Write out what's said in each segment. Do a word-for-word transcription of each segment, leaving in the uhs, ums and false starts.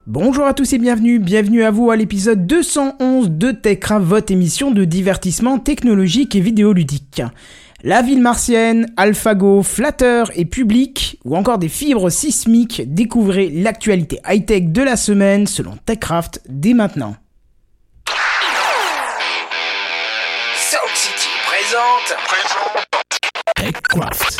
Bonjour à tous et bienvenue, bienvenue à vous à l'épisode deux cent onze de TechCraft, votre émission de divertissement technologique et vidéoludique. La ville martienne, AlphaGo, Flutter et Public, ou encore des fibres sismiques, découvrez l'actualité high-tech de la semaine selon TechCraft dès maintenant. Sound City présente, présente TechCraft.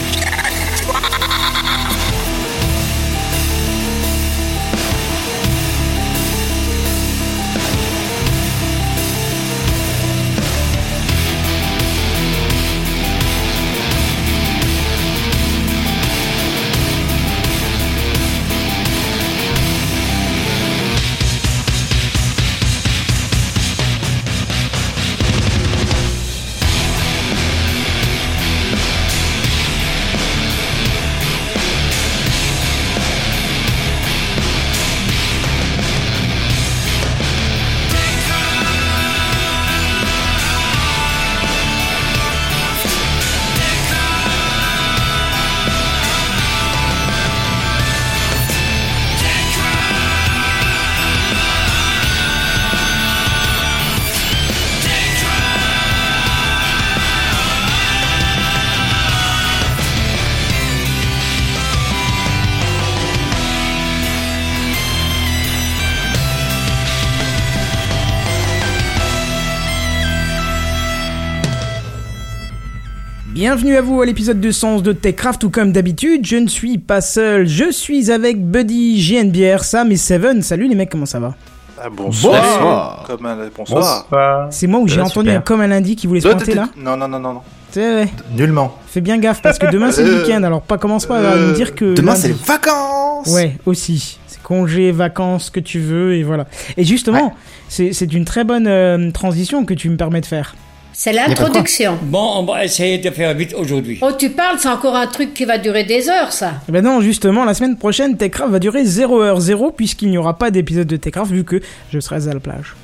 Bienvenue à vous à l'épisode deux cent onze de TechCraft, tout comme d'habitude, je ne suis pas seul, je suis avec Buddy, J N B R, Sam et Seven. Salut les mecs, comment ça va? Ah, bonsoir. Bonsoir. Comme un... bonsoir. Bonsoir. C'est moi où j'ai Ouais, entendu super. un comme un lundi qui voulait se pointer là? Non, non, non, non, non. C'est vrai. Nullement. Fais bien gaffe parce que demain c'est le week-end, alors pas commence pas à Euh, me dire que... Demain, lundi- c'est les vacances. Ouais, aussi. C'est congé, vacances, que tu veux, et voilà. Et justement, Ouais. c'est, c'est une très bonne euh, transition que tu me permets de faire. C'est l'introduction. Bon, on va essayer de faire vite aujourd'hui. Oh, tu parles, c'est encore un truc qui va durer des heures, ça. Eh ben non, justement, la semaine prochaine, TechCraft va durer zéro heure zéro puisqu'il n'y aura pas d'épisode de TechCraft vu que je serai à la plage.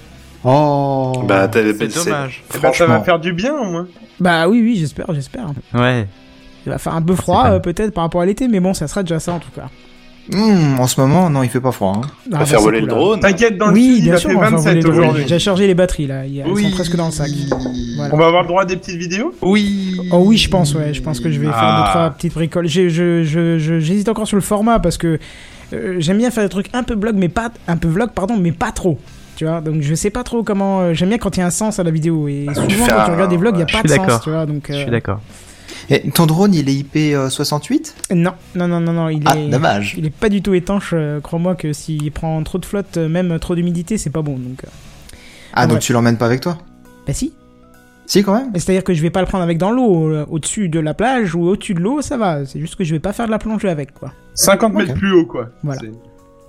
Oh. Bah, t'as C'est dommage. Eh ben, ça Franchement. va faire du bien, au moins. Bah oui, oui, j'espère, j'espère. Ouais. Il va faire un peu froid pas- euh, peut-être par rapport à l'été, mais bon, ça sera déjà ça en tout cas. Mmh, en ce moment, non, il fait pas froid. Hein. Ah, On va bah, faire c'est voler cool, le là. drone. T'inquiète, dans le Oui, sud, il bien a sûr, fait on va faire voler vingt-sept le drone. aujourd'hui. J'ai chargé les batteries là, il y a- elles Oui. sont presque dans le sac. Voilà. On va avoir le droit à des petites vidéos? Oui. Oh oui, je pense, ouais, je pense que je vais faire Ah. deux trois petites bricoles. J'ai- je, je, je- j'hésite encore sur le format parce que euh, j'aime bien faire des trucs un peu vlog, mais pas un peu vlog, pardon, mais pas trop. Tu vois, donc je sais pas trop comment. euh, j'aime bien quand il y a un sens à la vidéo et souvent fais quand tu un- regardes des vlogs, il y a je pas suis de sens, d'accord. tu vois. Donc Je euh, suis d'accord. Et ton drone, il est I P soixante-huit? non, non, non, non, non, il Ah, est. dommage. Il est pas du tout étanche. euh, crois-moi que s'il prend trop de flotte, euh, même trop d'humidité, c'est pas bon. Donc, euh, Ah, donc ouais. tu l'emmènes pas avec toi? bah si. Si, quand même. Mais c'est-à-dire que je vais pas le prendre avec dans l'eau, euh, au-dessus de la plage ou au-dessus de l'eau, ça va. C'est juste que je vais pas faire de la plongée avec, quoi. cinquante mètres plus haut, quoi. Voilà. C'est-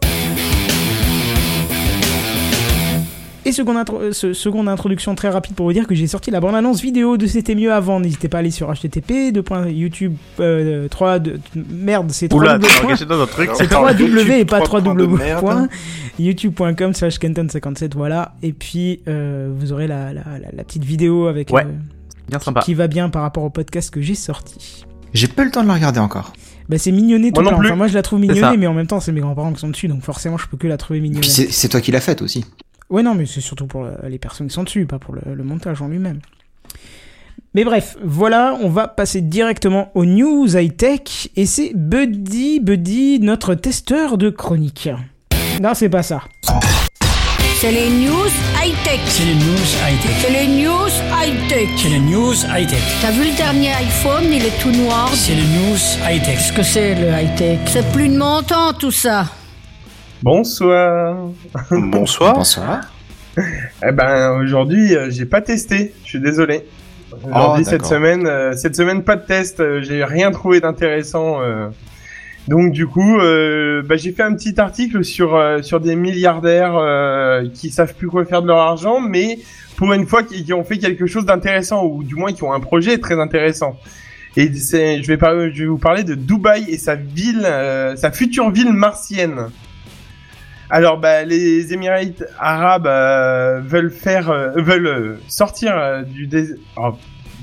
Et seconde, intro- euh, ce- seconde introduction très rapide pour vous dire que j'ai sorti la bande-annonce vidéo de C'était mieux avant. N'hésitez pas à aller sur H T T P, deux points YouTube, euh, trois, deux, merde, c'est trois Oula, double t'es points. engagé dans un truc. C'est Attends, trois W YouTube, et pas trois trois points de W merde. points. youtube.com slash Kenton cinquante-sept, voilà. Et puis, euh, vous aurez la, la, la, la petite vidéo avec Ouais. euh, Bien sympa. qui va bien par rapport au podcast que j'ai sorti. J'ai pas eu le temps de la regarder encore. Bah, c'est mignonné tout Moi non plein. plus. Enfin, moi, je la trouve C'est mignonnée, ça. mais en même temps, c'est mes grands-parents qui sont dessus, donc forcément, je peux que la trouver Et mignonnée. puis c'est c'est toi qui l'as faite aussi. Ouais, non, mais c'est surtout pour euh, les personnes qui sont dessus, pas pour le, le montage en lui-même. Mais bref, voilà, on va passer directement aux news high-tech, et c'est Buddy, Buddy, notre testeur de chronique. Non, c'est pas ça. C'est les news high-tech. C'est les news high-tech. C'est les news high-tech. C'est les news high-tech. T'as vu le dernier iPhone, il est tout noir. C'est les news high-tech. Qu'est-ce que c'est, le high-tech? C'est plus de mon temps, tout ça. Bonsoir. Bonsoir. Bonsoir. Eh ben, aujourd'hui, euh, j'ai pas testé. Je suis désolé. Aujourd'hui, Oh, cette d'accord. semaine, euh, cette semaine, pas de test. euh, j'ai rien trouvé d'intéressant. euh. Donc, du coup, euh, bah, j'ai fait un petit article sur euh, sur des milliardaires euh, qui savent plus quoi faire de leur argent, mais pour une fois, qui, qui ont fait quelque chose d'intéressant, ou du moins qui ont un projet très intéressant. Et c'est, je vais par- je vais vous parler de Dubaï et sa ville, euh, sa future ville martienne. Alors, bah, les Émirats arabes euh, veulent faire, euh, veulent euh, sortir euh, du désert. Oh,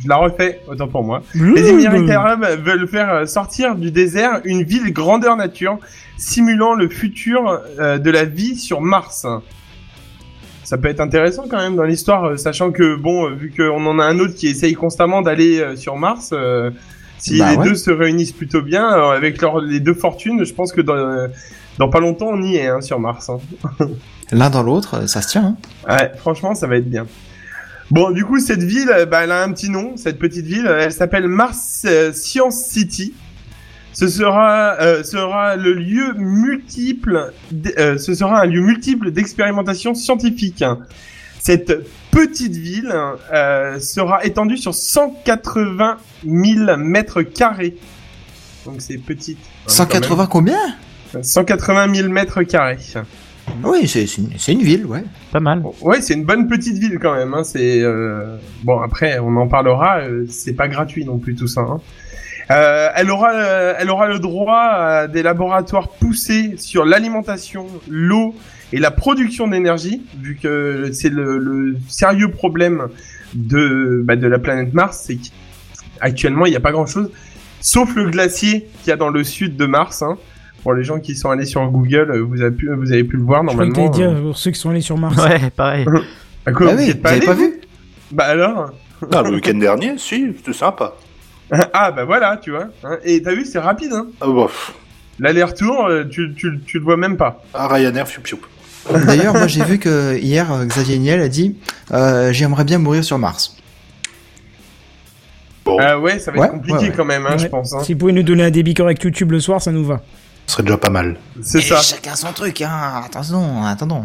je la refais, autant pour moi. Les Émirats arabes veulent faire sortir du désert une ville grandeur nature, simulant le futur euh, de la vie sur Mars. Ça peut être intéressant quand même dans l'histoire, euh, sachant que, bon, euh, vu qu'on en a un autre qui essaye constamment d'aller euh, sur Mars, euh, si Bah les ouais. deux se réunissent plutôt bien, euh, avec leur, les deux fortunes, je pense que dans, euh, dans pas longtemps, on y est hein, sur Mars. Hein. L'un dans l'autre, ça se tient. Hein. Ouais, franchement, ça va être bien. Bon, du coup, cette ville, euh, bah, elle a un petit nom, cette petite ville, elle s'appelle Mars euh, Science City. Ce sera, euh, sera le lieu multiple, d- euh, ce sera un lieu multiple d'expérimentation scientifique. Cette petite ville euh, sera étendue sur cent quatre-vingt mille mètres carrés. Donc c'est petite. hein, cent quatre-vingts combien? quand même. cent quatre-vingt mille mètres carrés. Oui, c'est c'est une, c'est une ville, ouais. Pas mal. Bon, ouais, c'est une bonne petite ville quand même. Hein. C'est euh... bon après, on en parlera. Euh, c'est pas gratuit non plus tout ça. Hein. Euh, elle aura, euh, elle aura le droit à des laboratoires poussés sur l'alimentation, l'eau et la production d'énergie, vu que c'est le, le sérieux problème de, bah, de la planète Mars, c'est qu'actuellement il n'y a pas grand-chose, sauf le glacier qu'il y a dans le sud de Mars. Hein. Pour les gens qui sont allés sur Google, vous avez pu, vous avez pu le voir Je croyais que normalement. t'allais dire pour ceux qui sont allés sur Mars. Ouais, pareil. À quoi Ah vous oui, y êtes vous pas avez allés, pas vous vu? Bah alors. Ah, le week-end dernier, si, c'était sympa. Ah bah voilà, tu vois. Hein. Et t'as vu, c'est rapide. Hein. Ah, bah, pff. L'aller-retour, euh, tu, tu, tu le vois même pas. Ah, Ryanair, fiou fiou. D'ailleurs, moi j'ai vu que hier, euh, Xavier Niel a dit euh, j'aimerais bien mourir sur Mars. Bon, Ah ouais, ça va Ouais, être compliqué ouais, ouais. quand même, hein, je Ouais. pense. Hein. Si vous pouvez nous donner un débit correct YouTube le soir, ça nous va. ce serait déjà pas mal. C'est Et ça. chacun son truc, hein. Attention, attendons.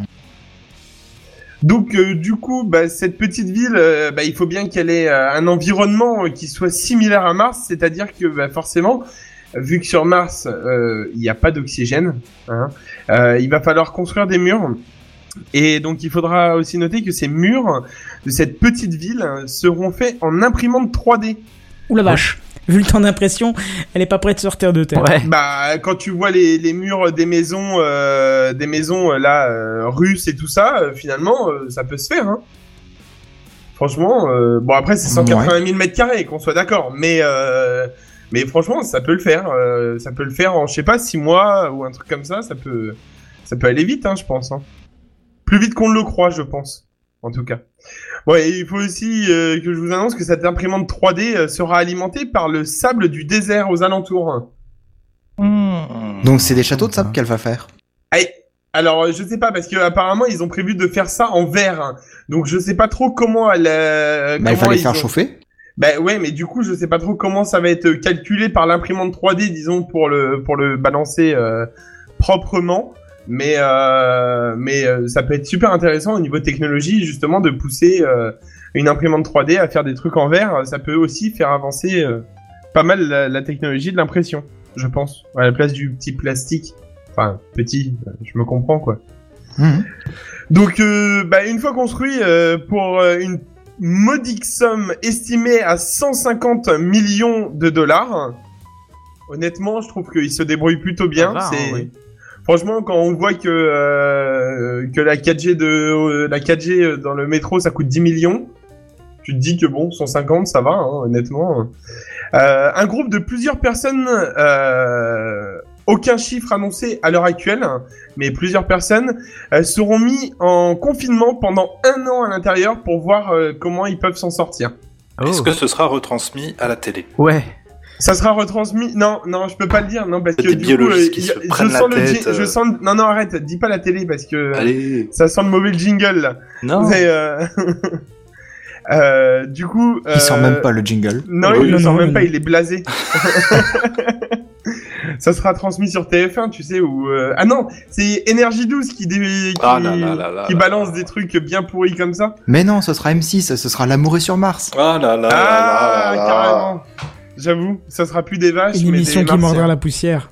Donc euh, du coup, bah, cette petite ville, euh, bah, il faut bien qu'elle ait euh, un environnement euh, qui soit similaire à Mars, c'est-à-dire que bah, forcément, vu que sur Mars, euh, il n'y a pas d'oxygène, hein, euh, il va falloir construire des murs. Et donc il faudra aussi noter que ces murs de cette petite ville euh, seront faits en imprimante trois D. Ouh la vache. Vu le temps d'impression, elle est pas prête de sortir de terre. Ouais. Bah quand tu vois les, les murs des maisons, euh, des maisons euh, là euh, russes et tout ça, euh, finalement euh, ça peut se faire. Hein. Franchement, euh, bon après c'est cent quatre-vingt mille mètres carrés, qu'on soit d'accord, mais euh, mais franchement ça peut le faire, euh, ça peut le faire en je sais pas six mois ou un truc comme ça, ça peut ça peut aller vite, hein, je pense. Hein. Plus vite qu'on ne le croit, je pense, en tout cas. Bon, et il faut aussi euh, que je vous annonce que cette imprimante trois D euh, sera alimentée par le sable du désert aux alentours. Donc c'est des châteaux de sable qu'elle va faire. Allez, alors euh, je sais pas parce que apparemment ils ont prévu de faire ça en verre, hein. Donc je sais pas trop comment elle. Euh, Bah, il comment fallait ils faire ont- chauffer. Bah ouais, mais du coup je sais pas trop comment ça va être calculé par l'imprimante trois D, disons pour le pour le balancer euh, proprement. Mais euh, mais euh, ça peut être super intéressant au niveau technologie justement de pousser euh, une imprimante trois D à faire des trucs en verre. Ça peut aussi faire avancer euh, pas mal la, la technologie de l'impression, je pense, à la place du petit plastique. Enfin petit, euh, je me comprends quoi. Mhm. Donc euh, bah une fois construit euh, pour euh, une modique somme estimée à cent cinquante millions de dollars. Honnêtement, je trouve qu'il se débrouille plutôt bien. Ça va, c'est hein, oui. Franchement, quand on voit que euh, que la quatre G de euh, la quatre G dans le métro ça coûte dix millions, tu te dis que bon, cent cinquante ça va, hein, honnêtement. Euh, un groupe de plusieurs personnes, euh, aucun chiffre annoncé à l'heure actuelle, mais plusieurs personnes euh, seront mis en confinement pendant un an à l'intérieur pour voir euh, comment ils peuvent s'en sortir. Oh. Est-ce que ce sera retransmis à la télé? Ouais. Ça sera retransmis. Non, non, je peux pas le dire, non, parce C'est que des du coup, biologistes euh, qui y se a- je prennent la sens le, tête, ji- euh. je sens. le- Non, non, arrête, dis pas la télé parce que Allez. ça sent le mauvais jingle là. Non. C'est, euh... euh, du coup. Il sent euh, même pas le jingle. Non, Oui, il le non, sent non, même non. pas, il est blasé. Ça sera transmis sur T F un, tu sais, où... euh, ah non, c'est Énergie douze qui, dé... qui... Ah là là là là qui là balance là. des trucs bien pourris comme ça. Mais non, ce sera M six, ce sera L'amour est sur Mars. Ah là là Ah, là là là. carrément. J'avoue, ça sera plus des vaches, Une mais émission des qui mordra martiens. la poussière.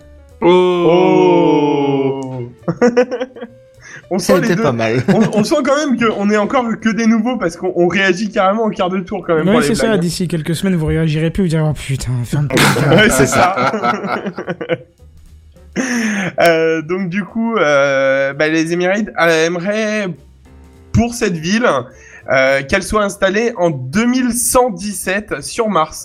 Oh. On sent Ça les était deux. pas mal. on, on sent quand même qu'on est encore que des nouveaux parce qu'on on réagit carrément au quart de tour quand même Ouais, pour les c'est ça. blagues. D'ici quelques semaines, vous réagirez plus. Vous direz, oh putain, ferme ta gueule. Ouais, c'est ça. Euh, donc du coup, euh, bah, les Émirats euh, aimeraient pour cette ville euh, qu'elle soit installée en deux mille cent dix-sept sur Mars.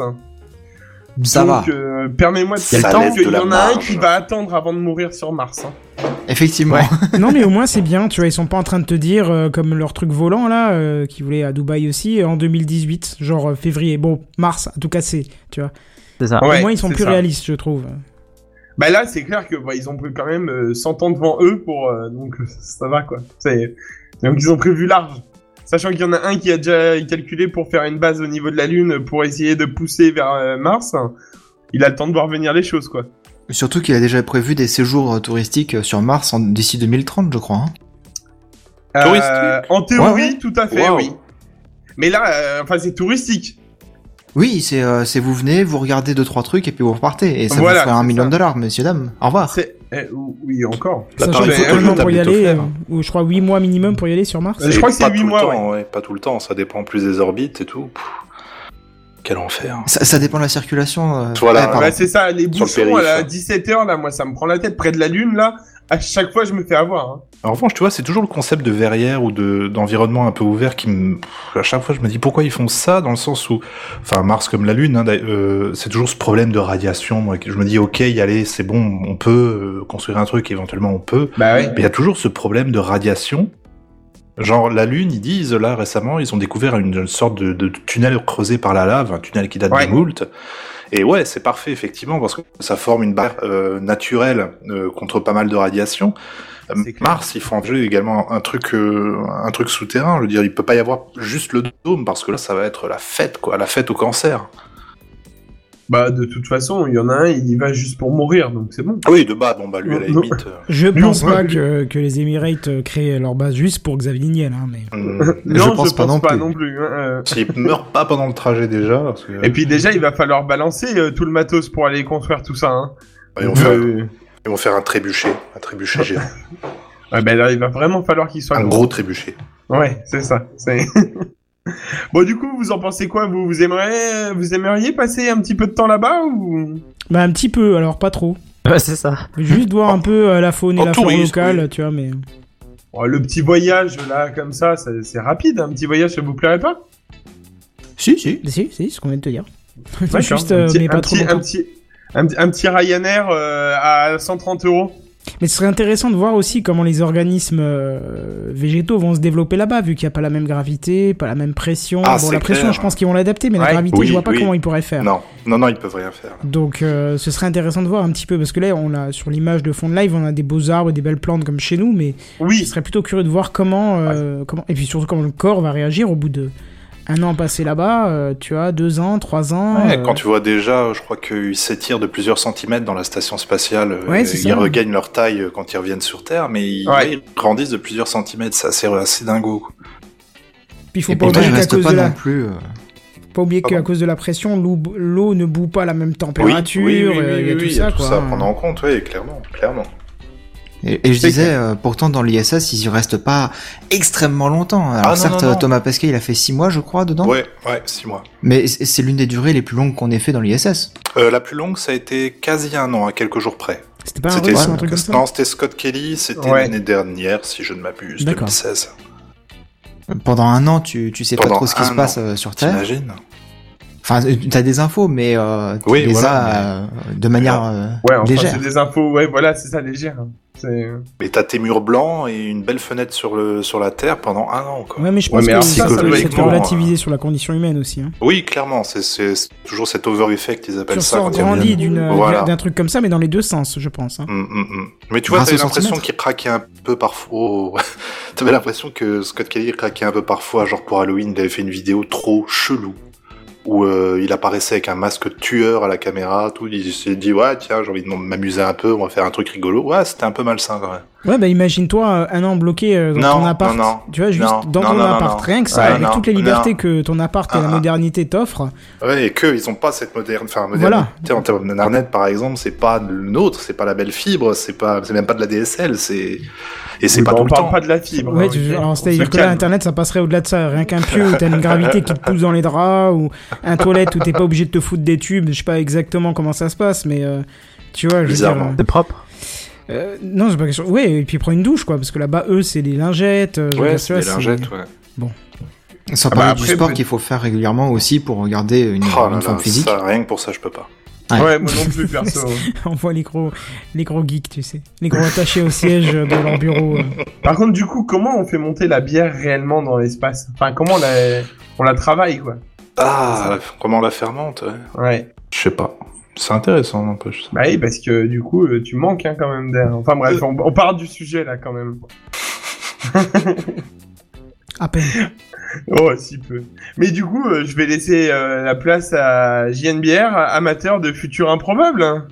Ça Donc, va. euh, permets-moi de Ça dire laisse qu'il de y la en a un marge. qui va attendre avant de mourir sur Mars. Hein. Effectivement. Non, mais au moins c'est bien, tu vois, ils sont pas en train de te dire, euh, comme leur truc volant là, euh, qui voulait à Dubaï aussi, euh, en deux mille dix-huit, genre euh, février. Bon, mars, en tout cas c'est, tu vois. C'est ça. Ouais, au moins ils sont c'est plus ça. réalistes, je trouve. Bah là, c'est clair que bah, ils ont pris quand même euh, cent ans devant eux pour euh, donc euh, ça va quoi. C'est donc ils ont prévu large. Sachant qu'il y en a un qui a déjà calculé pour faire une base au niveau de la Lune pour essayer de pousser vers euh, Mars. Il a le temps de voir venir les choses quoi. Surtout qu'il a déjà prévu des séjours touristiques sur Mars en- d'ici deux mille trente, je crois. Hein. Touristique. Euh, en théorie, Ouais, ouais. tout à fait, Wow. oui. Mais là, euh, enfin, c'est touristique. Oui, c'est euh, c'est vous venez, vous regardez deux trois trucs et puis vous repartez et ça Voilà, vous fera un c'est million ça. de dollars, messieurs dames. Au revoir. C'est eh, oui encore. Là, Sachant par qu'il faut exemple, un an la pour y table aller, est euh, ou je crois huit mois minimum pour y aller sur Mars. Euh, je crois que c'est pas huit tout le mois, temps, ouais, pas tout le temps, ça dépend plus des orbites et tout. Pff, quel enfer. Ça, ça dépend de la circulation. euh, Voilà. ouais, pardon. Bah, c'est ça, les Sur le bouchons périph'. à la dix-sept heures, là, moi, ça me prend la tête près de la Lune, là. À chaque fois, je me fais avoir. Hein. En revanche, tu vois, c'est toujours le concept de verrière ou de d'environnement un peu ouvert qui me... Pff, à chaque fois, je me dis pourquoi ils font ça, dans le sens où, enfin, Mars comme la Lune, hein, d'ailleurs, euh, c'est toujours ce problème de radiation. Moi, je me dis, ok, y aller, c'est bon, on peut euh, construire un truc, éventuellement on peut. Bah ouais. Mais il y a toujours ce problème de radiation. Genre, la Lune, ils disent, là, récemment, ils ont découvert une, une sorte de, de tunnel creusé par la lave, un tunnel qui date Ouais. de moult. Et ouais, c'est parfait, effectivement, parce que ça forme une barrière euh, naturelle euh, contre pas mal de radiation. Euh, C'est clair. Mars, il faut enlever également un truc, euh, un truc souterrain. Je veux dire, il peut pas y avoir juste le dôme, parce que là, ça va être la fête, quoi, la fête au cancer. Bah, de toute façon, il y en a un, il y va juste pour mourir, donc c'est bon. Ah oui, de bas, bon, bah, lui, à la Non. limite... euh, Je Lui, pense on peut- pas que, que les Emirates euh, créent leur base juste pour Xavier Niel, hein, mais... hum, non, pense je pas pense non pas plus. non plus. hein, euh. S'il meurt pas pendant le trajet, déjà, parce que... Et puis déjà, il va falloir balancer euh, tout le matos pour aller construire tout ça. Hein. ils, vont faire, Euh, ils vont faire un trébuchet, un trébuchet géant. ouais, bah là, il va vraiment falloir qu'il soit Un gros. gros trébuchet. Ouais, c'est ça. C'est... bon, du coup, vous en pensez quoi vous, vous aimeriez, vous aimeriez passer un petit peu de temps là-bas ou Bah un petit peu, alors pas trop. Ouais, c'est ça. Juste voir un peu euh, la faune et en la flore touriste, locale, oui. tu vois, mais... Oh, le petit voyage là, comme ça, ça- c'est rapide. Un petit voyage, ça vous plairait pas Si, si. Si, si, c'est ce qu'on vient de te dire. D'accord. Juste, Un euh, petit- mais pas un trop petit, longtemps. un petit, un, petit- un petit Ryanair euh, à cent trente euros. Mais ce serait intéressant de voir aussi comment les organismes euh, végétaux vont se développer là-bas, vu qu'il n'y a pas la même gravité, pas la même pression. Ah, bon, c'est la pression, clair. je pense qu'ils vont l'adapter, mais la Ouais. gravité, Oui, je vois pas oui. comment ils pourraient faire. Non, non, non, ils peuvent rien faire. Donc, euh, ce serait intéressant de voir un petit peu, parce que là, on a sur l'image de fond de live, on a des beaux arbres et des belles plantes comme chez nous, mais je Oui. serais plutôt curieux de voir comment, euh, comment, et puis surtout comment le corps va réagir au bout de un an passé là-bas, euh, tu vois, deux ans, trois ans. Ouais, euh, quand tu vois déjà, je crois qu'ils s'étirent de plusieurs centimètres dans la station spatiale. euh, Ouais, c'est ils ça. regagnent leur taille euh, quand ils reviennent sur Terre, mais ils, Ouais. ouais, ils grandissent de plusieurs centimètres. C'est assez, assez dingo. quoi. Puis il faut Et pas pourtant, oublier il qu'à reste cause pas de la, non plus. euh, pas oublier qu'à Pardon. cause de la pression, l'eau, l'eau ne bout pas à la même température, oui, oui, oui, euh, il y a oui, tout oui, ça, tout quoi. ça à prendre en compte, oui, clairement, clairement. Et, et je C'est disais, euh, pourtant dans l'I S S, ils y restent pas extrêmement longtemps. Alors Ah, non, certes, non, non. Thomas Pesquet, il a fait six mois, je crois, dedans. Ouais, ouais, six mois. Mais c'est c'est l'une des durées les plus longues qu'on ait fait dans l'I S S. Euh, la plus longue, ça a été quasi un an, à quelques jours près. C'était pas un C'était russe ou un truc comme ça? non, c'était Scott Kelly, c'était Ouais. l'année dernière, si je ne m'abuse, D'accord. deux mille seize. Pendant un an, tu, tu sais pas Pendant trop ce qui un se passe an. euh, sur Terre. T'imagines? Enfin, euh, t'as des infos, mais euh, tu Oui, les voilà, as euh, de manière euh, Ouais, enfin, légère. c'est des infos. Ouais, voilà, c'est ça, légère. hein. C'est... Mais t'as tes murs blancs et une belle fenêtre sur, le, sur la Terre pendant un an, quoi. Ouais, mais je Ouais, pense mais que alors ça, ça, ça, ça peut doit être être relativisé sur la condition humaine aussi. Hein. Oui, clairement, c'est, c'est, c'est toujours cet over-effect, ils Tu appellent ça ressors quand ils grandi reviennent. d'une, Voilà. d'un truc comme ça, mais dans les deux sens, je pense. Hein. Hum, hum, hum. Mais tu vois, Grâce t'avais au l'impression centimètre. qu'il craquait un peu parfois. Oh. T'avais l'impression que Scott Kelly craquait un peu parfois, genre pour Halloween, il avait fait une vidéo trop chelou. Où euh, il apparaissait avec un masque tueur à la caméra, tout. Il s'est dit, ouais, tiens, j'ai envie de m'amuser un peu, on va faire un truc rigolo. Ouais, c'était un peu malsain quand même. Ouais, bah imagine-toi euh, un an bloqué euh, dans Non, ton appart. non, non. Tu vois, juste Non, dans non, ton non, non, appart. non. Rien que ça, Ouais, avec non, toutes les libertés non. que ton appart et Ah, la ah. modernité t'offrent. Ouais, et que ils ont pas cette moderne, enfin, Voilà. modernité en termes d'internet, par exemple, c'est pas le nôtre, c'est pas la belle fibre, c'est pas, c'est même pas de la D S L, c'est, et c'est Oui, pas bah, tout on le parle temps. pas de la fibre. Ouais, hein, tu- ok. alors On c'est-à-dire se que là, calme. Internet, ça passerait au-delà de ça. Rien qu'un pieu où t'as une gravité qui te pousse dans les draps, ou un toilette où t'es pas obligé de te foutre des tubes. Je sais pas exactement comment ça se passe, mais euh, tu vois, je veux dire. Bizarrement. euh, C'est propre. euh, non, c'est pas question. Ouais, et puis prends une douche, quoi, parce que là-bas, eux, c'est des lingettes. euh, je veux Ouais, dire, tu c'est vois, des lingettes, ouais. Sans Ah parler bah du après, sport peut- qu'il faut faire régulièrement aussi pour regarder une, Oh là une forme là, physique. ça, rien que pour ça, je peux pas. Ouais. Ouais, moi non plus, perso. On voit les gros, les gros geeks, tu sais. Les gros attachés au siège de leur bureau. euh. Par contre, du coup, comment on fait monter la bière réellement dans l'espace? Enfin, comment on la, on la travaille, quoi? Ah, comment on la fermente, ouais. Ouais. Je sais pas. C'est intéressant, n'empêche. Bah oui, parce que du coup, euh, tu manques hein, quand même d'air. Enfin bref, on, on part du sujet là quand même. À peine. Oh, si peu. Mais du coup, euh, je vais laisser euh, la place à J N B R, amateur de futurs improbables. hein.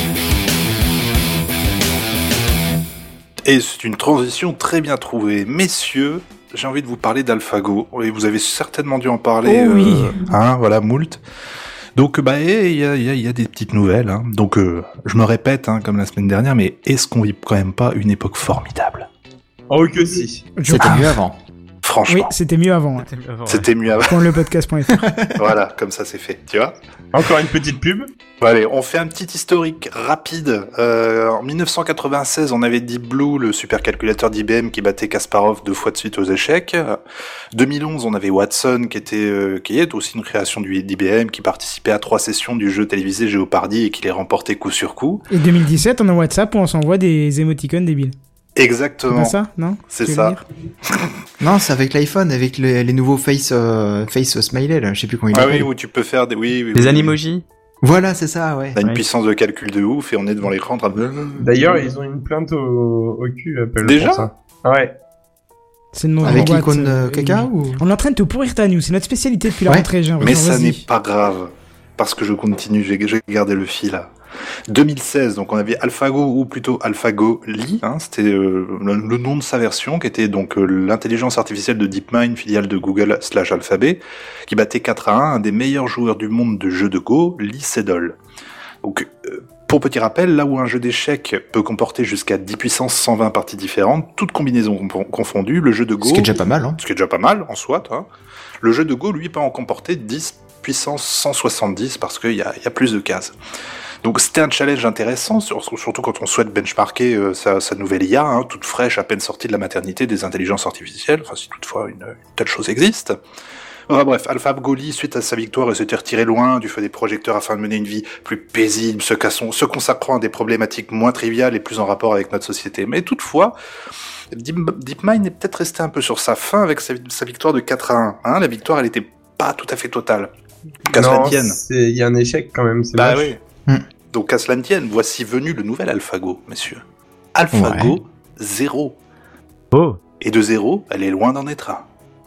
Et c'est une transition très bien trouvée. Messieurs, j'ai envie de vous parler d'AlphaGo. Et vous avez certainement dû en parler. Oh oui. euh, hein, voilà, moult. Donc, bah, il y a, y, a, y a des petites nouvelles. Hein. Donc, euh, je me répète, hein, comme la semaine dernière, mais est-ce qu'on vit quand même pas une époque formidable? Oh que si. Je- C'était Ah, mieux avant. Oui, Franchement, c'était mieux avant. Ouais. c'était mieux avant. Pour le podcast point F R. Voilà, comme ça c'est fait, tu vois. Encore une petite pub. Bon, allez, on fait un petit historique rapide. Euh, en mille neuf cent quatre-vingt-seize, on avait Deep Blue, le supercalculateur d'I B M qui battait Kasparov deux fois de suite aux échecs. Euh, deux mille onze, on avait Watson qui était euh, qui est aussi une création du d'I B M qui participait à trois sessions du jeu télévisé Jeopardy et qui les remportait coup sur coup. Et deux mille dix-sept, on a WhatsApp où on s'envoie des émoticônes débiles. C'est Exactement. pas ça, non? C'est Tu veux ça. dire Non, c'est avec l'iPhone, avec les, les nouveaux face, euh, face smiley, là. Je sais plus comment il Ah l'appelle. oui, où tu peux faire des oui, oui, Des oui, animojis. Voilà, c'est ça, ouais. On a une Ouais. puissance de calcul de ouf et on est devant l'écran en train de. D'ailleurs, ils ont une plainte au, au cul, Apple. Déjà pour ça. Ouais. C'est le nom de Avec la boîte, l'icône euh, euh, caca ou... On est en train de te pourrir ta news, c'est notre spécialité depuis la Ouais. rentrée, j'ai Mais l'impression. ça Vas-y. n'est pas grave, parce que je continue, j'ai j'ai gardé le fil là. deux mille seize, donc on avait AlphaGo, ou plutôt AlphaGo Lee, hein, c'était euh, le, le nom de sa version, qui était donc euh, l'intelligence artificielle de DeepMind, filiale de Google slash Alphabet, qui battait quatre à un, un des meilleurs joueurs du monde de jeux de Go, Lee Sedol. Donc, euh, pour petit rappel, là où un jeu d'échecs peut comporter jusqu'à dix puissance cent vingt parties différentes, toutes combinaisons comp- confondues, le jeu de Go... Ce qui est déjà pas mal, hein. Ce qui est déjà pas mal, en soi, hein. Le jeu de Go, lui, peut en comporter dix puissance cent soixante-dix, parce qu'il y a, y a plus de cases. Donc c'était un challenge intéressant, sur- surtout quand on souhaite benchmarker euh, sa, sa nouvelle I A, hein, toute fraîche, à peine sortie de la maternité des intelligences artificielles, enfin si toutefois une, une telle chose existe. Enfin, bref, AlphaGo Lee, suite à sa victoire, s'était retiré loin du feu des projecteurs afin de mener une vie plus paisible, se, cassant, se consacrant à des problématiques moins triviales et plus en rapport avec notre société. Mais toutefois, Deep, DeepMind est peut-être resté un peu sur sa fin avec sa, sa victoire de quatre à un. Hein, la victoire, elle était pas tout à fait totale. Qu'à cela Non, tienne. c'est- il y a un échec quand même. C'est Bah vache. oui. Hmm. Donc qu'à cela ne tienne, voici venu le nouvel AlphaGo, messieurs. AlphaGo zéro. Oh. Et de zéro, elle est loin d'en être un.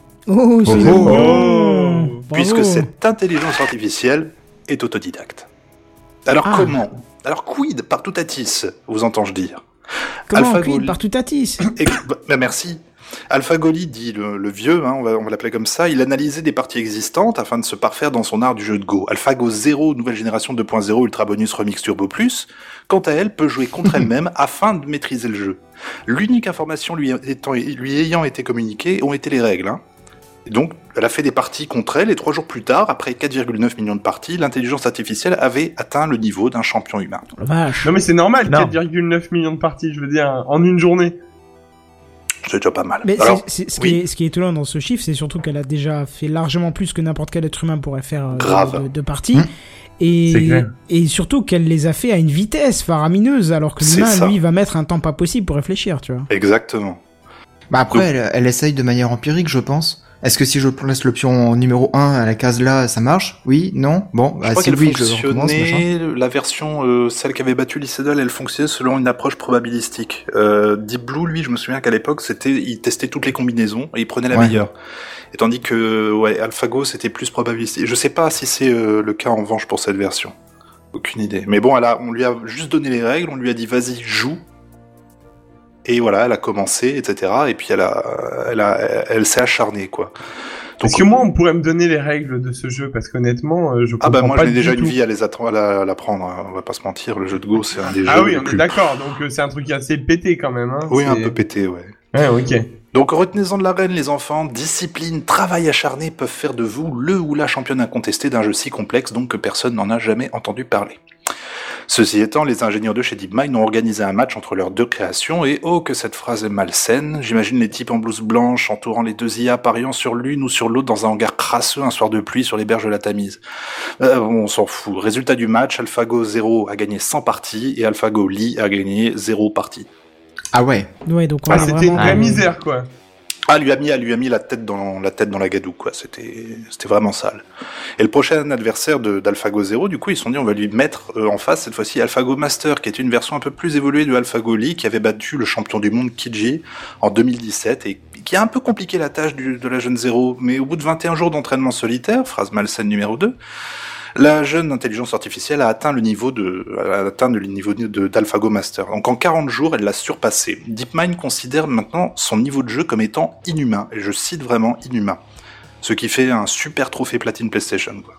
Oh, c'est Oh. bon. Oh. Bravo. Puisque cette intelligence artificielle est autodidacte. Alors Ah. comment? Alors quid par tutatis, vous entends-je dire? Comment AlphaGo quid Lee- par Toutatis? Et- bah, bah, merci. AlphaGo Lee, dit le, le vieux, hein, on va, on va l'appeler comme ça, il analysait des parties existantes afin de se parfaire dans son art du jeu de Go. AlphaGo zéro, nouvelle génération deux point zéro, Ultra Bonus Remix Turbo Plus, quant à elle, peut jouer contre elle-même afin de maîtriser le jeu. L'unique information lui, étant, lui ayant été communiquée ont été les règles. Hein. Et donc, elle a fait des parties contre elle, et trois jours plus tard, après quatre virgule neuf millions de parties, l'intelligence artificielle avait atteint le niveau d'un champion humain. Oh, la vache. Non mais c'est normal, Non. quatre virgule neuf millions de parties, je veux dire, en une journée. C'est déjà pas mal. Mais Alors, c'est- c'est- ce, oui. qui est, ce qui est étonnant dans ce chiffre, c'est surtout qu'elle a déjà fait largement plus que n'importe quel être humain pourrait faire euh, Grave. de, de parties. Mmh. C'est Et, clair. et surtout qu'elle les a fait à une vitesse faramineuse, alors que C'est l'humain, ça. lui, va mettre un temps pas possible pour réfléchir, tu vois. Exactement. Bah après, elle, elle essaye de manière empirique, je pense. Est-ce que si je laisse l'option numéro un à la case là, ça marche? Oui? Non? Bon, Je bah, crois si qu'elle oui, je recommence, machin. fonctionnait, la version, euh, celle qui avait battu Lee Sedol, elle fonctionnait selon une approche probabilistique. Euh, Deep Blue, lui, je me souviens qu'à l'époque, c'était, il testait toutes les combinaisons et il prenait la Ouais. meilleure. Et tandis que, ouais, AlphaGo, c'était plus probabilistique. Je sais pas si c'est euh, le cas en revanche pour cette version. Aucune idée. Mais bon, elle a, on lui a juste donné les règles, on lui a dit vas-y, joue. Et voilà, elle a commencé, et cetera. Et puis elle a, elle a, elle s'est acharnée, quoi. Est-ce que moi, on pourrait me donner les règles de ce jeu? Parce qu'honnêtement, euh, je comprends Ah bah moi pas j'ai du déjà une tout. vie à les attendre, à la- à l'apprendre, hein. On va pas se mentir, le jeu de Go c'est un des Ah jeux oui, les on est plus... d'accord, donc euh, c'est un truc assez pété quand même. Hein. Oui, un C'est- peu pété, ouais. Ouais, ok. Donc retenez-en de la reine les enfants, discipline, travail acharné peuvent faire de vous le ou la championne incontestée d'un jeu si complexe donc que personne n'en a jamais entendu parler. Ceci étant, les ingénieurs de chez DeepMind ont organisé un match entre leurs deux créations et oh que cette phrase est malsaine. J'imagine les types en blouse blanche entourant les deux I A pariant sur l'une ou sur l'autre dans un hangar crasseux un soir de pluie sur les berges de la Tamise. Euh, on s'en fout. Résultat du match, AlphaGo zéro a gagné cent parties et AlphaGo Lee a gagné zéro partie. Ah ouais. Ouais, donc on Ah, est c'était vraiment... une vraie misère, quoi. Ah, lui a mis, lui a mis la tête dans la tête dans la gadoue, quoi. C'était, c'était vraiment sale. Et le prochain adversaire de, d'AlphaGo zéro, du coup, ils se sont dit, on va lui mettre euh, en face cette fois-ci AlphaGo Master, qui est une version un peu plus évoluée de AlphaGo Lee, qui avait battu le champion du monde Kiji en deux mille dix-sept et qui a un peu compliqué la tâche du, de la jeune zéro. Mais au bout de vingt et un jours d'entraînement solitaire, phrase malsaine numéro deux, la jeune intelligence artificielle a atteint le niveau de, a atteint le niveau de, d'AlphaGo Master. Donc en quarante jours, elle l'a surpassé. DeepMind considère maintenant son niveau de jeu comme étant inhumain. Et je cite vraiment inhumain. Ce qui fait un super trophée platine PlayStation, quoi.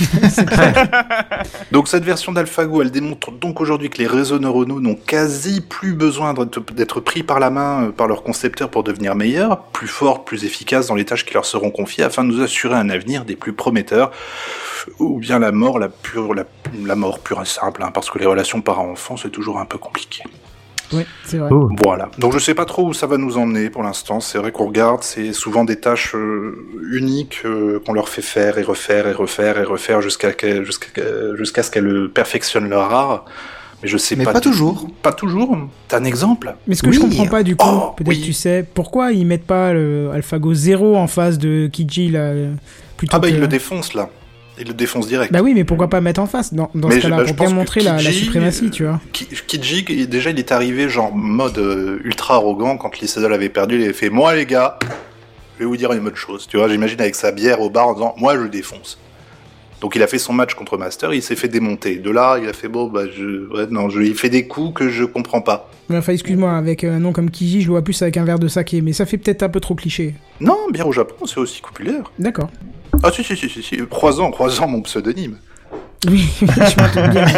Donc cette version d'AlphaGo, elle démontre donc aujourd'hui que les réseaux neuronaux n'ont quasi plus besoin d'être pris par la main par leurs concepteurs pour devenir meilleurs, plus forts, plus efficaces dans les tâches qui leur seront confiées afin de nous assurer un avenir des plus prometteurs, ou bien la mort, la pure, la, la mort pure et simple, hein, parce que les relations parents-enfants c'est toujours un peu compliqué. Oui, c'est vrai. Oh. Voilà. Donc je sais pas trop où ça va nous emmener pour l'instant. C'est vrai qu'on regarde, c'est souvent des tâches euh, uniques euh, qu'on leur fait faire et refaire et refaire et refaire jusqu'à que, jusqu'à, jusqu'à ce qu'elles perfectionnent leur art. Mais je sais Mais pas. pas du- toujours. Pas toujours. T'as un exemple? Mais ce que Oui. je comprends pas du coup, Oh, peut-être oui. tu sais, pourquoi ils mettent pas le AlphaGo zéro en face de Kiji là euh, plutôt Ah bah que... il le défonce là. Il le défonce direct. Bah oui, mais pourquoi pas mettre en face dans, dans Mais ce je- cas-là, bah, je pour bien pense que montrer la, la Kiji, suprématie, tu vois. Ki- Kiji, il- déjà, il est arrivé genre mode euh, ultra arrogant quand Lee Sedol avait perdu. Il avait fait moi les gars, je vais vous dire une bonne chose. Tu vois, j'imagine avec sa bière au bar en disant moi je défonce. Donc il a fait son match contre Master, il s'est fait démonter. De là, il a fait bon bah je, ouais, non, je, il fait des coups que je comprends pas. Mais enfin, excuse-moi, avec un nom comme Kiji, je le vois plus avec un verre de saké, mais ça fait peut-être un peu trop cliché. Non, bière au Japon, c'est aussi populaire. D'accord. Ah si si si si, si. Croisant, croisant mon pseudonyme. Oui, je m'entends bien.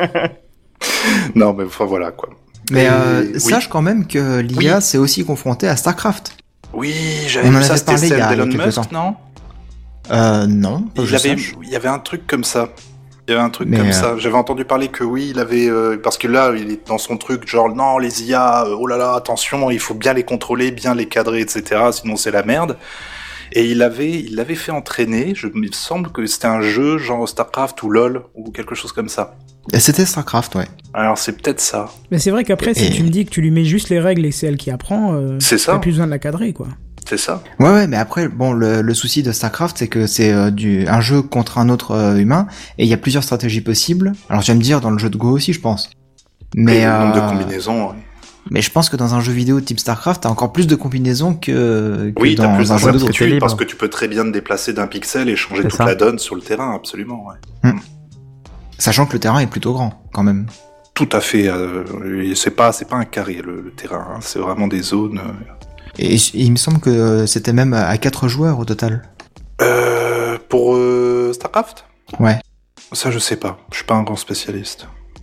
Non mais enfin voilà quoi. Mais Et- euh, oui. sache quand même que l'I A Oui. s'est aussi confrontée à StarCraft. Oui, j'avais On en vu ça, avait c'était parlé il y celle a- il y a d'Elon quelques Musk, temps. non? Euh, non, pas que Il, je avait, sache. il y avait un truc comme ça. Il y avait un truc Mais, comme euh, ça. J'avais entendu parler que oui, il avait... euh, parce que là, il est dans son truc, genre, non, les I A, euh, oh là là, attention, il faut bien les contrôler, bien les cadrer, et cetera, sinon c'est la merde. Et il avait, il l'avait fait entraîner, je, il me semble que c'était un jeu genre StarCraft ou LoL, ou quelque chose comme ça. Et C'était StarCraft, ouais. Alors c'est peut-être ça. Mais c'est vrai qu'après, si Et- tu me dis que tu lui mets juste les règles et c'est elle qui apprend, euh, C'est ça. t'as plus besoin de la cadrer, quoi. C'est ça. Ouais, ouais, mais après, bon, le, le souci de StarCraft, c'est que c'est euh, du un jeu contre un autre euh, humain, et il y a plusieurs stratégies possibles. Alors, j'aime dire dans le jeu de Go aussi, je pense. Mais, Et le nombre de euh, combinaisons. ouais. mais je pense que dans un jeu vidéo type StarCraft, t'as encore plus de combinaisons que, que Oui, dans t'as plus un jeu de Go. que t'es d'incertitude libre. parce que tu peux très bien te déplacer d'un pixel et changer C'est toute ça. la donne sur le terrain, absolument. Ouais. Sachant que le terrain est plutôt grand, quand même. Tout à fait. Euh, et c'est pas, c'est pas un carré le, le terrain. Hein, c'est vraiment des zones. euh, Et, et il me semble que c'était même à quatre joueurs au total. Euh, pour euh, StarCraft? Ouais, Ça, je sais pas. Je suis pas un grand spécialiste.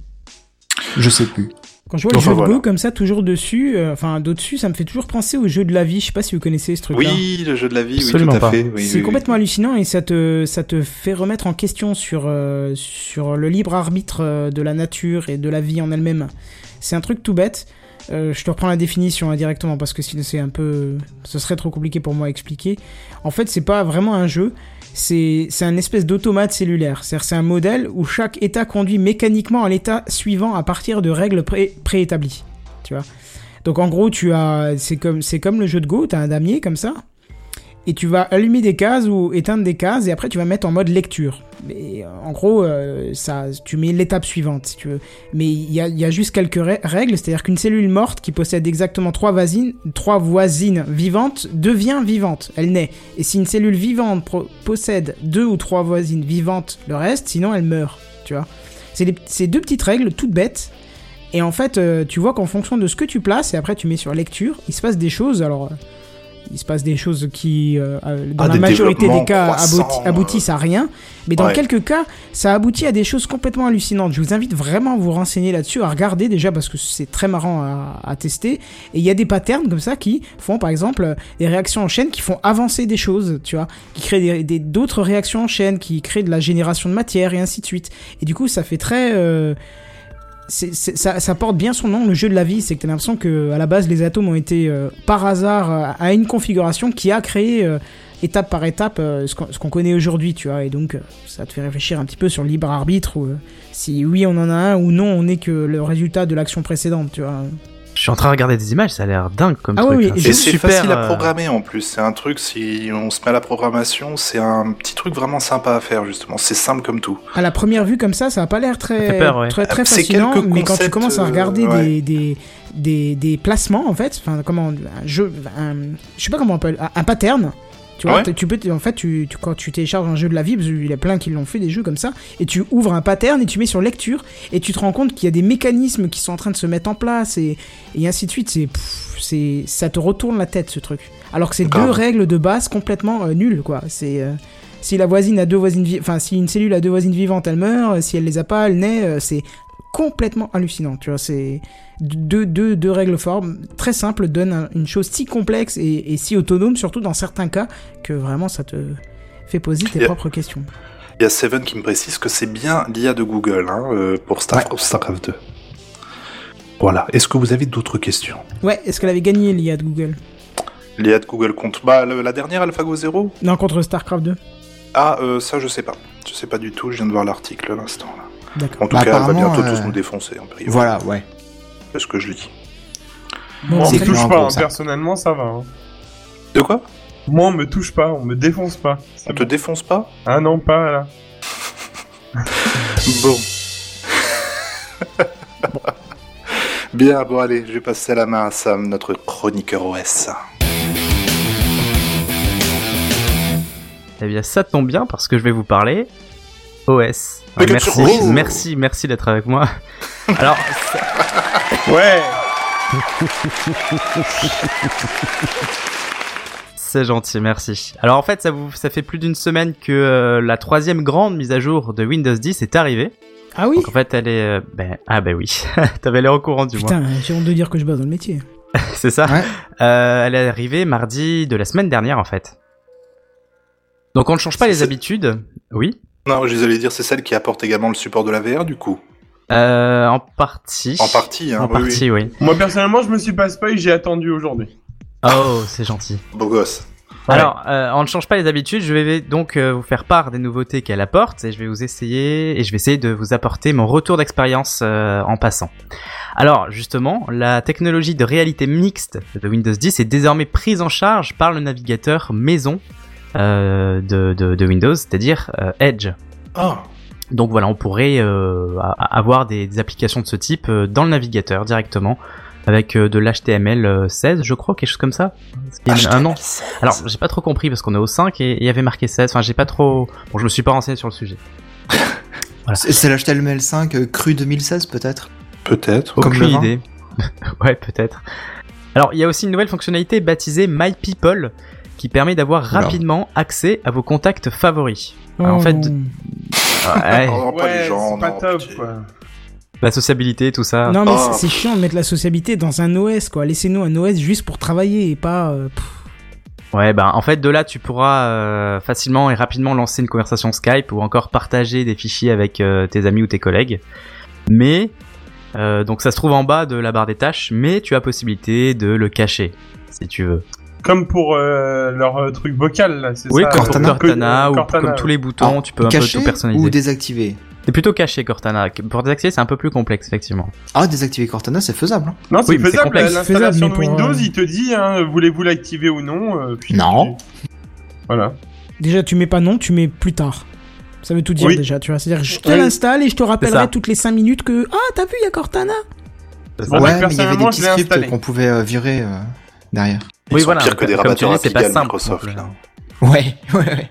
je sais plus. Quand je vois les Enfin, jeux de voilà. Go comme ça, toujours dessus, euh, enfin, d'au-dessus, ça me fait toujours penser aux jeux de la vie. Je sais pas si vous connaissez ce truc-là. Oui, le jeu de la vie, Absolument oui, tout à pas. fait. Oui, C'est oui, complètement hallucinant et ça te, ça te fait remettre en question sur, euh, sur le libre arbitre euh, de la nature et de la vie en elle-même. C'est un truc tout bête. Euh, je te reprends la définition hein, directement parce que sinon c'est un peu... Ce serait trop compliqué pour moi à expliquer. En fait, c'est pas vraiment un jeu. C'est, c'est un espèce d'automate cellulaire. C'est-à-dire c'est un modèle où chaque état conduit mécaniquement à l'état suivant à partir de règles pré- préétablies. Tu vois. Donc en gros, tu as... C'est comme, c'est comme le jeu de Go. T'as un damier comme ça. Et tu vas allumer des cases ou éteindre des cases et après tu vas mettre en mode lecture. Mais euh, en gros, euh, ça, tu mets l'étape suivante si tu veux. Mais il y a, il y a juste quelques ra- règles, c'est-à-dire qu'une cellule morte qui possède exactement trois voisines, trois voisines vivantes devient vivante, elle naît. Et si une cellule vivante pro- possède deux ou trois voisines vivantes, le reste, sinon elle meurt. Tu vois. C'est, des, c'est deux petites règles toutes bêtes. Et en fait, euh, tu vois qu'en fonction de ce que tu places et après tu mets sur lecture, il se passe des choses. Alors. Euh, Il se passe des choses qui, euh, dans Ah, la des majorité des développements cas, croissants, abouti- aboutissent à rien. Mais dans ouais. quelques cas, ça aboutit à des choses complètement hallucinantes. Je vous invite vraiment à vous renseigner là-dessus, à regarder déjà parce que c'est très marrant à, à tester. Et il y a des patterns comme ça qui font, par exemple, des réactions en chaîne qui font avancer des choses, tu vois, qui créent des, des, d'autres réactions en chaîne, qui créent de la génération de matière et ainsi de suite. Et du coup, ça fait très... Euh, c'est, c'est, ça, ça porte bien son nom, le jeu de la vie. C'est que t'as l'impression que à la base les atomes ont été euh, par hasard euh, à une configuration qui a créé euh, étape par étape euh, ce, qu'on, ce qu'on connaît aujourd'hui, tu vois. Et donc euh, ça te fait réfléchir un petit peu sur le libre arbitre, ou euh, si oui on en a un ou non on n'est que le résultat de l'action précédente, tu vois. Je suis en train de regarder des images, ça a l'air dingue comme Ah truc. oui, là. oui, Et c'est super, facile à euh, programmer en plus. C'est un truc, si on se met à la programmation, c'est un petit truc vraiment sympa à faire justement. C'est simple comme tout. À la première vue comme ça, ça a pas l'air Ça très fait peur, ouais. très, très C'est fascinant, quelques mais quand tu concepts, commences à euh, regarder ouais. des, des des des placements en fait, enfin comment un jeu, un, je sais pas comment on appelle, un, un pattern. Tu vois, Ouais. tu peux, en fait, tu, tu, quand tu télécharges un jeu de la vie, parce qu'il y a plein qui l'ont fait des jeux comme ça, et tu ouvres un pattern et tu mets sur lecture, et tu te rends compte qu'il y a des mécanismes qui sont en train de se mettre en place, et, et ainsi de suite. C'est, pff, c'est, ça te retourne la tête ce truc. Alors que c'est Grave. deux règles de base complètement euh, nulles, quoi. C'est euh, si la voisine a deux voisines, vi- enfin si une cellule a deux voisines vivantes, elle meurt. Si elle les a pas, elle naît. euh, c'est complètement hallucinant, tu vois. C'est deux, deux, deux règles formes très simples donnent un- une chose si complexe et, et si autonome, surtout dans certains cas, que vraiment ça te fait poser tes Yeah. propres questions. Il y a Seven qui me précise que c'est bien l'I A de Google hein, euh, pour Star- StarCraft deux. Voilà. Est-ce que vous avez d'autres questions? Ouais, est-ce qu'elle avait gagné l'I A de Google? L'I A de Google contre bah, le- la dernière AlphaGo zéro? Non, contre StarCraft deux. Ah, euh, ça je sais pas. Je sais pas du tout, je viens de voir l'article à l'instant. Là. D'accord. En tout Bah, cas, elle va apparemment, bientôt euh, tous nous défoncer en priori. Voilà, ouais. C'est ce que je lis. Bon, Moi, on c'est me très touche bien, pas, gros, hein, ça. personnellement, ça va. hein. De quoi? Moi, on me touche pas, on me défonce pas. On te défonce pas? Ah non, pas là. Bon. Bien, bon allez, je vais passer la main à Sam, notre chroniqueur O S. Eh bien, ça tombe bien parce que je vais vous parler O S. Mais Ah, quelle merci, surprise. merci, merci d'être avec moi. Alors, Ouais. c'est gentil, merci. Alors en fait, ça vous, ça fait plus d'une semaine que euh, la troisième grande mise à jour de Windows dix est arrivée. Ah oui. Donc en fait, elle est, euh, ben, ah ben oui, t'avais l'air au courant du moins. Putain, j'ai honte de dire que je bosse dans le métier. C'est ça. Ouais. Euh, elle est arrivée mardi de la semaine dernière en fait. Donc on ne change pas les C'est- habitudes. Oui. Non, je les allais dire, c'est celle qui apporte également le support de la V R du coup. Euh, en partie. En partie, hein. En oui, partie, oui. Moi, personnellement, je me suis pas spoil, j'ai attendu aujourd'hui. Oh, c'est gentil. oui. Beau gosse. Alors, euh, on ne change pas les habitudes. Je vais donc euh, vous faire part des nouveautés qu'elle apporte et je vais vous essayer et je vais essayer de vous apporter mon retour d'expérience euh, en passant. Alors, justement, la technologie de réalité mixte de Windows dix est désormais prise en charge par le navigateur maison euh, de, de, de Windows, c'est-à-dire euh, Edge. Ah, Donc voilà, on pourrait euh, a- avoir des, des applications de ce type euh, dans le navigateur directement avec euh, de l'H T M L seize, je crois, quelque chose comme ça. Il y a un an. Alors, j'ai pas trop compris parce qu'on est au cinq et il y avait marqué seize. Enfin, j'ai pas trop. Bon, je me suis pas renseigné sur le sujet. C'est c'est l'H T M L cinq euh, cru deux mille seize peut-être. peut-être. Comme Aucune le vin. idée. Ouais, peut-être. Alors, il y a aussi une nouvelle fonctionnalité baptisée My People qui permet d'avoir Oula. rapidement accès à vos contacts favoris. Oh, en fait, non. Ouais, Oh, pas les Ouais, gens, c'est pas non, top, pitié. quoi. la sociabilité, tout ça. Non mais Oh. c'est c'est chiant de mettre la sociabilité dans un O S, quoi. Laissez-nous un O S juste pour travailler et pas. euh, pff. Ouais, ben en fait de là tu pourras euh, facilement et rapidement lancer une conversation Skype ou encore partager des fichiers avec euh, tes amis ou tes collègues. Mais euh, donc ça se trouve en bas de la barre des tâches, mais tu as possibilité de le cacher si tu veux. Comme pour euh, leur euh, truc vocal, là, c'est Oui, ça comme Cortana. pour Cortana ou Cortana, comme tous les boutons, Ah, tu peux un peu caché tout personnaliser. ou désactivé? C'est plutôt caché Cortana. Pour désactiver, c'est un peu plus complexe effectivement. Ah, désactiver Cortana, c'est faisable. hein. Non, c'est Oui, mais c'est faisable. complexe. L'installation de Faisable, mais pour, Windows, euh, il te dit, hein, voulez-vous l'activer ou non euh, puis- Non. Voilà. Déjà, tu mets pas non, tu mets plus tard. Ça veut tout dire Oui. déjà, tu vois. C'est-à-dire, je te Oui. l'installe et je te ça. rappellerai toutes les cinq minutes que ah t'as vu, il y a Cortana. Bon, Ouais, bah, mais il y avait des personnellement, petits je l'ai scripts installé. qu'on pouvait euh, virer euh, derrière. Ils Oui, sont voilà, pires que des comme tu rabatteurs dis, c'est pas API à simple, Microsoft. donc, Là. Ouais, ouais, ouais.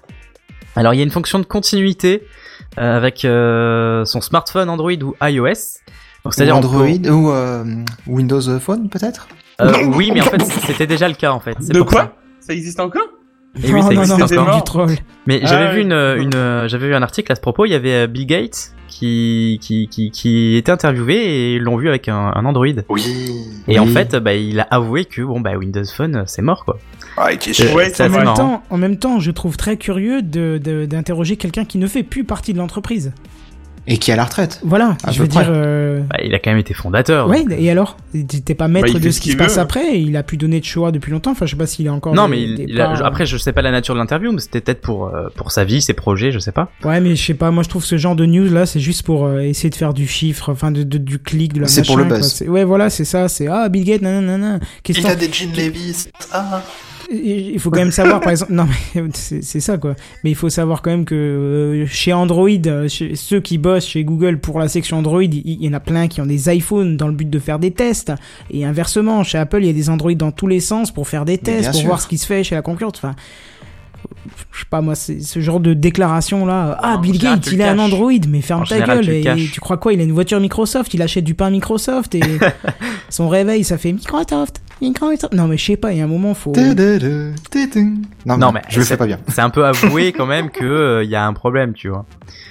Alors il y a une fonction de continuité euh, avec euh, son smartphone Android ou iOS. Donc c'est-à-dire Ou on peut- Android ou euh, Windows Phone peut-être. Euh, oui, mais en fait c'était déjà le cas en fait. C'est De pour quoi ça. Ça existe encore Et oui, non, ça non, existe non, encore. c'est du troll. Mais Ah, j'avais oui. vu une, une euh, j'avais vu un article à ce propos. Il y avait euh, Bill Gates qui qui qui qui était interviewé et ils l'ont vu avec un, un Android. Oui. Et en Oui. fait, bah il a avoué que bon bah Windows Phone euh, c'est mort quoi. Ah, il est Euh, chiant. Ouais, c'est c'est En assez vrai. même, marrant. temps, en même temps, je trouve très curieux de, de- d'interroger quelqu'un qui ne fait plus partie de l'entreprise. Et qui est à la retraite. Voilà, À je peu veux près. dire... Euh... Bah, il a quand même été fondateur. Ouais, donc. et alors t'es pas maître Bah, il fait de ce ce qui qu'il se passe veut. après, il a pu donner de choix depuis longtemps, enfin je sais pas s'il a encore... Non, des- mais il, des il a- parts, après, je sais pas la nature de l'interview, mais c'était peut-être pour, euh, pour sa vie, ses projets, je sais pas. Ouais, mais je sais pas, moi je trouve ce genre de news là, c'est juste pour euh, essayer de faire du chiffre, enfin de, de- du clic, de la C'est machin, pour le quoi. buzz. C'est- Ouais, voilà, c'est ça, c'est ah, Bill Gates, nanana. Qu'est-ce Il qu'on- a des jeans Levi's. Ah. Il faut quand même savoir, par exemple, non mais c'est c'est ça quoi. Mais il faut savoir quand même que euh, chez Android, euh, chez ceux qui bossent chez Google pour la section Android, il il y, en a plein qui ont des iPhones dans le but de faire des tests. Et inversement, chez Apple, il y a des Android dans tous les sens pour faire des Mais tests, bien pour sûr. voir ce qui se fait chez la concurrence. Enfin, je sais pas moi, c'est ce genre de déclaration là. Ah, En Bill général, Gates, tu le il a un caches. Android, mais ferme En ta général, gueule. tu le Et caches. tu crois quoi? Il a une voiture Microsoft, il achète du pain Microsoft et son réveil, ça fait Microsoft. Microsoft. Non mais je sais pas, il y a un moment faut. Tududu, tudu. Non, Non, mais mais je le c'est- fais pas bien. C'est un peu avoué quand même que euh, il y a un problème, tu vois.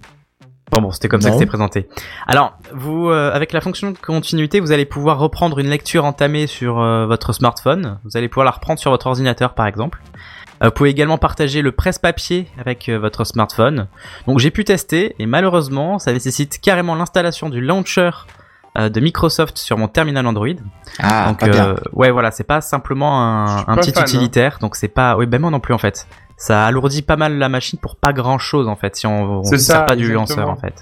Bon, bon, c'était comme ça que Non. c'était présenté. Alors, vous, euh, avec la fonction de continuité, vous allez pouvoir reprendre une lecture entamée sur euh, votre smartphone. Vous allez pouvoir la reprendre sur votre ordinateur, par exemple. Euh, vous pouvez également partager le presse-papier avec euh, votre smartphone. Donc, j'ai pu tester et malheureusement, ça nécessite carrément l'installation du launcher euh, de Microsoft sur mon terminal Android. Ah, Donc, pas bien. euh, ouais, voilà, c'est pas simplement Je un, suis un pas petit fan, utilitaire. Donc, c'est pas, oui, ben moi non plus en fait. Ça alourdit pas mal la machine pour pas grand chose en fait si on, on C'est se ça, sert pas du exactement. lanceur en fait.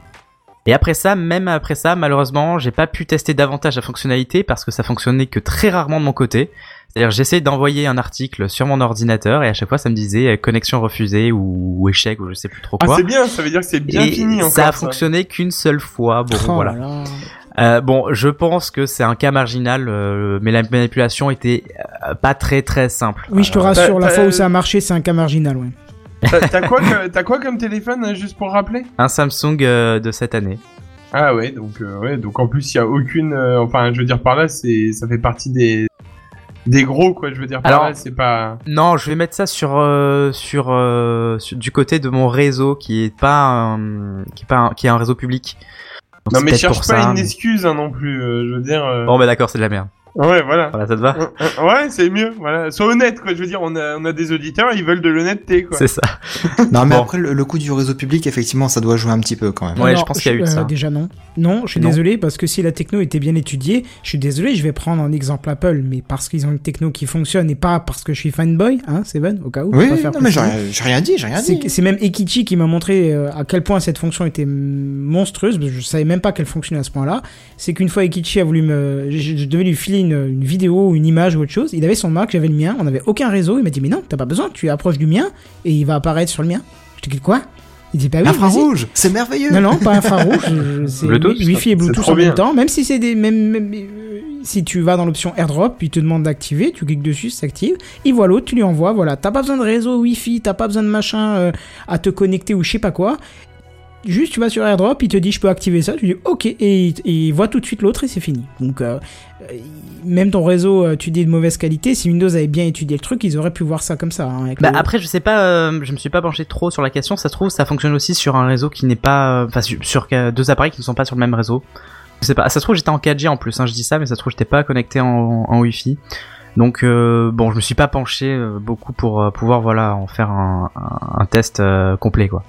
Et après ça, même après ça, malheureusement, j'ai pas pu tester davantage la fonctionnalité parce que ça fonctionnait que très rarement de mon côté. C'est-à-dire, j'essayais d'envoyer un article sur mon ordinateur et à chaque fois, ça me disait euh, connexion refusée ou, ou échec ou je sais plus trop Ah, quoi. c'est bien, ça veut dire que c'est bien et fini encore. ça a fonctionné qu'une seule fois. Bon, Oh voilà. là là. Euh, bon, je pense que c'est un cas marginal, euh, mais la manipulation était euh, pas très très simple. Oui, je te Euh, rassure, t'as- la t'as- fois où ça a marché, c'est un cas marginal, ouais. T'as t'as quoi, que- t'as quoi comme téléphone, euh, juste pour rappeler? Un Samsung euh, de cette année. Ah ouais, donc euh, ouais, donc en plus il y a aucune, euh, enfin je veux dire par là, c'est, ça fait partie des des gros quoi, je veux dire par Alors- là, c'est pas. Non, je vais mettre ça sur euh, sur, euh, sur- du côté de mon réseau qui est pas un, qui est pas un, qui est un réseau public. Donc Non c'est mais peut-être cherche pour pas ça, une mais- excuse hein, non plus, euh, je veux dire. euh, Bon bah d'accord, c'est de la merde. Ouais, voilà. Voilà, ça te va? Euh, euh, Ouais, c'est mieux. Voilà, sois honnête quoi. Je veux dire, on a on a des auditeurs, ils veulent de l'honnêteté quoi. C'est ça. Non, mais Bon. après, le, le coup du réseau public, effectivement, ça doit jouer un petit peu quand même. Ouais, Non, je pense qu'il y a eu de euh, ça. Déjà non. Non, je suis Non. désolé parce que si la techno était bien étudiée, je suis désolé, je vais prendre en exemple Apple, mais parce qu'ils ont une techno qui fonctionne et pas parce que je suis fanboy, hein, Seven, au cas où. Oui, je préfère non, mais j'ai préciser. rien- j'ai rien dit, j'ai rien C'est dit. c'est même Ekichi qui m'a montré euh, à quel point cette fonction était monstrueuse, parce que je savais même pas qu'elle fonctionnait à ce point-là. C'est qu'une fois Ekichi a voulu me... Je, je devais lui filer une, une vidéo, une image ou autre chose, il avait son Mac, j'avais le mien, on n'avait aucun réseau, il m'a dit mais non, t'as pas besoin, tu approches du mien et il va apparaître sur le mien. Je te dis quoi? Il dit bah oui, vas-y. Infrarouge, c'est merveilleux. Non, non, pas infrarouge. je- je- c'est Bluetooth, wi- Wi-Fi et c'est Bluetooth trop en même bien. temps. Même si c'est des, même, même, euh, si tu vas dans l'option AirDrop, il te demande d'activer, tu cliques dessus, ça s'active. Il voit l'autre, tu lui envoies, voilà. T'as pas besoin de réseau Wi-Fi, t'as pas besoin de machin euh, à te connecter ou je sais pas quoi. Juste, tu vas sur AirDrop, il te dit je peux activer ça, tu dis ok, et il, et il voit tout de suite l'autre et c'est fini. Donc, euh, euh, même ton réseau, euh, tu dis de mauvaise qualité, si Windows avait bien étudié le truc, ils auraient pu voir ça comme ça. Hein, avec Bah le- après, je sais pas, euh, je me suis pas penché trop sur la question. Ça se trouve, ça fonctionne aussi sur un réseau qui n'est pas, euh, enfin sur, sur euh, deux appareils qui ne sont pas sur le même réseau. Je sais pas. Ça se trouve, j'étais en quatre G en plus. Hein, je dis ça, mais ça se trouve, j'étais pas connecté en, en Wi-Fi. Donc euh, bon, je me suis pas penché euh, beaucoup pour euh, pouvoir voilà en faire un, un, un test euh, complet quoi.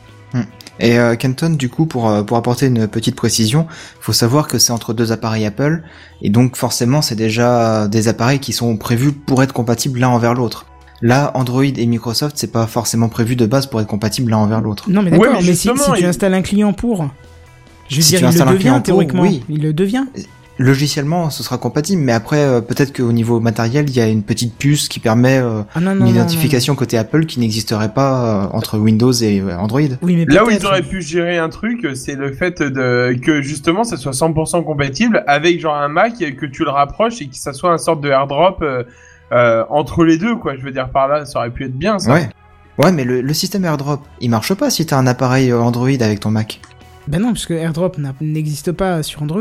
Et euh, Kenton, du coup, pour euh, pour apporter une petite précision, faut savoir que c'est entre deux appareils Apple, et donc forcément, c'est déjà des appareils qui sont prévus pour être compatibles l'un envers l'autre. Là, Android et Microsoft, c'est pas forcément prévu de base pour être compatibles l'un envers l'autre. Non mais Ouais, d'accord, mais mais, si, justement, si tu il- installes un client pour... Je veux Si dire, tu il installes le un devient client pour, théoriquement. oui. Il le devient. Logiciellement, ce sera compatible, mais après, euh, peut-être qu'au niveau matériel, il y a une petite puce qui permet euh, Ah non, non, une non, identification côté Apple qui n'existerait pas euh, entre Windows et euh, Android. non. Oui, mais Là où peut-être. ils auraient pu gérer un truc, c'est le fait de que justement ça soit cent pour cent compatible avec genre un Mac et que tu le rapproches et que ça soit un sorte de AirDrop euh, euh, entre les deux quoi. Je veux dire par là, ça aurait pu être bien ça. Ouais. Ouais, mais le, le système AirDrop, il marche pas si t'as un appareil euh, Android avec ton Mac. Ben non, parce que AirDrop n'a- n'existe pas sur Android.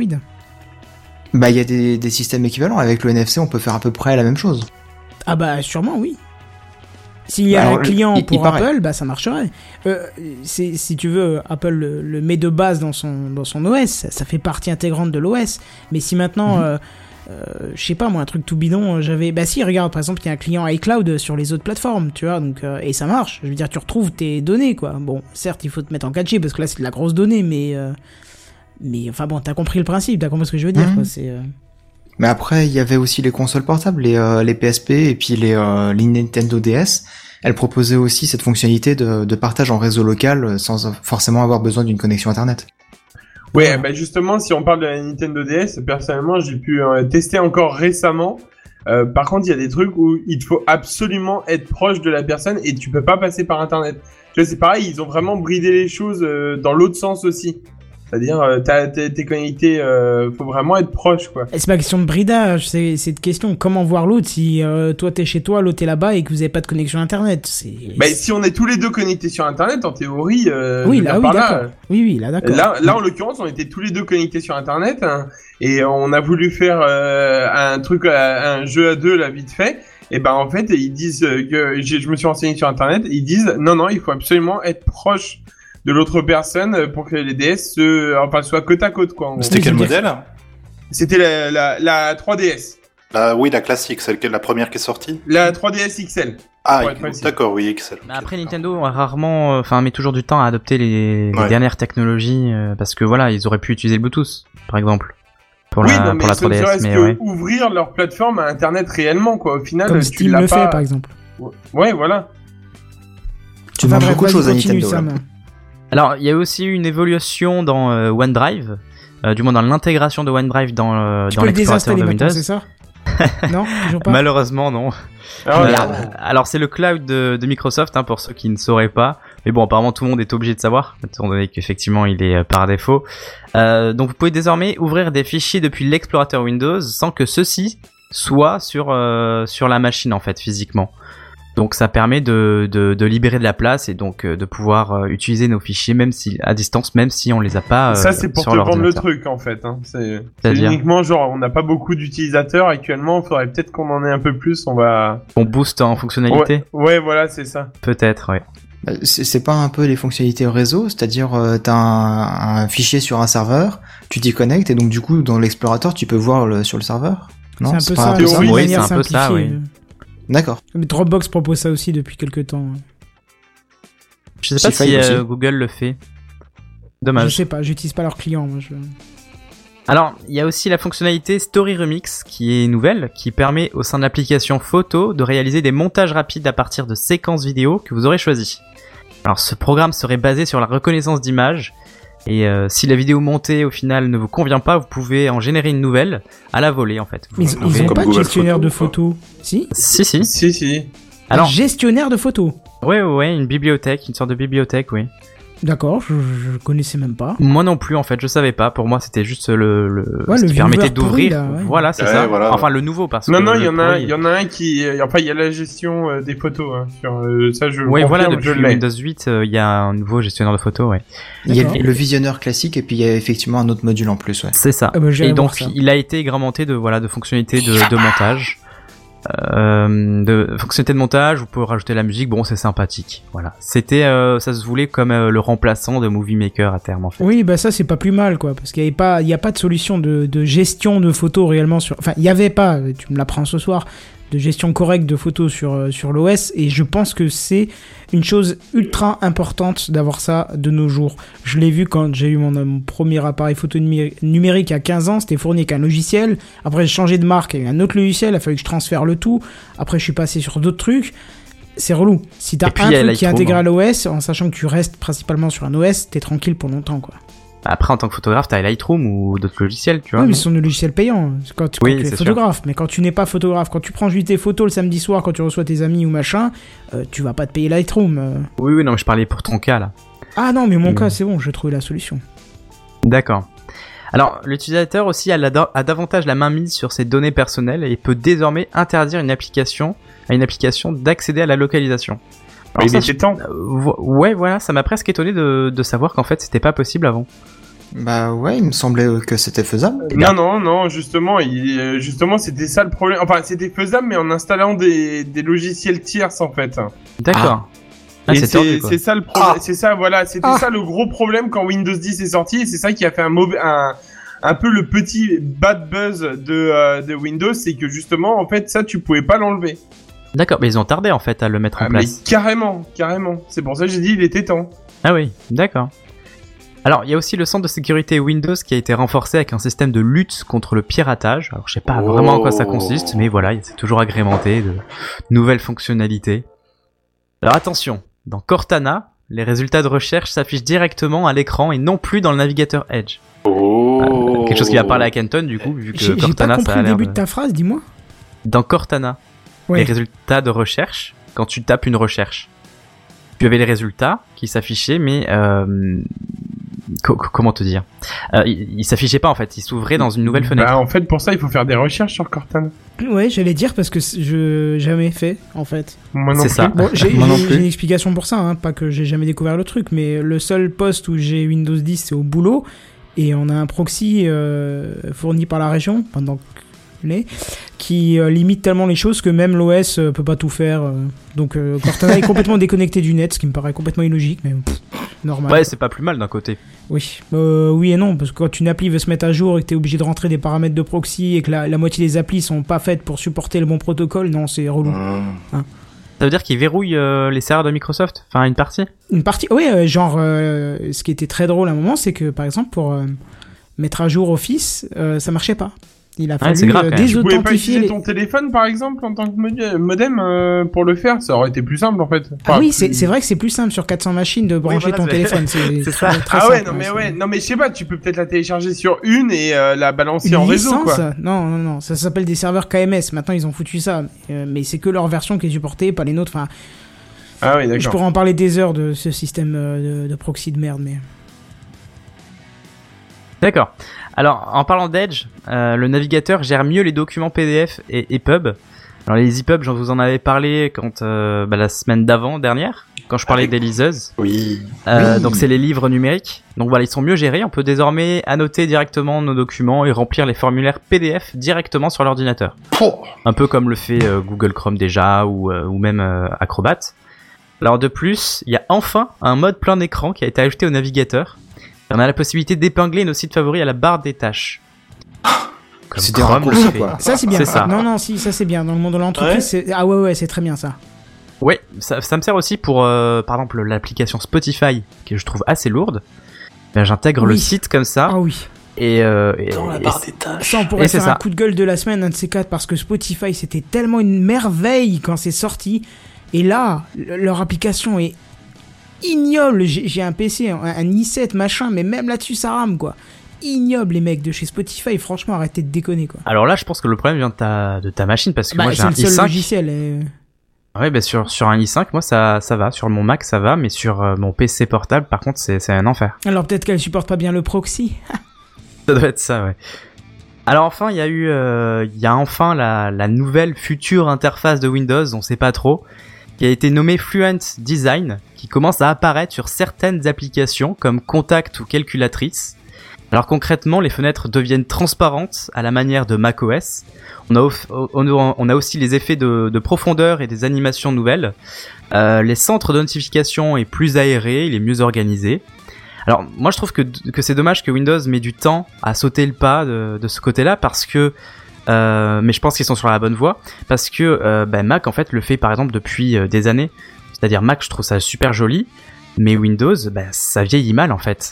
Bah, il y a des, des systèmes équivalents. Avec le N F C, on peut faire à peu près la même chose. Ah bah sûrement oui. S'il y a Alors, un client il- il pour paraît. Apple, bah ça marcherait. Euh, c'est, si tu veux, Apple le, le met de base dans son, dans son O S, ça, ça fait partie intégrante de l'O S. Mais si maintenant Mhm. euh, Euh, je sais pas moi, un truc tout bidon, j'avais... Bah si, regarde, par exemple, il y a un client iCloud sur les autres plateformes, tu vois, donc euh, et ça marche. Je veux dire, tu retrouves tes données, quoi. Bon, certes, il faut te mettre en quatre G, parce que là, c'est de la grosse donnée, mais... Euh, mais enfin bon, t'as compris le principe, t'as compris ce que je veux dire, mmh. quoi, c'est... Euh... Mais après, il y avait aussi les consoles portables, les, euh, les P S P et puis les, euh, les Nintendo D S. Elles proposaient aussi cette fonctionnalité de, de partage en réseau local sans forcément avoir besoin d'une connexion Internet. Ouais, bah justement, si on parle de la Nintendo D S, personnellement, j'ai pu euh, tester encore récemment. Euh, par contre, il y a des trucs où il faut absolument être proche de la personne et tu peux pas passer par Internet. Tu vois, c'est pareil, ils ont vraiment bridé les choses euh, dans l'autre sens aussi. C'est-à-dire, euh, t'as, t'es, t'es connecté, euh, faut vraiment être proche, quoi. Et c'est pas question de bridage, c'est, c'est de question comment voir l'autre si euh, toi t'es chez toi, l'autre est là-bas et que vous avez pas de connexion Internet. C'est... Bah, si on est tous les deux connectés sur Internet, en théorie, euh, oui, là, oui, par d'accord. là, oui, oui, là, d'accord. Là, là, en l'occurrence, on était tous les deux connectés sur Internet hein, et on a voulu faire euh, un truc, un jeu à deux, là, vite fait. Et ben en fait, ils disent que je me suis renseigné sur Internet, ils disent non, non, il faut absolument être proche de l'autre personne pour que les D S se, enfin, soient côte à côte, quoi. C'était quel modèle? C'était la, la, la trois D S. La, oui, la classique, celle qui est la première qui est sortie. La trois D S X L. Ah, d'accord, oui, X L. Mais après, Nintendo a rarement, enfin, met toujours du temps à adopter les, les ouais. dernières technologies, euh, parce que voilà, ils auraient pu utiliser le Bluetooth, par exemple. Pour oui, la, non, mais pour la trois D S, mais que ouais. ouvrir leur plateforme à Internet réellement, quoi. Au final, comme tu Steam l'as le pas... fait, par exemple. Ouais, voilà. Tu demandes beaucoup de choses à Nintendo. Sam. Alors, il y a aussi eu une évolution dans euh, OneDrive, euh, du moins dans l'intégration de OneDrive dans, euh, dans l'explorateur de Windows. C'est ça? Non, toujours pas. Malheureusement, non. Oh, euh, alors, c'est le cloud de, de Microsoft, hein, pour ceux qui ne sauraient pas. Mais bon, apparemment, tout le monde est obligé de savoir, étant donné qu'effectivement, il est euh, par défaut. Euh, donc, vous pouvez désormais ouvrir des fichiers depuis l'explorateur Windows sans que ceux-ci soient sur euh, sur la machine, en fait, physiquement. Donc ça permet de, de, de libérer de la place et donc euh, de pouvoir euh, utiliser nos fichiers même si à distance, même si on les a pas. Euh, ça c'est pour sur te vendre le l'ordinateur. truc en fait. Hein. C'est, c'est uniquement genre on n'a pas beaucoup d'utilisateurs actuellement. Il faudrait peut-être qu'on en ait un peu plus. On va. On booste en fonctionnalité. Ouais, ouais voilà c'est ça. Peut-être ouais. C'est, c'est pas un peu les fonctionnalités réseau, c'est-à-dire euh, t'as un, un fichier sur un serveur, tu t'y connectes et donc du coup dans l'explorateur tu peux voir le, sur le serveur. Non, c'est un c'est peu pas ça. un peu ça. Oui, Oui, c'est un peu ça, oui. D'accord. Mais Dropbox propose ça aussi depuis quelques temps. Je sais pas si euh, Google le fait. Dommage. Je sais pas, j'utilise pas leurs clients. Moi, je... Alors, il y a aussi la fonctionnalité Story Remix qui est nouvelle, qui permet au sein de l'application photo de réaliser des montages rapides à partir de séquences vidéo que vous aurez choisies. Alors, ce programme serait basé sur la reconnaissance d'images. Et euh, si la vidéo montée au final ne vous convient pas, vous pouvez en générer une nouvelle à la volée en fait. Mais ils, ils ont pas de gestionnaire de photos, si Si si. Si si. Alors, un gestionnaire de photos. Ouais ouais ouais, une bibliothèque, une sorte de bibliothèque, oui. D'accord, je, je connaissais même pas. Moi non plus en fait, je savais pas. Pour moi, c'était juste le le, ouais, ce le qui permettait pourri, d'ouvrir. là, ouais. Voilà, c'est ouais, ça. Voilà, enfin ouais. le nouveau parce non, que. Non non, il y en a, pourri... il y en a un qui, enfin il y a la gestion euh, des photos. Hein, sur euh, ça je. Oui voilà, depuis je Windows huit, il euh, y a un nouveau gestionnaire de photos, ouais. Il y a le visionneur classique et puis il y a effectivement un autre module en plus, ouais. C'est ça. Ah bah, et donc il a été agrémenté de voilà de fonctionnalités de, de montage. Euh, de fonctionnalité de montage, vous pouvez rajouter la musique, bon c'est sympathique, voilà. C'était, euh, ça se voulait comme euh, le remplaçant de Movie Maker à terme en fait. Oui, bah ça c'est pas plus mal quoi, parce qu'il y avait pas, il y a pas de solution de, de gestion de photos réellement sur, enfin il y avait pas, tu me l'apprends ce soir, de gestion correcte de photos sur sur l'O S et je pense que c'est une chose ultra importante d'avoir ça de nos jours. Je l'ai vu quand j'ai eu mon, mon premier appareil photo numé- numérique à quinze ans, c'était fourni avec un logiciel. Après j'ai changé de marque avec un autre logiciel, il a fallu que je transfère le tout. Après je suis passé sur d'autres trucs. C'est relou. Si t'as un truc qui est intégré à l'O S, en sachant que tu restes principalement sur un O S, t'es tranquille pour longtemps quoi. Après, en tant que photographe, t'as Lightroom ou d'autres logiciels, tu vois. Oui, mais ce sont des logiciels payants quand, quand oui, tu es c'est photographe. sûr. Mais quand tu n'es pas photographe, quand tu prends juste tes photos le samedi soir, quand tu reçois tes amis ou machin, euh, tu vas pas te payer Lightroom. Euh. Oui, oui, non, mais je parlais pour ton cas, là. Ah non, mais mon mmh. cas, c'est bon, j'ai trouvé la solution. D'accord. Alors, l'utilisateur aussi a, la, a davantage la main mise sur ses données personnelles et peut désormais interdire une application, à une application d'accéder à la localisation. Alors, mais c'est temps. Euh, ouais, voilà, ça m'a presque étonné de, de savoir qu'en fait, c'était pas possible avant. Bah ouais, il me semblait que c'était faisable. Non, non, non, justement, il, justement, c'était ça le problème. Enfin, c'était faisable, mais en installant des, des logiciels tierces, en fait. D'accord. Ah, et c'est, c'est, c'est ça le problème. Ah. C'est ça, voilà, c'était ah. ça le gros problème quand Windows dix est sorti, et c'est ça qui a fait un mauvais, un, un peu le petit bad buzz de, euh, de Windows, c'est que justement, en fait, ça, tu pouvais pas l'enlever. D'accord, mais ils ont tardé en fait à le mettre en Ah, mais place. carrément, carrément. C'est pour ça que j'ai dit il était temps. Ah oui, d'accord. Alors, il y a aussi le centre de sécurité Windows qui a été renforcé avec un système de lutte contre le piratage. Alors, je sais pas Oh. vraiment en quoi ça consiste, mais voilà, c'est toujours agrémenté de nouvelles fonctionnalités. Alors attention, dans Cortana, les résultats de recherche s'affichent directement à l'écran et non plus dans le navigateur Edge. Oh. Euh, quelque chose qui va parler à Kenton du coup, vu que J'ai j'ai pas Cortana ça compris a le l'air début de... de ta phrase, dis-moi. Dans Cortana, Ouais. les résultats de recherche, quand tu tapes une recherche, tu avais les résultats qui s'affichaient, mais euh, co- co- comment te dire, euh, ils, ils s'affichaient pas en fait, ils s'ouvraient dans une nouvelle fenêtre. Bah, en fait, pour ça, il faut faire des recherches sur Cortana. Ouais, j'allais dire parce que c- je jamais fait en fait. Moi non C'est plus. ça. Bon, j'ai Moi non j'ai- plus. j'ai une explication pour ça, hein, pas que j'ai jamais découvert le truc, mais le seul poste où j'ai Windows dix, c'est au boulot, et on a un proxy euh, fourni par la région pendant qui euh, limite tellement les choses que même l'O S euh, peut pas tout faire. euh. Donc euh, Cortana est complètement déconnecté du net, ce qui me paraît complètement illogique, mais pff, normal. Ouais, c'est pas plus mal d'un côté. Oui, euh, oui et non, parce que quand une appli veut se mettre à jour et que t'es obligé de rentrer des paramètres de proxy et que la, la moitié des applis sont pas faites pour supporter le bon protocole, non, c'est relou. Mmh. Ça veut dire qu'ils verrouillent euh, les serveurs de Microsoft, enfin une partie. Une partie, oui, euh, genre, euh, ce qui était très drôle à un moment, c'est que par exemple pour euh, mettre à jour Office, euh, ça marchait pas. Il a Ouais, c'est fallu grave, euh, quand même. Tu pouvais pas désauthentifier utiliser les... ton téléphone, par exemple, en tant que mod- modem euh, pour le faire. Ça aurait été plus simple, en fait. Ah Enfin, oui, plus- c'est c'est vrai que c'est plus simple sur quatre cents machines de brancher voilà, ton c'est- téléphone. C'est c'est très- ça. très Ah ouais, simple, non mais c'est- ouais, non mais je sais pas, tu peux peut-être la télécharger sur une et euh, la balancer Une en réseau, licence quoi. Non, non, non, ça s'appelle des serveurs K M S. Maintenant, ils ont foutu ça. Euh, mais c'est que leur version qui est supportée, pas les nôtres. Enfin, Ah oui, je d'accord. pourrais en parler des heures de ce système euh, de, de proxy de merde, mais... D'accord. Alors, en parlant d'Edge, euh, le navigateur gère mieux les documents P D F et E P U B. Alors les E P U B, j'en vous en avais parlé quand euh, bah, la semaine d'avant dernière, quand je parlais Avec- des liseuses. Oui. Euh, Oui. Donc c'est les livres numériques. Donc voilà, ils sont mieux gérés. On peut désormais annoter directement nos documents et remplir les formulaires P D F directement sur l'ordinateur. Pouah. Un peu comme le fait euh, Google Chrome déjà ou, euh, ou même euh, Acrobat. Alors de plus, il y a enfin un mode plein écran qui a été ajouté au navigateur. On a la possibilité d'épingler nos sites favoris à la barre des tâches. Comme C'est des Chrome le raccourcis, fait. quoi. Ça, c'est bien. C'est ça. Non, non, si, ça, c'est bien. Dans le monde de l'entreprise, Ouais. c'est... Ah ouais, ouais, c'est très bien, ça. Ouais, ça, ça me sert aussi pour, euh, par exemple, l'application Spotify, que je trouve assez lourde. Ben, j'intègre le Oui. site comme ça, Ah oui. et, euh, et, Dans la et barre c'est- des tâches. Ça, on pourrait Et c'est faire un ça. coup de gueule de la semaine, un de ces quatre, parce que Spotify, c'était tellement une merveille quand c'est sorti. Et là, le- leur application est ignoble. J'ai j'ai un P C, un, un i sept, machin, mais même là-dessus, ça rame, quoi. Ignoble, les mecs de chez Spotify. Franchement, arrêtez de déconner, quoi. Alors là, je pense que le problème vient de ta, de ta machine, parce que Bah, moi j'ai c'est un le seul i cinq. logiciel. euh. Ouais, bah sur, sur un i cinq, moi ça, ça va. Sur mon Mac, ça va, mais sur euh, mon P C portable, par contre, c'est, c'est un enfer. Alors peut-être qu'elle supporte pas bien le proxy. Ça doit être ça, ouais. Alors enfin, il y a eu, euh, il y a enfin la, la nouvelle future interface de Windows, on sait pas trop, qui a été nommée Fluent Design, qui commence à apparaître sur certaines applications comme Contact ou Calculatrice. Alors concrètement, les fenêtres deviennent transparentes à la manière de macOS. On a, au- on a, on a aussi les effets de, de profondeur et des animations nouvelles. Euh, les centres de notification est plus aéré, il est mieux organisé. Alors moi je trouve que, que c'est dommage que Windows met du temps à sauter le pas de, de ce côté-là parce que euh, mais je pense qu'ils sont sur la bonne voie parce que euh, ben, Mac en fait le fait par exemple depuis euh, des années. C'est-à-dire Mac je trouve ça super joli, mais Windows ben, ça vieillit mal en fait.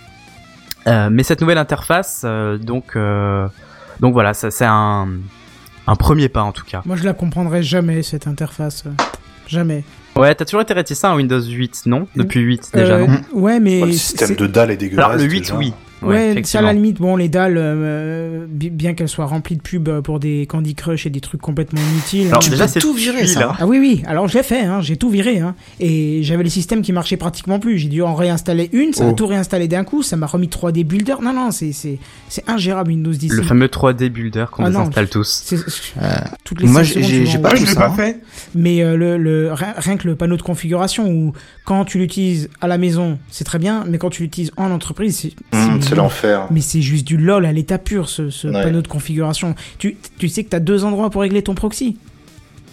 Euh, mais cette nouvelle interface euh, donc euh, donc voilà ça, c'est un un premier pas en tout cas. Moi, je la comprendrai jamais, cette interface. euh. Jamais. Ouais, t'as toujours été réticent à Windows huit, non? Depuis huit déjà, Euh, non? Ouais, mais... Oh, le système c'est- de dalle est dégueulasse. Alors le huit, déjà. oui. Ouais, Ouais, ça à effectivement. la limite, bon, les dalles, euh, bi- bien qu'elles soient remplies de pubs pour des Candy Crush et des trucs complètement inutiles. Alors hein. déjà peux c'est tout virer, ça. celui-là. Ah oui, oui, alors je l'ai fait, hein, j'ai tout viré, hein, et j'avais les systèmes qui marchaient pratiquement plus. J'ai dû en réinstaller une, ça a Oh. tout réinstallé d'un coup, ça m'a remis trois D Builder. Non, non, c'est, c'est, c'est ingérable Windows dix. Le fameux trois D Builder qu'on Ah non, désinstalle tous. C'est, Euh, toutes les moi, cinq j'ai- secondes, j'ai- tu j'ai m'en- pas Moi, tout je l'ai ça, pas hein. fait. Mais euh, le, le, rien, rien que le panneau de configuration, où quand tu l'utilises à la maison, c'est très bien, mais quand tu l'utilises en entreprise, c'est, Hum, c'est- c'est l'enfer. Mais c'est juste du lol à l'état pur, ce, ce Ouais. panneau de configuration. Tu, tu sais que t'as deux endroits pour régler ton proxy.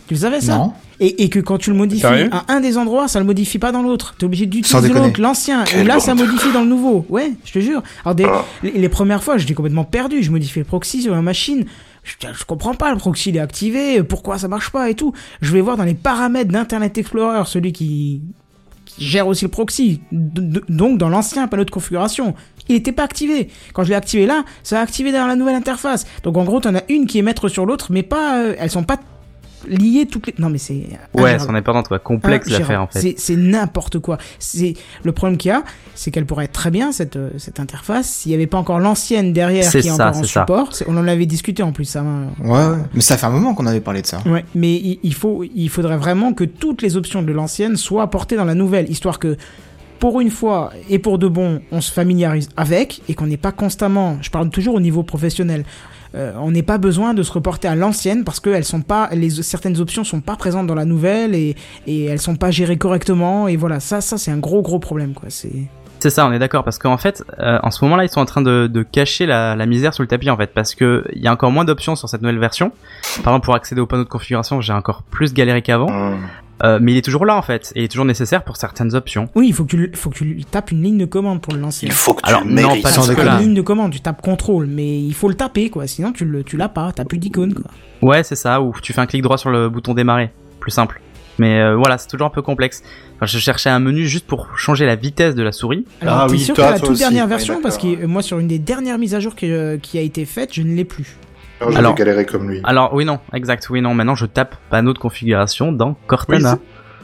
Tu le savais ça? Non. Et, et que quand tu le modifies Sérieux à un des endroits, ça le modifie pas dans l'autre. T'es obligé Sans d'utiliser déconner. l'autre, l'ancien. Quelle Et là, ça honte. modifie dans le nouveau. Ouais, je te jure. Alors, des, les, les premières fois, j'étais complètement perdu. Je modifiais le proxy sur la machine. Je, je comprends pas, le proxy il est activé. Pourquoi ça marche pas et tout. Je vais voir dans les paramètres d'Internet Explorer, celui qui, qui gère aussi le proxy. D- d- donc, dans l'ancien panneau de configuration. Il était pas activé. Quand je l'ai activé là, ça a activé dans la nouvelle interface. Donc, en gros, t'en as une qui est maître sur l'autre, mais pas, euh, elles sont pas liées toutes les. Non, mais c'est. Ouais, ingérable. c'en est pas quoi. Complexe Ingérable. l'affaire en fait. C'est, c'est n'importe quoi. C'est le problème qu'il y a, c'est qu'elle pourrait être très bien cette euh, cette interface s'il n'y avait pas encore l'ancienne derrière C'est qui est ça, encore en c'est ça. support. C'est- on en avait discuté en plus ça. hein. Ouais, ouais. Mais ça fait un moment qu'on avait parlé de ça. Ouais, mais il, il faut il faudrait vraiment que toutes les options de l'ancienne soient apportées dans la nouvelle, histoire que pour une fois et pour de bon, on se familiarise avec et qu'on n'ait pas constamment. Je parle toujours au niveau professionnel. Euh, on n'est pas besoin de se reporter à l'ancienne parce que elles sont pas, les certaines options sont pas présentes dans la nouvelle et et elles sont pas gérées correctement et voilà, ça ça c'est un gros gros problème quoi. C'est C'est ça, on est d'accord, parce qu'en fait, euh, en ce moment-là, ils sont en train de, de cacher la, la misère sous le tapis, en fait, parce que il y a encore moins d'options sur cette nouvelle version. Par exemple, pour accéder au panneau de configuration, j'ai encore plus galéré qu'avant, Hum. euh, mais il est toujours là, en fait, et il est toujours nécessaire pour certaines options. oui, il faut que tu faut que tu tapes une ligne de commande pour le lancer. Il faut que tu Alors, le non, mérites. pas Sans C'est jusque pas là. une ligne de commande, tu tapes contrôle, mais il faut le taper quoi, sinon tu le tu l'as pas, t'as plus d'icône quoi. Ouais, c'est ça, ou tu fais un clic droit sur le bouton démarrer, plus simple. Mais euh, voilà, c'est toujours un peu complexe. Enfin, je cherchais un menu juste pour changer la vitesse de la souris. Alors, Ah t'es oui, sûr toi, que la toi toute aussi. dernière Oui, version, parce que d'accord. euh, moi, sur une des dernières mises à jour qui, euh, qui a été faite, je ne l'ai plus. Ah, j'avais Alors- galéré comme lui. Alors, oui, non, exact, oui, non, maintenant je tape panneau de configuration dans Cortana.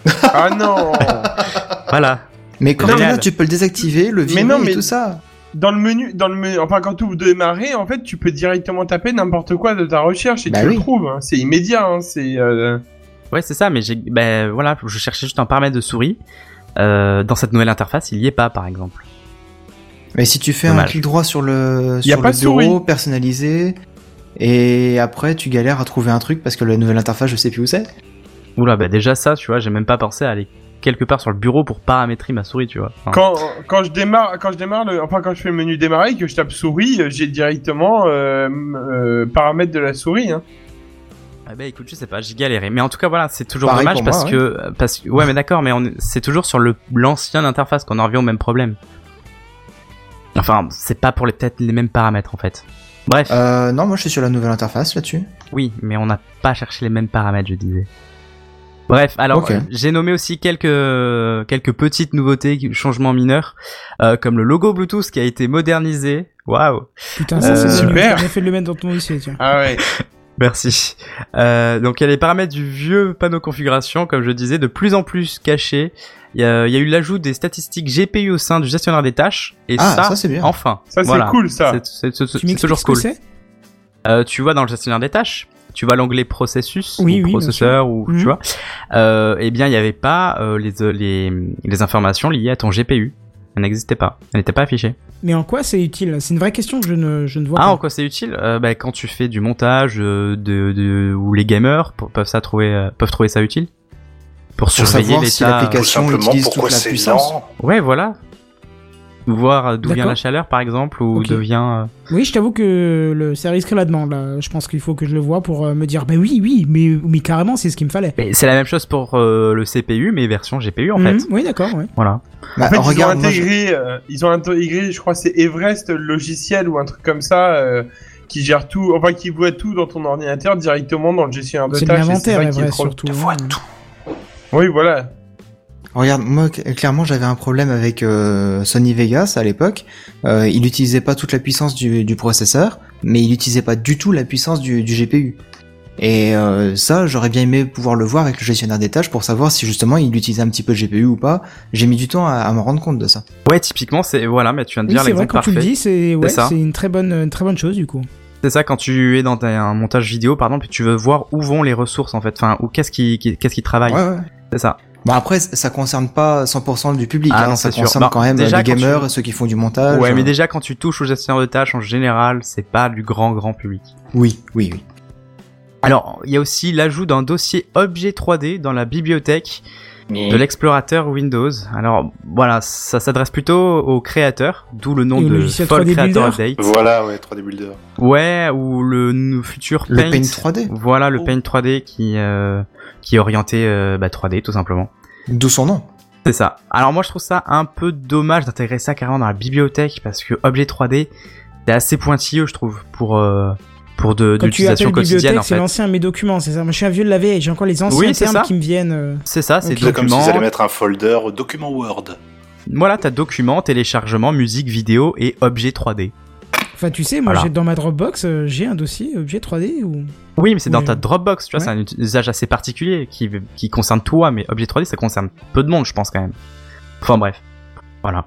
Ah non. Voilà. Mais Cortana, Génial. tu peux le désactiver, le virer Mais non, mais- et tout ça. Dans le menu, dans le menu, enfin quand tu démarrer, en fait, tu peux directement taper n'importe quoi de ta recherche et Bah tu oui. le trouves. hein. C'est immédiat. Hein. C'est euh... Ouais, c'est ça, mais j'ai, ben voilà, je cherchais juste un paramètre de souris. Euh, dans cette nouvelle interface, il y est pas, par exemple. Mais si tu fais un Dommage. clic droit sur le, Y a sur pas le de bureau souris. personnalisé, et après tu galères à trouver un truc parce que la nouvelle interface, je sais plus où c'est. Oula, bah déjà ça, tu vois, j'ai même pas pensé à aller quelque part sur le bureau pour paramétrer ma souris, tu vois. Enfin, quand quand je démarre, quand je démarre, le... enfin quand je fais le menu démarrer, que je tape souris, euh, j'ai directement euh, euh, paramètres de la souris. Hein. ah bah écoute, je sais pas, j'ai galéré. Mais en tout cas, voilà, c'est toujours Pareil dommage pour moi, parce ouais. que, parce que, ouais, mais d'accord, mais on, est- c'est toujours sur le l'ancienne interface qu'on en revient au même problème. Enfin, c'est pas pour les peut-être les mêmes paramètres en fait. Bref, Euh, non, moi je suis sur la nouvelle interface là-dessus. oui, mais on n'a pas cherché les mêmes paramètres, je disais. Bref, alors Ok. euh, j'ai nommé aussi quelques quelques petites nouveautés, changements mineurs, euh, comme le logo Bluetooth qui a été modernisé. Waouh, Putain, ça, Euh, c'est super. super. J'ai bien fait de le mettre dans ton dossier, tiens. Ah ouais. merci. Euh, donc il y a les paramètres du vieux panneau configuration, comme je disais, de plus en plus cachés. Il y a, il y a eu l'ajout des statistiques G P U au sein du gestionnaire des tâches, et Ah, ça, ça, c'est bien. enfin, Ça c'est voilà. cool ça. C'est, c'est- c'est- c'est Tu m'expliques toujours ce que cool. c'est? Euh, tu vois dans le gestionnaire des tâches, tu vois l'onglet processus Oui, ou oui, processeur ou Mhm. tu vois. Euh, eh bien, il n'y avait pas euh, les, les les informations liées à ton G P U. Elles n'existaient pas. Elles n'étaient pas affichées. Mais en quoi c'est utile? C'est une vraie question que je ne, je ne vois Ah, pas. en quoi c'est utile euh, bah, quand tu fais du montage euh, de, de où les gamers p- peuvent ça trouver euh, peuvent trouver ça utile pour Pour surveiller savoir si l'état. Tout l'application simplement utilise pourquoi toute la c'est puissance. lent. Ouais, voilà. Voir euh, d'où vient D'accord. la chaleur, par exemple, ou Ok. d'où vient. euh, Oui, je t'avoue que le service crée la demande, là. Je pense qu'il faut que je le voie pour euh, me dire, bah oui, oui, mais, mais carrément, c'est ce qu'il me fallait. Mais c'est la même chose pour euh, le C P U, mais version G P U en Mhm. fait. Oui, d'accord, ouais. Voilà. Bah, En fait, regarde, ils ont moi, je- intégré, euh, ils ont intégré, je crois, c'est Everest le logiciel ou un truc comme ça, euh, qui gère tout, enfin qui voit tout dans ton ordinateur directement dans le gestionnaire de C'est de tâches. et l'inventaire, ça la qui est vraie, trop- surtout. Tu hein. vois tout. Oui, voilà. Regarde, moi c- clairement j'avais un problème avec euh, Sony Vegas à l'époque. Euh, il utilisait pas toute la puissance du, du processeur, mais il utilisait pas du tout la puissance du, du G P U. Et euh, ça, j'aurais bien aimé pouvoir le voir avec le gestionnaire des tâches pour savoir si justement il utilisait un petit peu le G P U ou pas. J'ai mis du temps à, à me rendre compte de ça. Ouais, typiquement, c'est voilà, mais tu viens de Oui, dire c'est vrai, l'exemple quand tu parfait. le dis, c'est ouais, C'est ça. c'est une très bonne, une très bonne chose, du coup. C'est ça, quand tu es dans ta- un montage vidéo, par exemple, et tu veux voir où vont les ressources en fait, enfin, ou qu'est-ce qui, qui- qu'est-ce qui travaille. Ouais, ouais. C'est ça. Bon après, c- ça concerne pas cent pour cent du public, Ah hein, non, ça c'est sûr. concerne Bah, quand même déjà, les quand gamers tu- et ceux qui font du montage. Ouais, mais euh, déjà quand tu touches au gestionnaire de tâches en général, c'est pas du grand grand public. Oui, oui, oui. Alors, il y a aussi l'ajout d'un dossier objet trois D dans la bibliothèque de l'explorateur Windows. Alors, voilà, ça s'adresse plutôt aux créateurs, d'où le nom Et au de logiciel Fall trois D Creator Builder. Update. Voilà, ouais, trois D Builder. Ouais, ou le n- futur Le Paint. Paint trois D. Voilà, le Oh. Paint trois D qui, euh, qui est orienté euh, bah, trois D, tout simplement. D'où son nom. C'est ça. Alors moi je trouve ça un peu dommage d'intégrer ça carrément dans la bibliothèque parce que objet trois D c'est assez pointilleux je trouve pour euh, pour de, de Quand tu l'utilisation appelles quotidienne bibliothèque, en c'est fait. l'ancien mes documents, c'est ça. Moi, je suis un vieux de la vieille, j'ai encore les anciens Oui, c'est termes ça. qui me viennent. euh. C'est ça, c'est Ok. C'est comme documents. s'ils allaient mettre un folder document Word. Voilà, t'as documents, téléchargement, musique, vidéo et objet trois D. Enfin, tu sais, moi, Voilà. j'ai dans ma Dropbox, euh, j'ai un dossier objet trois D ou. Oui, mais c'est dans Oui. ta Dropbox, tu vois, Ouais. c'est un usage assez particulier qui qui concerne toi, mais objet trois D ça concerne peu de monde, je pense quand même. Enfin bref. Voilà.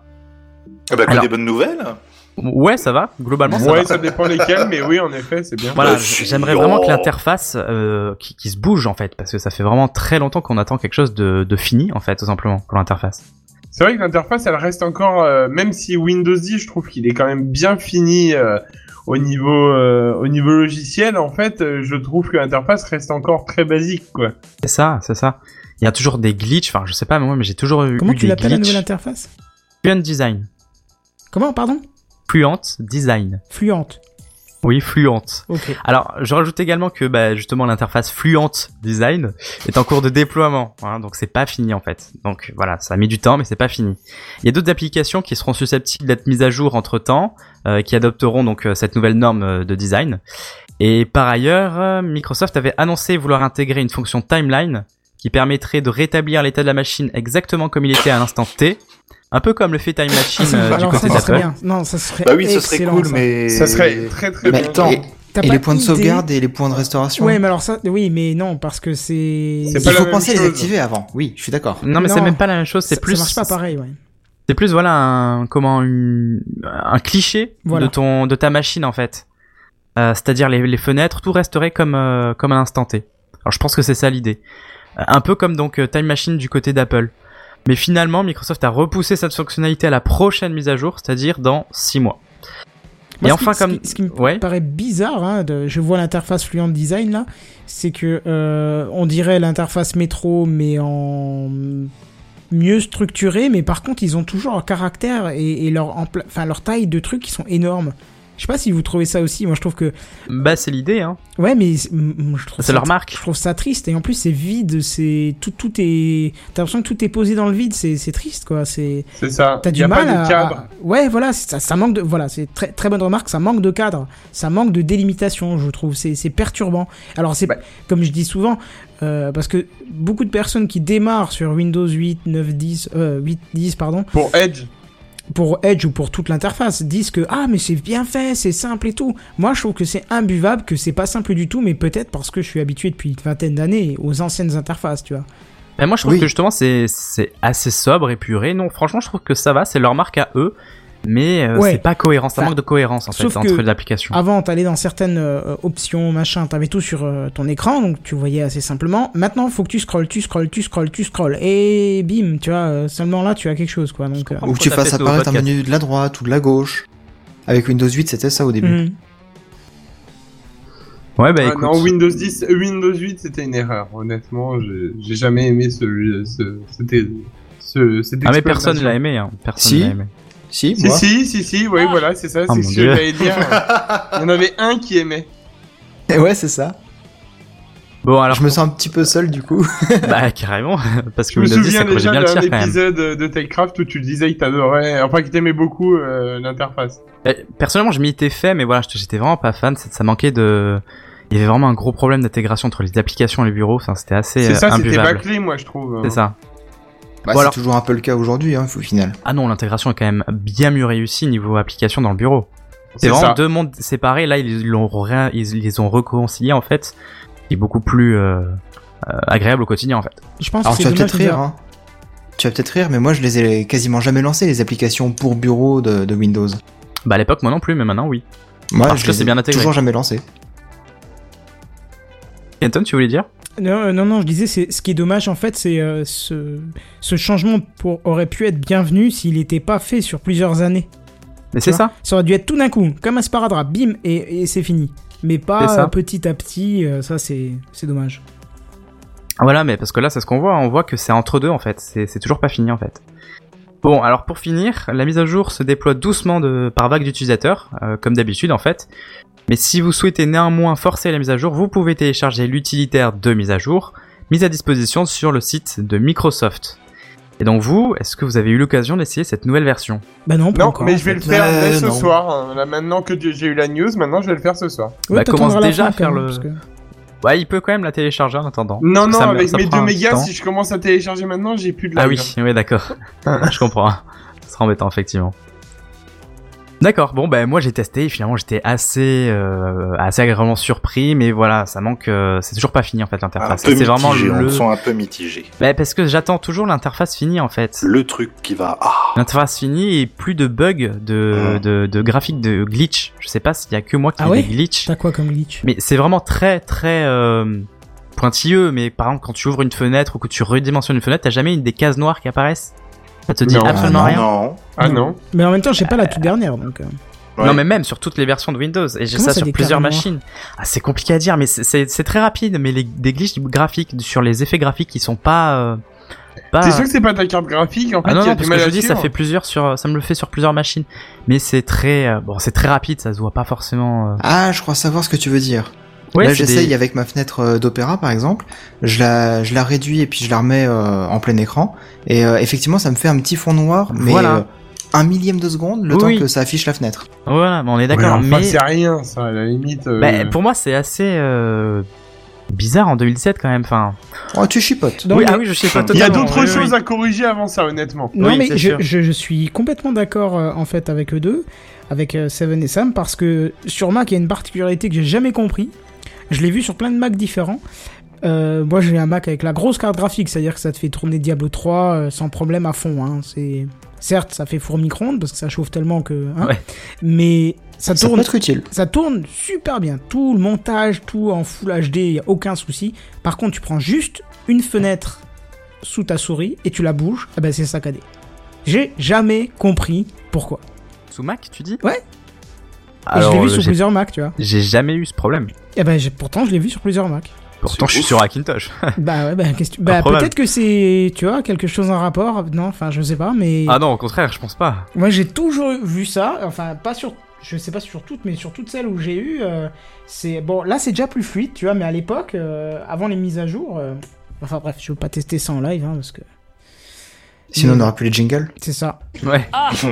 Ah bah, que Alors- des bonnes nouvelles. Ouais, ça va, globalement ça Ouais, va. ça dépend lesquels, mais oui, en effet, c'est bien. Voilà, Bah, j'aimerais si, vraiment oh. que l'interface euh, qui, qui se bouge en fait, parce que ça fait vraiment très longtemps qu'on attend quelque chose de, de fini en fait, tout simplement, pour l'interface. C'est vrai que l'interface, elle reste encore, euh, même si Windows dix, je trouve qu'il est quand même bien fini euh, au niveau euh, au niveau logiciel. En fait, euh, je trouve que l'interface reste encore très basique, quoi. C'est ça, c'est ça. Il y a toujours des glitches, enfin je sais pas moi, mais j'ai toujours eu, Comment eu tu des l'appelles la glitches. nouvelle interface Fluent Design. Comment, pardon Fluent Design. Fluente. Oui, Fluent. Ok. Alors, je rajoute également que bah, justement l'interface Fluent Design est en cours de déploiement, hein, donc c'est pas fini en fait. Donc voilà, ça a mis du temps, mais c'est pas fini. Il y a d'autres applications qui seront susceptibles d'être mises à jour entre temps, euh, qui adopteront donc euh, cette nouvelle norme euh, de design. Et par ailleurs, euh, Microsoft avait annoncé vouloir intégrer une fonction timeline qui permettrait de rétablir l'état de la machine exactement comme il était à l'instant T. Un peu comme le fait Time Machine euh, du Alors, côté ça, ça serait d'Apple. bien. Non, ça serait Bah oui, ce serait excellent, cool, ça. mais. Ça serait très très Mais bien. attends, Et t'as et pas les points de idée- sauvegarde et les points de restauration. Ouais, mais alors ça, oui, mais non, parce que c'est. C'est Il pas la faut même penser à les chose. activer avant. Oui, je suis d'accord. Non mais c'est Non. même pas la même chose, c'est ça, plus ça marche pas pareil, ouais. c'est plus voilà un comment une, un cliché Voilà. de ton de ta machine en fait. Euh, c'est-à-dire les, les fenêtres, tout resterait comme euh, comme à l'instant T. Alors je pense que c'est ça l'idée. Euh, Un peu comme donc euh, Time Machine du côté d'Apple. Mais finalement, Microsoft a repoussé cette fonctionnalité à la prochaine mise à jour, c'est-à-dire dans six mois. Moi, Et ce qui- enfin, ce comme qui, ce qui me ouais. paraît bizarre, hein, de, je vois l'interface Fluent Design là, c'est que euh, on dirait l'interface métro, mais en mieux structurée, mais par contre ils ont toujours leur caractère et, et leur, empla- enfin leur taille de trucs qui sont énormes. Je sais pas si vous trouvez ça aussi. Moi, je trouve que Bah c'est l'idée hein. ouais, mais c'est- m- m- je trouve C'est ça leur tr- marque. Je trouve ça triste et en plus c'est vide. C'est tout, tout est. T'as l'impression que tout est posé dans le vide. C'est, c'est triste quoi. C'est. C'est ça. T'as Il y du a mal pas à, de cadre. à- Ouais, voilà, c'est ça, ça manque de. Voilà, c'est très très bonne remarque. Ça manque de cadre. Ça manque de délimitation, je trouve. C'est c'est perturbant. Alors c'est Bah. comme je dis souvent, euh, parce que beaucoup de personnes qui démarrent sur Windows huit, neuf, dix, euh, huit, dix, pardon, Pour Edge. pour Edge ou pour toute l'interface, disent que ah mais c'est bien fait, c'est simple et tout. Moi, je trouve que c'est imbuvable, que c'est pas simple du tout, mais peut-être parce que je suis habitué depuis une vingtaine d'années aux anciennes interfaces, tu vois. Mais moi je trouve Oui. que justement c'est c'est assez sobre, épuré. Non, franchement, je trouve que ça va, c'est leur marque à eux. Mais euh, Ouais. c'est pas cohérent, ça Enfin, manque de cohérence en fait sauf entre que les applications. Avant, t'allais dans certaines euh, options, machin, t'avais tout sur euh, ton écran, donc tu voyais assez simplement. Maintenant, faut que tu scrolles, tu scrolles, tu scrolles, tu scrolles, et bim, tu vois, euh, seulement là, tu as quelque chose, quoi. Donc, euh, comprends. Ou que tu T'as fasses fait ce apparaître un podcast. menu de la droite ou de la gauche. Avec Windows huit, c'était ça au début. mhm. Ouais bah Ah, écoute. non, Windows dix, euh, Windows huit, c'était une erreur. Honnêtement, j'ai j'ai jamais aimé ce, ce, c'était, ce, cette Ah mais personne exploitation. l'a aimé, hein. Personne Si. l'a aimé. Si, Si, moi. si, si, si, oui, voilà, c'est ça, Ah, c'est mon ce que Dieu. j'allais dire. Il y en avait un qui aimait. Ouais, c'est ça. Bon alors Je me sens un petit peu seul du coup. bah carrément parce que Je me Windows dix souviens ça corrigeait déjà bien le d'un tir quand même. épisode de Techcraft où tu disais que t'adorais, enfin que t'aimais beaucoup euh, l'interface. Euh, Personnellement, je m'y étais fait, mais voilà, j'étais vraiment pas fan. Ça, ça manquait de. Il y avait vraiment un gros problème d'intégration entre les applications et les bureaux. Enfin, c'était assez C'est euh, ça, c'était imbuvable. bâclé, moi, je trouve. C'est ça. Bah, Bon, c'est alors- toujours un peu le cas aujourd'hui, hein, au final. Ah non, l'intégration est quand même bien mieux réussie niveau application dans le bureau. C'est C'est vraiment ça. deux mondes séparés. Là, ils l'ont ré- ils les ont réconciliés en fait. C'est beaucoup plus euh, euh, agréable au quotidien en fait. Je pense Alors que tu c'est vas dommage peut-être de rire, hein. Tu vas peut-être rire, mais moi je les ai quasiment jamais lancés, les applications pour bureau de, de Windows. Bah à l'époque, moi non plus, mais maintenant oui. Moi, Parce je que les c'est ai bien intégré. toujours jamais lancés. Kenton, tu voulais dire? Non, euh, non, non, je disais, c'est ce qui est dommage en fait, c'est euh, ce, ce changement pour, aurait pu être bienvenu s'il n'était pas fait sur plusieurs années. Mais c'est vois. ça. Ça aurait dû être tout d'un coup, comme un sparadrap, bim, et, et c'est fini. mais C'est pas ça. euh, petit à petit. euh, ça, c'est c'est dommage. Voilà, mais parce que là, c'est ce qu'on voit. On voit que c'est entre deux, en fait. C'est, c'est toujours pas fini, en fait. Bon, alors pour finir, la mise à jour se déploie doucement de, par vague d'utilisateurs, euh, comme d'habitude, en fait. Mais si vous souhaitez néanmoins forcer la mise à jour, vous pouvez télécharger l'utilitaire de mise à jour, mise à disposition sur le site de Microsoft. Et donc vous, est-ce que vous avez eu l'occasion d'essayer cette nouvelle version ? Bah non, pas Non, encore. mais en je vais fait. le faire Euh, dès ce non. soir. hein. Là, maintenant que j'ai eu la news, maintenant je vais le faire ce soir. Ouais, Bah, t'attendras commence la déjà fin, à faire quand même, le- parce que- Ouais, il peut quand même la télécharger en attendant. Non, Parce non, que ça me- avec ça mes prend deux un mégas, temps. si je commence à télécharger maintenant, j'ai plus de live. Ah oui, oui, d'accord. Je comprends. Ce sera embêtant, effectivement. D'accord, bon ben moi j'ai testé et finalement j'étais assez euh, assez agréablement surpris, mais voilà, ça manque, euh, c'est toujours pas fini en fait Un l'interface. peu C'est vraiment mitigé, on le, me sent un peu mitigé. bah, parce que j'attends toujours l'interface finie en fait. Le truc qui va... Ah, L'interface finie et plus de bugs, de Ouais. de, de graphiques, de glitch. Je sais pas s'il y a que moi qui Ah ai ouais des glitch, T'as quoi comme glitch? mais c'est vraiment très très euh, pointilleux. Mais par exemple quand tu ouvres une fenêtre ou que tu redimensionnes une fenêtre, t'as jamais une des cases noires qui apparaissent. Ça te dit Non. absolument ah, rien. non, Ah non. Mais en même temps, j'ai pas la toute dernière, donc. euh, Ouais. Non mais même sur toutes les versions de Windows et j'ai Comment ça ça sur déclare plusieurs noir machines. Ah c'est compliqué à dire mais c'est c'est, c'est très rapide mais les des glitches graphiques sur les effets graphiques qui sont pas euh, pas T'es sûr que c'est pas ta carte graphique en fait Ah non qui a non du parce mal que je à vous dis ça suivre fait plusieurs sur ça me le fait sur plusieurs machines mais c'est très euh, bon c'est très rapide ça se voit pas forcément euh... Ah, je crois savoir ce que tu veux dire. Ouais, Là, c'est j'essaye des- avec ma fenêtre euh, d'Opéra, par exemple. Je la, je la réduis et puis je la remets euh, en plein écran. Et euh, effectivement, ça me fait un petit fond noir, mais Voilà. euh, un millième de seconde, le Oui. temps que ça affiche la fenêtre. Voilà, mais on est d'accord Ouais, enfin, mais c'est rien ça à la limite. euh, bah, pour moi c'est assez euh, bizarre en deux mille sept quand même enfin. Oh, tu chipotes. Non, oui, mais- ah oui, je sais pas Il y a totalement, d'autres oui, choses oui. à corriger avant ça honnêtement. Non, Oui, mais c'est je, sûr. je, je suis complètement d'accord euh, en fait avec eux deux, avec euh, Seven et Sam, parce que sur Mac, il y a une particularité que j'ai jamais compris. Je l'ai vu sur plein de Mac différents. Euh, moi, j'ai un Mac avec la grosse carte graphique, c'est-à-dire que ça te fait tourner Diablo trois euh, sans problème à fond. Hein. C'est... Certes, ça fait four micro-ondes parce que ça chauffe tellement que. Hein, Ouais. Mais ça Ça tourne. peut être utile. Ça tourne super bien. Tout le montage, tout en Full H D, il n'y a aucun souci. Par contre, tu prends juste une fenêtre sous ta souris et tu la bouges, eh ben c'est saccadé. J'ai jamais compris pourquoi. Sous Mac tu dis Ouais. Et Alors je l'ai vu sur j'ai, plusieurs Mac, tu vois. j'ai jamais eu ce problème. Et ben j'ai- pourtant, je l'ai vu sur plusieurs Mac. Pourtant je suis ouf. sur Hackintosh. bah ouais, bah, qu'est-ce que tu- bah, Improbable. peut-être que c'est, tu vois, quelque chose en rapport. Non, enfin, je sais pas, mais. Ah non au contraire je pense pas. Moi, j'ai toujours vu ça. Enfin, pas sur. Je sais pas sur toutes, mais sur toutes celles où j'ai eu. euh, c'est bon, là, c'est déjà plus fluide, tu vois, mais à l'époque, euh, avant les mises à jour. euh, Enfin, bref, je veux pas tester ça en live, hein, parce que. Sinon, on Mais- n'aura plus les jingles. C'est ça. Ouais.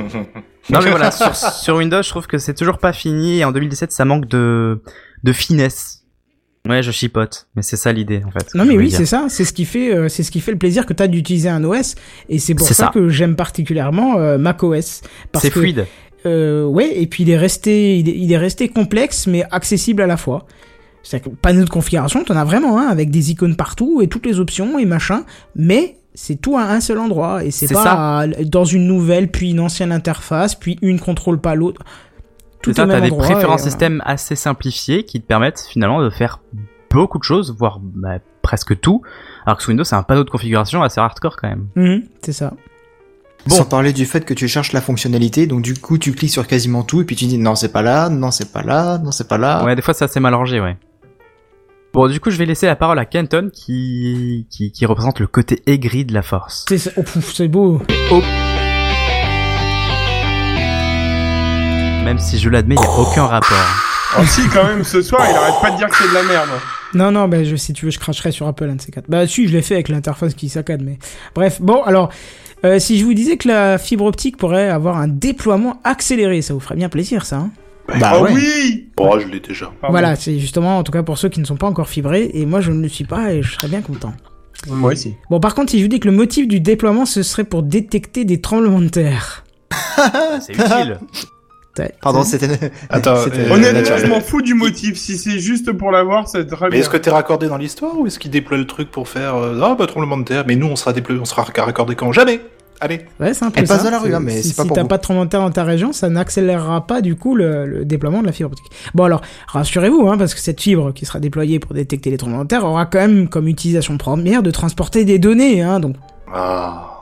Non mais voilà, sur, sur Windows, je trouve que c'est toujours pas fini et en deux mille dix-sept, ça manque de de finesse. Ouais, je chipote, mais c'est ça l'idée en fait. Non je mais voulais oui, dire. c'est ça, c'est ce qui fait, euh, c'est ce qui fait le plaisir que t'as d'utiliser un O S, et c'est pour C'est ça, ça. que j'aime particulièrement euh, macOS. Parce C'est que, fluide. Euh, ouais, et puis il est resté, il est, il est resté complexe mais accessible à la fois. C'est-à-dire que panneau de configuration, t'en as vraiment un, hein, avec des icônes partout et toutes les options et machin, mais c'est tout à un seul endroit et c'est, C'est pas à- dans une nouvelle puis une ancienne interface puis une contrôle pas l'autre. Tout C'est ça, au t'as même des endroit. préférences et, euh, système assez simplifiées qui te permettent finalement de faire beaucoup de choses, voire bah, presque tout. Alors que sous Windows, c'est un panneau de configuration assez hardcore quand même. mhm, c'est ça. Bon. Sans parler du fait que tu cherches la fonctionnalité, donc du coup, tu cliques sur quasiment tout et puis tu dis non, c'est pas là, non, c'est pas là, non, c'est pas là. Ouais, des fois c'est assez mal rangé, ouais. Bon, du coup, je vais laisser la parole à Kenton qui qui, qui représente le côté aigri de la force. C'est, ça- oh, pouf, c'est beau. Même si je l'admets, il n'y a aucun rapport. Ah si quand même ce soir il arrête pas de dire que c'est de la merde. Non, non, bah, je, si tu veux, je cracherai sur Apple, un de ces quatre. Bah, si, je l'ai fait avec l'interface qui saccade, mais. Bref, bon, alors, euh, si je vous disais que la fibre optique pourrait avoir un déploiement accéléré, ça vous ferait bien plaisir, ça, hein. Bah oh ouais. oui. Bon, je l'ai déjà. Pardon. Voilà, c'est justement, en tout cas pour ceux qui ne sont pas encore fibrés, et moi je ne le suis pas, et je serais bien content. Moi aussi. Bon, par contre, si je vous dis que le motif du déploiement, ce serait pour détecter des tremblements de terre. C'est utile. Ouais, Pardon, c'est- c'était. Attends, c'était euh, Honnêtement naturel. je m'en fous du motif. Si c'est juste pour l'avoir c'est très Mais bien. est-ce que t'es raccordé dans l'histoire ou est-ce qu'il déploie le truc pour faire euh, ah bah tremblement de terre mais nous on sera déployé on sera raccordé quand jamais. Allez. Ouais, c'est un peu Elle ça. passe dans la rue, hein, mais si, c'est pas si pour t'as vous. pas de tremblement de terre dans ta région, ça n'accélérera pas du coup le, le déploiement de la fibre optique. Bon alors, rassurez-vous, hein, parce que cette fibre qui sera déployée pour détecter les tremblements de terre aura quand même comme utilisation première de transporter des données, hein, donc Ah.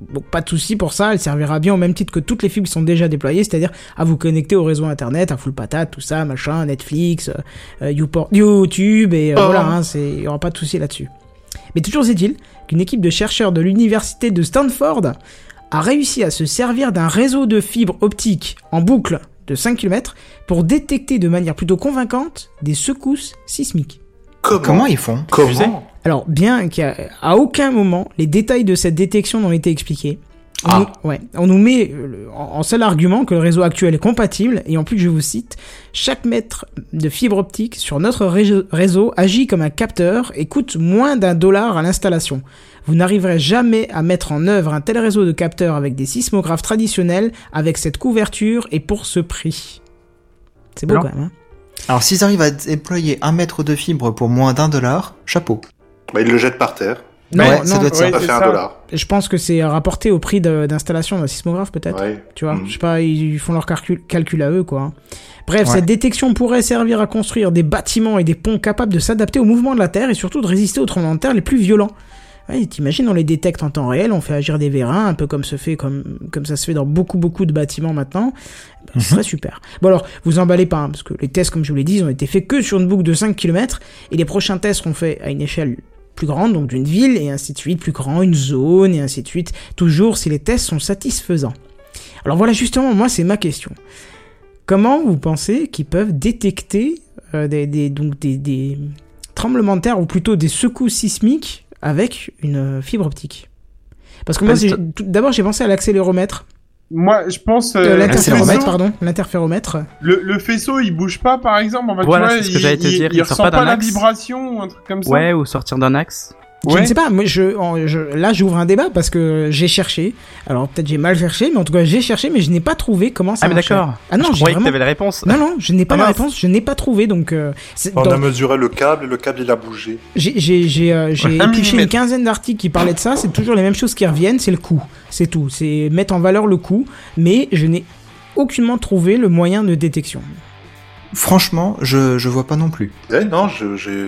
Donc pas de souci pour ça, elle servira bien au même titre que toutes les fibres qui sont déjà déployées, c'est-à-dire à vous connecter au réseau internet, à full patate, tout ça, machin, Netflix, euh, YouPort, YouTube, et euh, Oh. voilà, hein, c'est, il y aura pas de souci là-dessus. Mais toujours est-il qu'une équipe de chercheurs de l'université de Stanford a réussi à se servir d'un réseau de fibres optiques en boucle de cinq kilomètres pour détecter de manière plutôt convaincante des secousses sismiques. Comment, Comment ils font? Comment Alors, bien qu'à à aucun moment les détails de cette détection n'ont été expliqués, on, Ah. nous, ouais, on nous met euh, en, en seul argument que le réseau actuel est compatible, et en plus, je vous cite, chaque mètre de fibre optique sur notre réseau, réseau agit comme un capteur et coûte moins d'un dollar à l'installation. Vous n'arriverez jamais à mettre en œuvre un tel réseau de capteurs avec des sismographes traditionnels, avec cette couverture et pour ce prix. C'est beau Non. quand même, hein. Alors s'ils arrivent à déployer un mètre de fibre pour moins d'un dollar, chapeau. Bah, il le jette par terre. Non, Ouais, ça non, doit être ça. Ouais, Ça c'est fait un ça. dollar. je pense que c'est rapporté au prix de- d'installation d'un sismographe peut-être. Ouais. Tu vois, Mhm. je sais pas, ils font leur calcul, calcul à eux, quoi. Bref, Ouais. cette détection pourrait servir à construire des bâtiments et des ponts capables de s'adapter au mouvement de la Terre et surtout de résister aux tremblements de terre les plus violents. Ouais, t'imagines, on les détecte en temps réel, on fait agir des vérins, un peu comme se fait, comme, comme ça se fait dans beaucoup, beaucoup de bâtiments maintenant. Ben, ce serait super. Bon alors, vous emballez pas, hein, parce que les tests, comme je vous l'ai dit, ils ont été faits que sur une boucle de cinq kilomètres, et les prochains tests seront faits à une échelle plus grande, donc d'une ville, et ainsi de suite, plus grand, une zone, et ainsi de suite, toujours si les tests sont satisfaisants. Alors voilà, justement, moi, c'est ma question. Comment vous pensez qu'ils peuvent détecter euh, des, des, donc des, des tremblements de terre, ou plutôt des secousses sismiques, avec une euh, fibre optique? Parce que moi, Pas du c'est- tout- d'abord, j'ai pensé à l'accéléromètre, Moi, je pense. euh, euh, l'interféromètre, le faisceau- pardon, l'interféromètre. Le, le faisceau, il bouge pas, par exemple. En fait, Voilà, tu vois, c'est ce que il, j'allais te il- dire, il il sort ressent pas pas, d'un la axe. vibration ou un truc comme ça. Ouais, ou sortir d'un axe. Je Ouais. ne sais pas, moi, je, en- je, là, j'ouvre un débat parce que j'ai cherché. Alors, peut-être j'ai mal cherché, mais en tout cas, j'ai cherché, mais je n'ai pas trouvé comment ça Ah mais marchait. d'accord. Ah non, je j'ai croyais que vraiment... t'avais la réponse. Non, non, je n'ai pas Ah la mince. réponse, je n'ai pas trouvé, donc... euh, c'est- On dans- a mesuré le câble et le câble il a bougé. J'ai j'ai j'ai euh, j'ai Un épluché une millimètre. quinzaine d'articles qui parlaient de ça, c'est toujours les mêmes choses qui reviennent, c'est le coût, c'est tout, c'est mettre en valeur le coût, mais je n'ai aucunement trouvé le moyen de détection. Franchement, je, je vois pas non plus. Eh non, je- j'ai.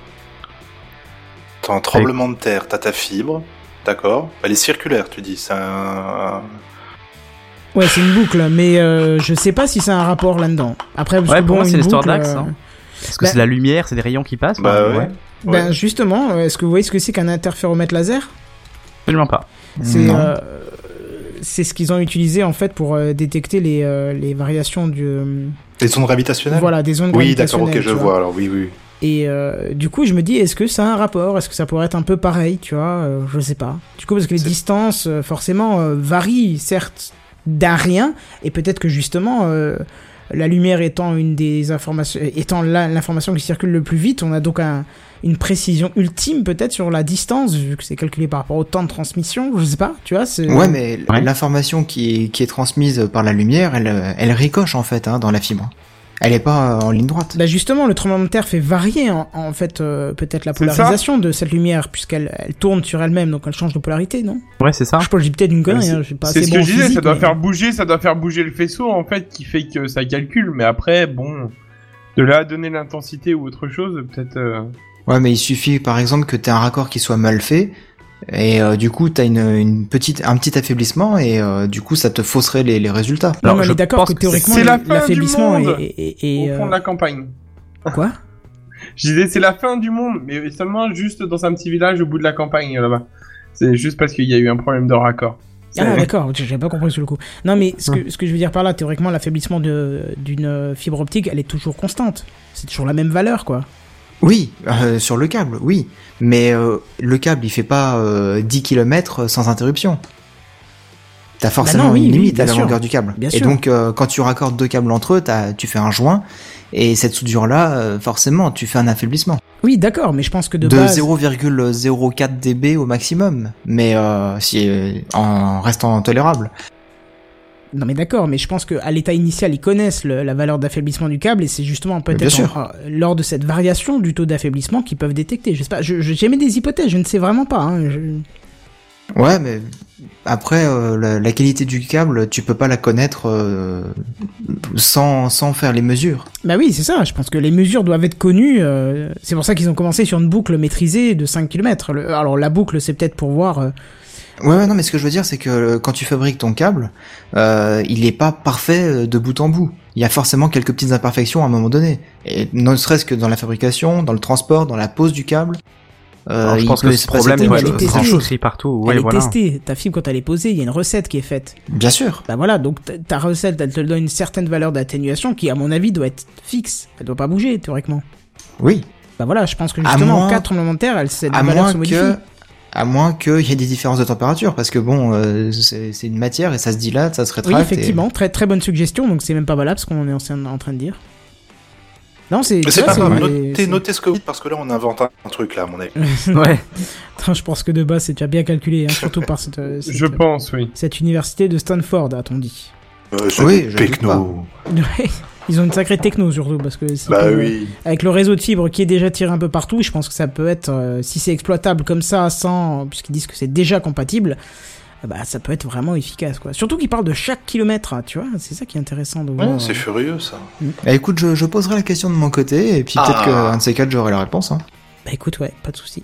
T'as un tremblement de terre, t'as ta fibre, d'accord. Elle est circulaire, tu dis. C'est un. Ouais, c'est une boucle, mais euh, je sais pas si c'est un rapport là-dedans. Après, parce Ouais, que pour bon, moi, c'est une l'histoire boucle, d'axe, euh, hein. Parce que Bah- c'est de la lumière, c'est des rayons qui passent. Bah quoi. ouais. Ben Ouais. justement, euh, est-ce que vous voyez ce que c'est qu'un interféromètre laser? Absolument pas. C'est Non. euh, c'est ce qu'ils ont utilisé en fait pour euh, détecter les, euh, les variations du euh, Les ondes gravitationnelles. voilà des ondes Oui, d'accord, gravitationnelles. ok, je tu vois. Alors oui, oui. Et euh, du coup, je me dis, est-ce que ça a un rapport? Est-ce que ça pourrait être un peu pareil, tu vois? euh, Je sais pas. Du coup, parce que les C'est- distances, euh, forcément, euh, varient, certes, d'un rien, et peut-être que justement, euh, la lumière étant une des informations, étant la- l'information qui circule le plus vite, on a donc un, une précision ultime peut-être sur la distance, vu que c'est calculé par rapport au temps de transmission. Je sais pas, tu vois? c'est- Ouais, mais Ouais. l'information qui est, qui est transmise par la lumière, elle, euh, elle ricoche en fait hein, dans la fibre. Elle est pas euh, en ligne droite. Bah justement, le tremblement de terre fait varier en, en fait euh, peut-être la C'est ça. polarisation de cette lumière, puisqu'elle elle tourne sur elle-même, donc elle change de polarité, non? Ouais, c'est ça. Je pense que j'ai peut-être une connerie, C'est- hein, je suis pas C'est assez ce bon que en je disais, physique, ça doit mais- faire bouger, ça doit faire bouger le faisceau en fait, qui fait que ça calcule. Mais après, bon, de là à donner l'intensité ou autre chose, peut-être. euh, Ouais, mais il suffit par exemple que t'aies un raccord qui soit mal fait, et euh, du coup t'as une, une petite, un petit affaiblissement, et euh, du coup ça te fausserait les, les résultats. Non, Alors, mais on je est d'accord pense que que théoriquement, c'est la fin l'affaiblissement du est, monde. est, est- est, au fond euh, de la campagne. Quoi? Je disais, c'est la fin du monde, mais seulement juste dans un petit village au bout de la campagne là-bas. C'est juste parce qu'il y a eu un problème de raccord. C'est- Ah d'accord, j'avais pas compris sur le coup. Non mais ce que, ce que je veux dire par là, théoriquement, l'affaiblissement de- d'une fibre optique, elle est toujours constante. C'est toujours la même valeur, quoi. Oui, euh, sur le câble, oui. Mais euh, le câble, il fait pas euh, dix kilomètres sans interruption. T'as forcément Bah non, oui, une oui, limite bien à la sûr. longueur du câble. Bien et sûr. donc, euh, quand tu raccordes deux câbles entre eux, t'as- tu fais un joint. Et cette soudure-là, euh, forcément, tu fais un affaiblissement. Oui, d'accord, mais je pense que de, De, base... zéro virgule zéro quatre décibels au maximum. Mais euh, si, euh, en restant tolérable. Non mais d'accord, mais je pense qu'à l'état initial, ils connaissent le- la valeur d'affaiblissement du câble, et c'est justement Bien peut-être sûr. en- en- lors de cette variation du taux d'affaiblissement qu'ils peuvent détecter. Je sais pas, je- je- j'ai mis des hypothèses, je ne sais vraiment pas. Hein, je- Ouais, mais après, euh, la, la qualité du câble, tu peux pas la connaître euh, sans, sans faire les mesures. Bah oui, c'est ça, je pense que les mesures doivent être connues, euh, c'est pour ça qu'ils ont commencé sur une boucle maîtrisée de cinq kilomètres. Le- alors la boucle, c'est peut-être pour voir euh, Ouais, ouais, non, mais ce que je veux dire, c'est que euh, quand tu fabriques ton câble, euh, il est pas parfait euh, de bout en bout. Il y a forcément quelques petites imperfections à un moment donné. Et ne serait-ce que dans la fabrication, dans le transport, dans la pose du câble. Euh, Alors, je il pense peut que se ce passer problème des ouais, est elle est choses. testée. franchi partout. Elle Ouais, est voilà. testée. Ta fibre, quand elle est posée, il y a une recette qui est faite. Bien sûr. Bah voilà, donc ta- ta recette, elle te donne une certaine valeur d'atténuation qui, à mon avis, doit être fixe. Elle doit pas bouger, théoriquement. Oui. Bah voilà, je pense que À justement, moins- en cas de tremblement de terre, elle, cette À valeur moins se modifie. que, à moins qu'il y ait des différences de température, parce que bon, euh, c'est, c'est une matière et ça se dilate, ça se rétracte. Oui, et- effectivement, très très bonne suggestion, donc c'est même pas valable ce qu'on est en, en train de dire. Non, c'est... Mais c'est ouais, pas grave, c'est- notez, c'est- notez ce que vous dites parce que là on invente un, un truc là, à mon avis. Ouais. Attends, je pense que de base, c'est déjà bien calculé, hein, surtout par cette, euh, cette, Je pense, oui. cette université de Stanford, a-t-on dit. Euh, c'est Oui, des je doute techno. Ouais, ils ont une sacrée techno surtout, parce que si Bah que- oui. avec le réseau de fibres qui est déjà tiré un peu partout, je pense que ça peut être, euh, si c'est exploitable comme ça, sans, puisqu'ils disent que c'est déjà compatible, euh, bah ça peut être vraiment efficace, quoi. Surtout qu'ils parlent de chaque kilomètre, hein, tu vois, c'est ça qui est intéressant de voir. Ouais, c'est furieux ça. Bah écoute, je, je poserai la question de mon côté, et puis peut-être Ah. qu'un de ces quatre, j'aurai la réponse. Hein. Bah écoute, ouais, pas de souci.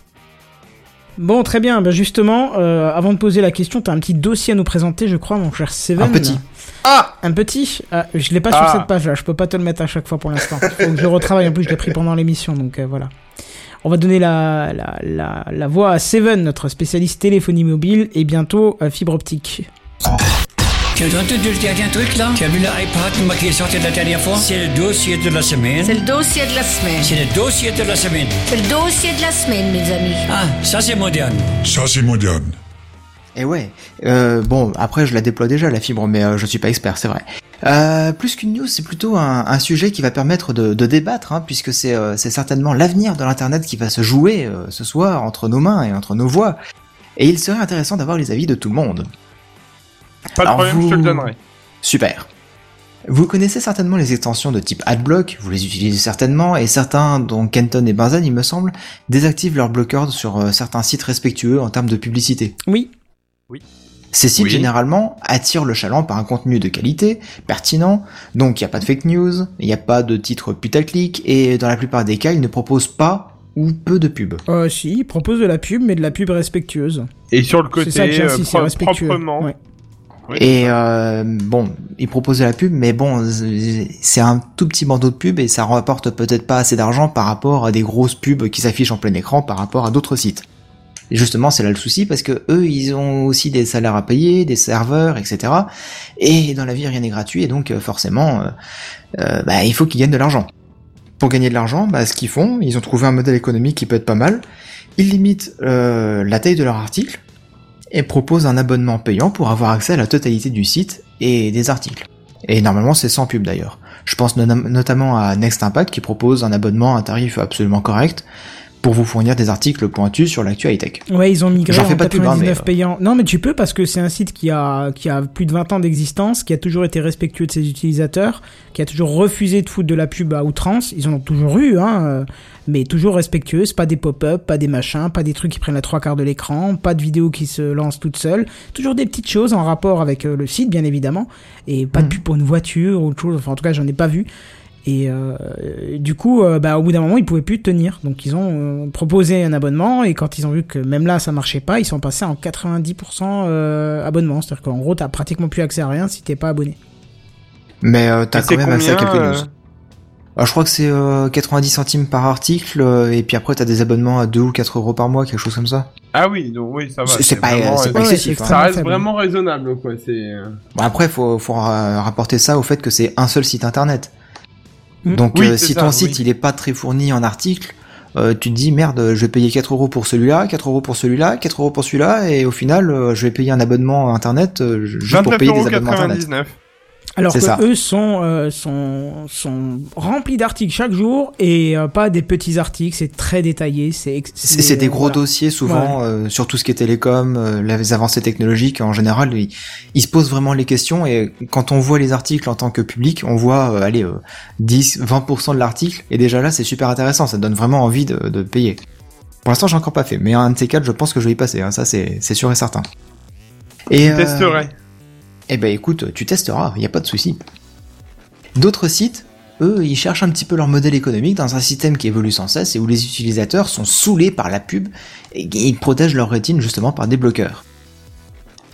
Bon, très bien. Bah justement, euh, avant de poser la question, t'as un petit dossier à nous présenter, je crois, mon cher Seven. Un petit. Ah Un petit ah, Je l'ai pas Ah. sur cette page-là, je peux pas te le mettre à chaque fois pour l'instant. Faut que je retravaille, en plus je l'ai pris pendant l'émission, donc euh, voilà. On va donner la, la, la, la voix à Seven, notre spécialiste téléphonie mobile, et bientôt euh, fibre optique. Tu as entendu le dernier truc là? Tu as vu l'iPad moi, qui est sorti la dernière fois? C'est le dossier de la semaine. C'est le dossier de la semaine. C'est le dossier de la semaine. C'est le dossier de la semaine, mes amis. Ah, ça c'est moderne. Ça, c'est moderne. Et ouais. Euh, bon, après, je la déploie déjà, la fibre, mais euh, je suis pas expert, c'est vrai. Euh, plus qu'une news, c'est plutôt un, un sujet qui va permettre de, de débattre, hein, puisque c'est, euh, c'est certainement l'avenir de l'Internet qui va se jouer euh, ce soir entre nos mains et entre nos voix. Et il serait intéressant d'avoir les avis de tout le monde. Pas de Alors, problème, vous- je te le donnerai. Super. Vous connaissez certainement les extensions de type AdBlock, vous les utilisez certainement, et certains, dont Kenton et Benzen, il me semble, désactivent leur bloqueur sur euh, certains sites respectueux en termes de publicité. Oui. Ces sites, Oui. généralement, attirent le chaland par un contenu de qualité, pertinent, donc il n'y a pas de fake news, il n'y a pas de titres putaclic, et dans la plupart des cas, ils ne proposent pas ou peu de pubs. Euh, si, il propose de la pub, mais de la pub respectueuse. Et sur le côté, C'est ça que j'insiste, euh, c'est pro- respectueux. proprement. Ouais. Oui, Et euh, bon, ils proposent de la pub, mais bon, c'est un tout petit bandeau de pub et ça rapporte peut-être pas assez d'argent par rapport à des grosses pubs qui s'affichent en plein écran par rapport à d'autres sites. Et justement, c'est là le souci parce que eux, ils ont aussi des salaires à payer, des serveurs, et cetera. Et dans la vie, rien n'est gratuit et donc euh, forcément, euh, euh, bah, il faut qu'ils gagnent de l'argent. Pour gagner de l'argent, bah, ce qu'ils font, ils ont trouvé un modèle économique qui peut être pas mal. Ils limitent euh, la taille de leur article et proposent un abonnement payant pour avoir accès à la totalité du site et des articles. Et normalement, c'est sans pub d'ailleurs. Je pense no- notamment à Next Impact qui propose un abonnement à un tarif absolument correct pour vous fournir des articles pointus sur l'actu high-tech. Ouais, ils ont migré J'en en fais pas de pub, hein, quatre-vingt-dix-neuf mais, euh, payants. Non, mais tu peux parce que c'est un site qui a qui a plus de vingt ans d'existence, qui a toujours été respectueux de ses utilisateurs, qui a toujours refusé de foutre de la pub à outrance. Ils en ont toujours eu, hein, euh, mais toujours respectueux. C'est pas des pop-up, pas des machins, pas des trucs qui prennent la trois quarts de l'écran, pas de vidéos qui se lancent toutes seules. Toujours des petites choses en rapport avec euh, le site, bien évidemment, et pas de Mhm. pub pour une voiture ou autre chose. Enfin, en tout cas, j'en ai pas vu. Et euh, du coup, euh, bah, au bout d'un moment, ils pouvaient plus tenir. Donc, ils ont euh, proposé un abonnement. Et quand ils ont vu que même là, ça marchait pas, ils sont passés en quatre-vingt-dix pour cent euh, abonnement. C'est-à-dire qu'en gros, t'as pratiquement plus accès à rien si t'es pas abonné. Mais euh, t'as Et c'est quand même accès à combien, quelques euh, news. Alors, je crois que c'est euh, quatre-vingt-dix centimes par article, euh, et puis après t'as des abonnements à deux ou quatre euros par mois, quelque chose comme ça. Ah oui, donc oui, ça va. C'est- c'est pas- vraiment, c'est euh, pas Ouais, excessif, c'est hein. Ça reste faible. vraiment raisonnable, quoi. C'est. euh, Bon, après, faut, faut ra- rapporter ça au fait que c'est un seul site internet. Mm. Donc, Oui, euh, c'est si ça, ton oui. site il est pas très fourni en articles, euh, tu te dis merde, je vais payer quatre euros pour celui-là, quatre euros pour celui-là, quatre euros pour celui-là, et au final, euh, je vais payer un abonnement internet euh, juste pour vingt-neuf payer euros des abonnements internet. quatre-vingt-dix-neuf. Alors C'est que ça. eux sont, euh, sont, sont remplis d'articles chaque jour et euh, pas des petits articles. C'est très détaillé. C'est, ex- C'est c'est des euh, gros voilà. dossiers souvent euh, sur tout ce qui est télécom, euh, les avancées technologiques. En général, ils, ils se posent vraiment les questions et quand on voit les articles en tant que public, on voit euh, allez euh, dix vingt pour cent de l'article et déjà là c'est super intéressant, ça donne vraiment envie de, de payer. Pour l'instant, j'ai encore pas fait, mais un de ces quatre, je pense que je vais y passer. Hein, ça c'est c'est sûr et certain. Et Je euh, testerai. eh ben écoute, tu testeras, y a pas de souci. D'autres sites, eux, ils cherchent un petit peu leur modèle économique dans un système qui évolue sans cesse et où les utilisateurs sont saoulés par la pub et ils protègent leur rétine justement par des bloqueurs.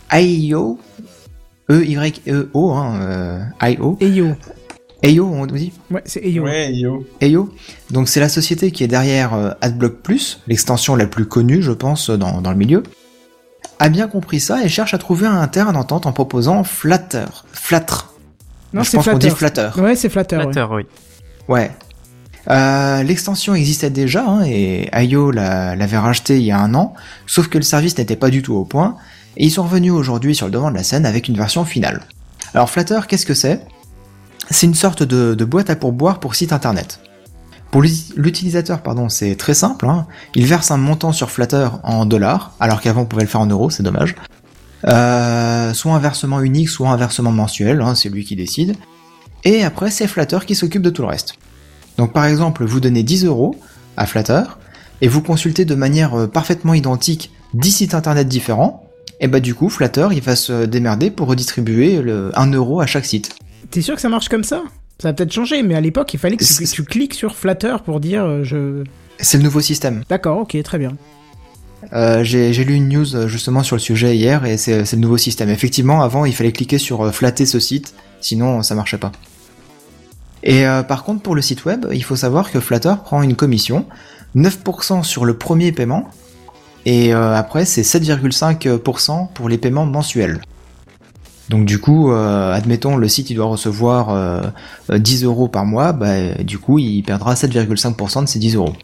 I O, E Y E O, hein, euh, I O. Eyo. Eyo, on dit. Ouais, c'est Eyo. Ouais, yo. Eyo. Donc c'est la société qui est derrière euh, AdBlock Plus, l'extension la plus connue, je pense, dans, dans le milieu, a bien compris ça et cherche à trouver un terrain d'entente en proposant Flatter. Flattre. Non, je c'est pense qu'on Flatter. dit Flatter. Ouais, c'est Flatter. ouais. Flatter, oui. Ouais. Euh, l'extension existait déjà, hein, et I O l'a, l'avait racheté il y a un an, sauf que le service n'était pas du tout au point, et ils sont revenus aujourd'hui sur le devant de la scène avec une version finale. Alors Flatter, qu'est-ce que c'est ? C'est une sorte de, de boîte à pourboire pour site internet. Pour l'utilisateur, pardon, c'est très simple, hein. Il verse un montant sur Flatter en dollars, alors qu'avant on pouvait le faire en euros, c'est dommage. Euh, soit un versement unique, soit un versement mensuel, hein, c'est lui qui décide. Et après, c'est Flatter qui s'occupe de tout le reste. Donc par exemple, vous donnez dix euros à Flatter, et vous consultez de manière parfaitement identique dix sites internet différents, et bah du coup, Flatter, il va se démerder pour redistribuer le un euro à chaque site. T'es sûr que ça marche comme ça ? Ça a peut-être changé, mais à l'époque, il fallait que tu, C'est- tu cliques sur Flatter pour dire euh, je... C'est le nouveau système. D'accord, ok, très bien. Euh, j'ai, j'ai lu une news euh, justement sur le sujet hier, et c'est, c'est le nouveau système. Effectivement, avant, il fallait cliquer sur euh, flatter ce site, sinon ça marchait pas. Et euh, par contre, pour le site web, il faut savoir que Flatter prend une commission, neuf pour cent sur le premier paiement, et euh, après c'est sept virgule cinq pour cent pour les paiements mensuels. Donc du coup, euh, admettons le site il doit recevoir euh, euh, dix euros par mois, bah, du coup il perdra sept virgule cinq pour cent de ces dix euros.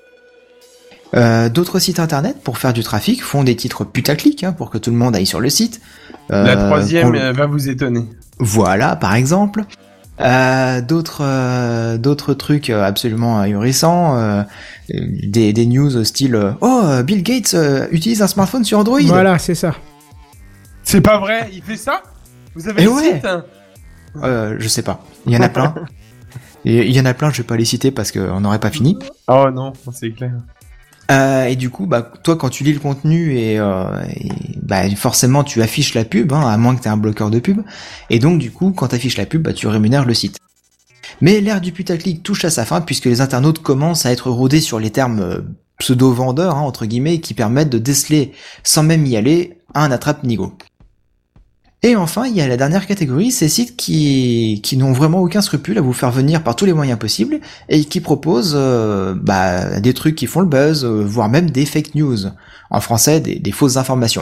Euh, d'autres sites internet, pour faire du trafic, font des titres putaclic, hein, pour que tout le monde aille sur le site. Euh, La troisième qu'on- euh, va vous étonner. Voilà, par exemple. Euh, d'autres euh, d'autres trucs euh, absolument ahurissants, euh, des, des news style euh, oh euh, Bill Gates euh, utilise un smartphone sur Android. Voilà, c'est ça. C'est pas vrai, il fait ça? Vous avez Eh le ouais. site hein Euh, je sais pas. Il y en a plein. Et il y en a plein, je vais pas les citer parce qu'on n'aurait pas fini. Oh non, c'est clair. Euh, et du coup, bah, toi, quand tu lis le contenu et, euh, et bah, forcément, tu affiches la pub, hein, à moins que tu aies un bloqueur de pub. Et donc, du coup, quand tu affiches la pub, bah, tu rémunères le site. Mais l'ère du putaclic touche à sa fin puisque les internautes commencent à être rodés sur les termes euh, pseudo-vendeurs, hein, entre guillemets, qui permettent de déceler, sans même y aller, un attrape-nigo. Et enfin, il y a la dernière catégorie, ces sites qui, qui n'ont vraiment aucun scrupule à vous faire venir par tous les moyens possibles et qui proposent euh, bah, des trucs qui font le buzz, euh, voire même des fake news. En français, des, des fausses informations.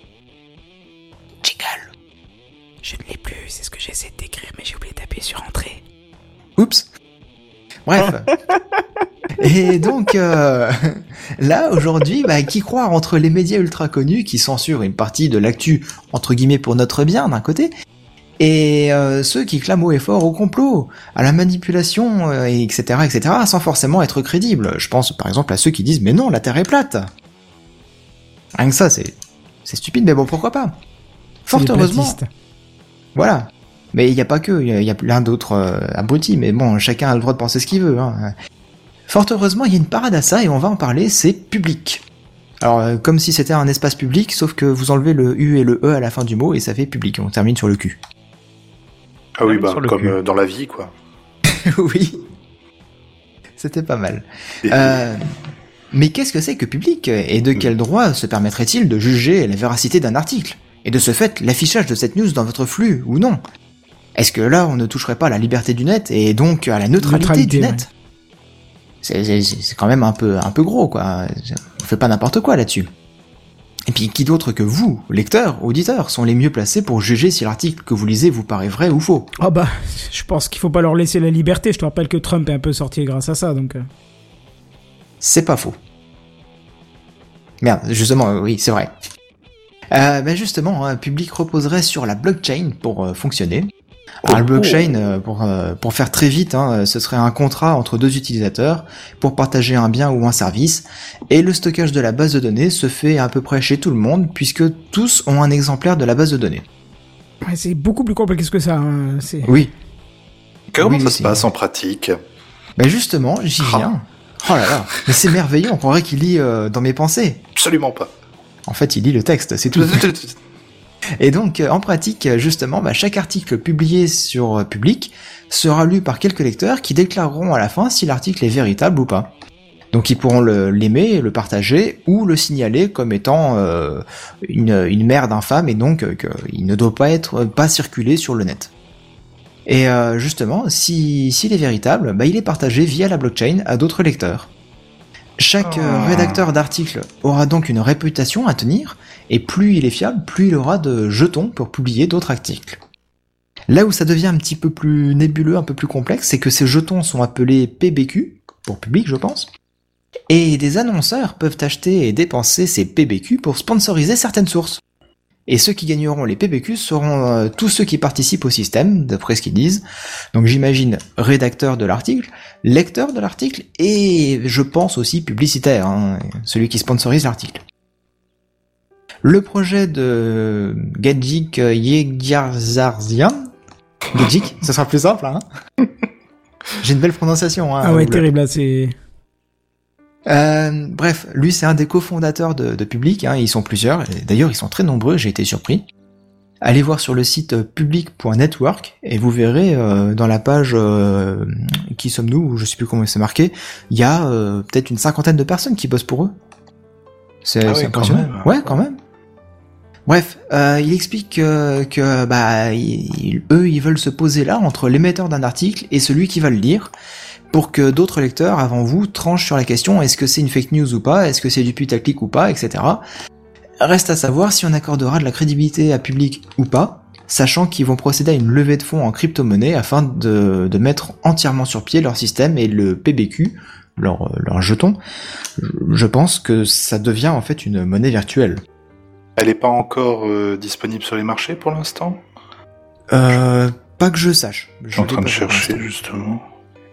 Jingle. Je ne l'ai plus, c'est ce que j'essaie d'écrire, mais j'ai oublié d'appuyer sur entrée. Oups. Bref. Et donc, euh, là, aujourd'hui, bah, qui croire entre les médias ultra connus qui censurent une partie de l'actu, entre guillemets, pour notre bien, d'un côté, et euh, ceux qui clament haut et fort au complot, à la manipulation, euh, et etc., et cetera, sans forcément être crédibles. Je pense, par exemple, à ceux qui disent « Mais non, la Terre est plate !» Rien que ça, c'est, c'est stupide, mais bon, pourquoi pas. Fort C'est des heureusement. platistes. Voilà. Mais il n'y a pas que, il y, y a plein d'autres euh, abrutis, mais bon, chacun a le droit de penser ce qu'il veut. Hein. Fort heureusement, il y a une parade à ça, et on va en parler, c'est public. Alors, euh, comme si c'était un espace public, sauf que vous enlevez le U et le E à la fin du mot, et ça fait public, on termine sur le cul. Ah oui, bah, Sur le comme cul. euh, dans la vie, quoi. Oui. C'était pas mal. Euh, mais qu'est-ce que c'est que public? Et de quel droit se permettrait-il de juger la véracité d'un article? Et de ce fait, l'affichage de cette news dans votre flux, ou non? Est-ce que là, on ne toucherait pas à la liberté du net, et donc à la neutralité, Neutralité, du net? C'est, c'est, c'est quand même un peu, un peu gros, quoi. On fait pas n'importe quoi là-dessus. Et puis, qui d'autre que vous, lecteurs, auditeurs, sont les mieux placés pour juger si l'article que vous lisez vous paraît vrai ou faux? Ah bah, je pense qu'il faut pas leur laisser la liberté. Je te rappelle que Trump est un peu sorti grâce à ça, donc... euh. C'est pas faux. Merde, justement, oui, c'est vrai. Euh, ben justement, un public reposerait sur la blockchain pour euh, fonctionner. Alors, la blockchain, euh, pour, euh, pour faire très vite, hein, ce serait un contrat entre deux utilisateurs pour partager un bien ou un service, et le stockage de la base de données se fait à peu près chez tout le monde, puisque tous ont un exemplaire de la base de données. Ouais, c'est beaucoup plus compliqué que ça. Hein. C'est... Oui. Comment Oui, ça c'est- se passe en pratique? Ben justement, j'y viens. Oh là là, mais c'est merveilleux, on croirait qu'il lit euh, dans mes pensées. Absolument pas. En fait, il lit le texte, c'est tout. Et donc, euh, en pratique, euh, justement, bah, chaque article publié sur euh, Public sera lu par quelques lecteurs qui déclareront à la fin si l'article est véritable ou pas. Donc ils pourront le, l'aimer, le partager ou le signaler comme étant euh, une, une merde infâme et donc euh, qu'il ne doit pas être pas circuler sur le net. Et euh, justement, si s'il est véritable, bah, il est partagé via la blockchain à d'autres lecteurs. Chaque Oh. euh, rédacteur d'article aura donc une réputation à tenir, et plus il est fiable, plus il aura de jetons pour publier d'autres articles. Là où ça devient un petit peu plus nébuleux, un peu plus complexe, c'est que ces jetons sont appelés P B Q, pour public je pense, et des annonceurs peuvent acheter et dépenser ces P B Q pour sponsoriser certaines sources. Et ceux qui gagneront les P B Q seront euh, tous ceux qui participent au système, d'après ce qu'ils disent. Donc j'imagine rédacteur de l'article, lecteur de l'article, et je pense aussi publicitaire, hein, celui qui sponsorise l'article. Le projet de Gadjik Yegarzarzian, Gadjik, ça sera plus simple, hein. J'ai une belle prononciation, hein. Ah ouais, Vous- terrible, là, c'est... Euh, bref, lui c'est un des cofondateurs de, de Public, hein, ils sont plusieurs, et d'ailleurs ils sont très nombreux, j'ai été surpris. Allez voir sur le site euh, public point network et vous verrez euh, dans la page euh, Qui sommes-nous, ou je sais plus comment c'est marqué, il y a euh, peut-être une cinquantaine de personnes qui bossent pour eux. C'est, Ah c'est oui, impressionnant. quand même. Ouais, quand même. Bref, euh, il explique que, que bah, ils- eux ils veulent se poser là entre l'émetteur d'un article et celui qui va le lire, pour que d'autres lecteurs avant vous tranchent sur la question est-ce que c'est une fake news ou pas, est-ce que c'est du putaclic ou pas, et cetera. Reste à savoir si on accordera de la crédibilité à Public ou pas, sachant qu'ils vont procéder à une levée de fonds en crypto-monnaie afin de, de mettre entièrement sur pied leur système et le P B Q, leur, leur jeton. Je pense que ça devient en fait une monnaie virtuelle. Elle est pas encore euh, disponible sur les marchés pour l'instant. Euh, pas que je sache. Je suis en l'ai train de pas pour chercher l'instant. justement.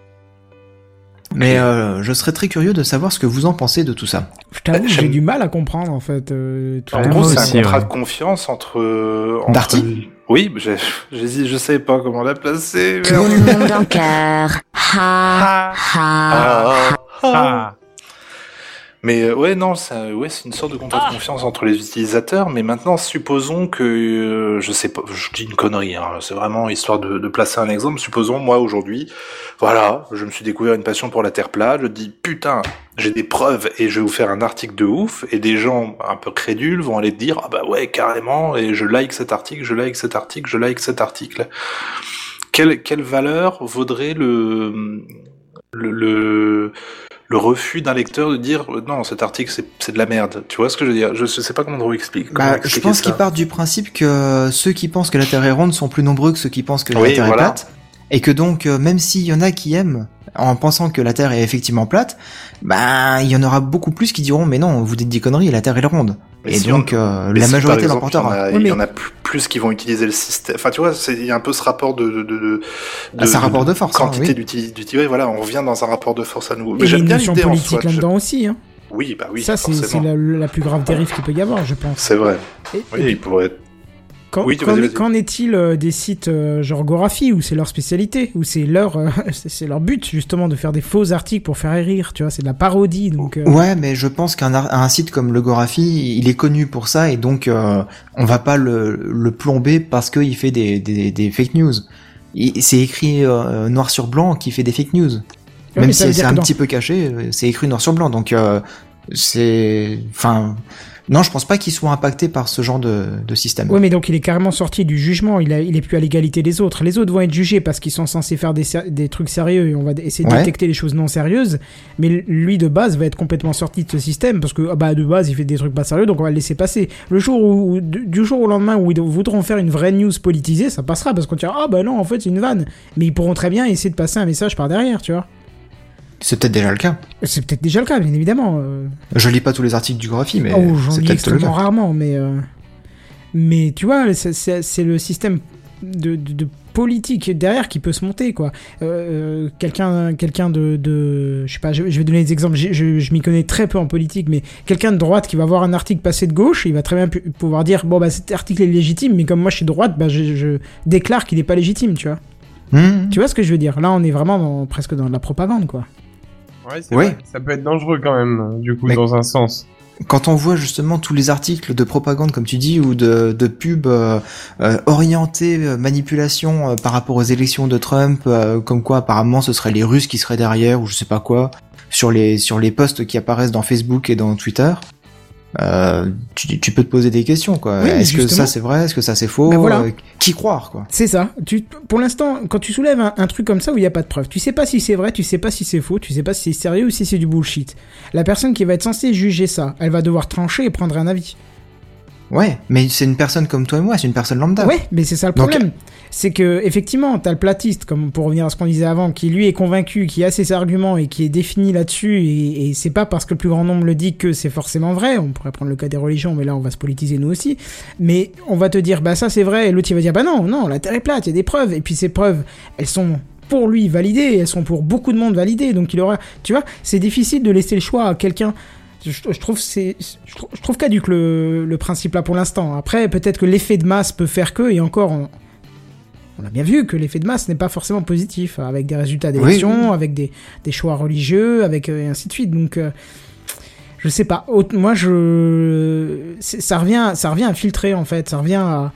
Mais euh, je serais très curieux de savoir ce que vous en pensez de tout ça. Je t'avoue, Euh, j'ai j'aime- du mal à comprendre, en fait. Euh, tout En à gros, l'heure. c'est aussi, un contrat ouais. de confiance entre. euh, entre... Darty Oui, j'ai- j'ai- je sais pas comment la placer. Tout merde. le monde en cœur. Ha, ha. Ah, ah, ah. Ah. Mais euh, ouais, non, c'est ouais, c'est une sorte de contrat de confiance entre les utilisateurs. Mais maintenant, supposons que euh, je sais pas, je dis une connerie. Hein, c'est vraiment histoire de, de placer un exemple. Supposons moi aujourd'hui, voilà, je me suis découvert une passion pour la Terre plate. Je dis putain, j'ai des preuves et je vais vous faire un article de ouf. Et des gens un peu crédules vont aller te dire ah bah ouais carrément. Et je like cet article, je like cet article, je like cet article. Quelle quelle valeur vaudrait le le, le le refus d'un lecteur de dire euh, non cet article c'est c'est de la merde, tu vois ce que je veux dire? Je sais pas comment on explique. comment Bah, je expliquer pense ça. qu'ils partent du principe que ceux qui pensent que la Terre est ronde sont plus nombreux que ceux qui pensent que la Oui, Terre voilà. est plate. Et que donc, euh, même s'il y en a qui aiment en pensant que la Terre est effectivement plate, bah, il y en aura beaucoup plus qui diront mais non, vous dites des conneries, la Terre est ronde. Mais Et si donc, on- euh, Mais la si, majorité par exemple, l'emportera. Il y en a, Oui, il y en mais- a plus, plus qui vont utiliser le système. Enfin, tu vois, c'est il y a un peu ce rapport de de de, de, Ah, c'est un rapport de force, hein, quantité oui. d'uti- d'uti- ouais, voilà, on revient dans un rapport de force à nouveau. Et Mais il y a j'aime une bien notion l'idée en politique soi. là-dedans aussi, hein. Oui, bah oui, Ça, c'est c'est forcément. la, la plus grave dérive qu'il peut y avoir, je pense. C'est vrai. Et- Oui, il pourrait être. Qu'en Oui, qu'en vas-y, est- vas-y. qu'en est-il euh, des sites euh, genre Gorafi, où c'est leur spécialité, où c'est leur, euh, c'est c'est leur but, justement, de faire des faux articles pour faire rire, tu vois, c'est de la parodie, donc... euh, Ouais, mais je pense qu'un ar- un site comme le Gorafi, il est connu pour ça et donc euh, on va pas le, le plomber parce qu'il fait des, des, des fake news. Il- C'est écrit euh, noir sur blanc qu'il fait des fake news. ouais, Même mais ça si veut c'est dire un que dans- petit peu caché, euh, c'est écrit noir sur blanc. Donc euh, c'est, enfin, non, je pense pas qu'il soit impacté par ce genre de, de système. Ouais, mais donc il est carrément sorti du jugement, il, a, il est plus à l'égalité des autres. Les autres vont être jugés parce qu'ils sont censés faire des, ser- des trucs sérieux et on va d- essayer de Ouais. détecter les choses non sérieuses. Mais lui, de base, va être complètement sorti de ce système parce que, ah bah, de base, il fait des trucs pas sérieux, donc on va le laisser passer. Le jour où, où- du du jour au lendemain où ils voudront faire une vraie news politisée, ça passera parce qu'on dira, ah bah non, en fait, c'est une vanne. Mais ils pourront très bien essayer de passer un message par derrière, tu vois. C'est peut-être déjà le cas. C'est peut-être déjà le cas, bien évidemment. euh. Je lis pas tous les articles du Gorafi, mais Oh, j'en c'est lis peut-être le extrêmement cas. rarement, mais euh, mais tu vois, c'est- c'est c'est le système de, de, de politique derrière qui peut se monter, quoi. Euh, quelqu'un quelqu'un de, de je sais pas, je, je vais donner des exemples. Je, je, je m'y connais très peu en politique, mais quelqu'un de droite qui va voir un article passer de gauche, il va très bien pu- pouvoir dire bon bah cet article est légitime, mais comme moi je suis de droite, bah je, je déclare qu'il est pas légitime, tu vois. Mmh. Tu vois ce que je veux dire? Là, on est vraiment dans, presque dans de la propagande, quoi. Ouais, c'est Ouais. vrai. Ça peut être dangereux quand même, du coup, Mais- dans un sens. Quand on voit justement tous les articles de propagande, comme tu dis, ou de, de pubs euh, euh, orientés euh, manipulation euh, par rapport aux élections de Trump, euh, comme quoi apparemment ce seraient les Russes qui seraient derrière, ou je sais pas quoi, sur les sur les posts qui apparaissent dans Facebook et dans Twitter. Euh, tu, tu peux te poser des questions, quoi. Oui, est-ce justement. que ça c'est vrai, est-ce que ça c'est faux, Ben voilà. euh, qui croire, quoi. C'est ça. Tu, pour l'instant, quand tu soulèves un, un truc comme ça où il n'y a pas de preuve, tu sais pas si c'est vrai, tu sais pas si c'est faux, tu sais pas si c'est sérieux ou si c'est du bullshit. La personne qui va être censée juger ça, elle va devoir trancher et prendre un avis. Ouais, mais c'est une personne comme toi et moi, c'est une personne lambda. Ouais, mais c'est ça le Donc- problème. C'est que, effectivement, t'as le platiste, comme pour revenir à ce qu'on disait avant, qui lui est convaincu, qui a ses arguments et qui est défini là-dessus, et, et c'est pas parce que le plus grand nombre le dit que c'est forcément vrai. On pourrait prendre le cas des religions, mais là on va se politiser nous aussi. Mais on va te dire, bah ça c'est vrai, et l'autre il va dire, bah non, non, la Terre est plate, il y a des preuves, et puis ces preuves, elles sont pour lui validées, elles sont pour beaucoup de monde validées, donc il aura, tu vois, c'est difficile de laisser le choix à quelqu'un. Je, je trouve c'est, je trouve, je trouve caduque le, le principe là pour l'instant. Après, peut-être que l'effet de masse peut faire que, et encore, on, on a bien vu que l'effet de masse n'est pas forcément positif, avec des résultats d'élections, Oui, oui. avec des, des choix religieux, avec euh, et ainsi de suite. Donc, euh, je sais pas. Autre- moi, je, c'est- ça revient, ça revient à filtrer en fait. Ça revient à,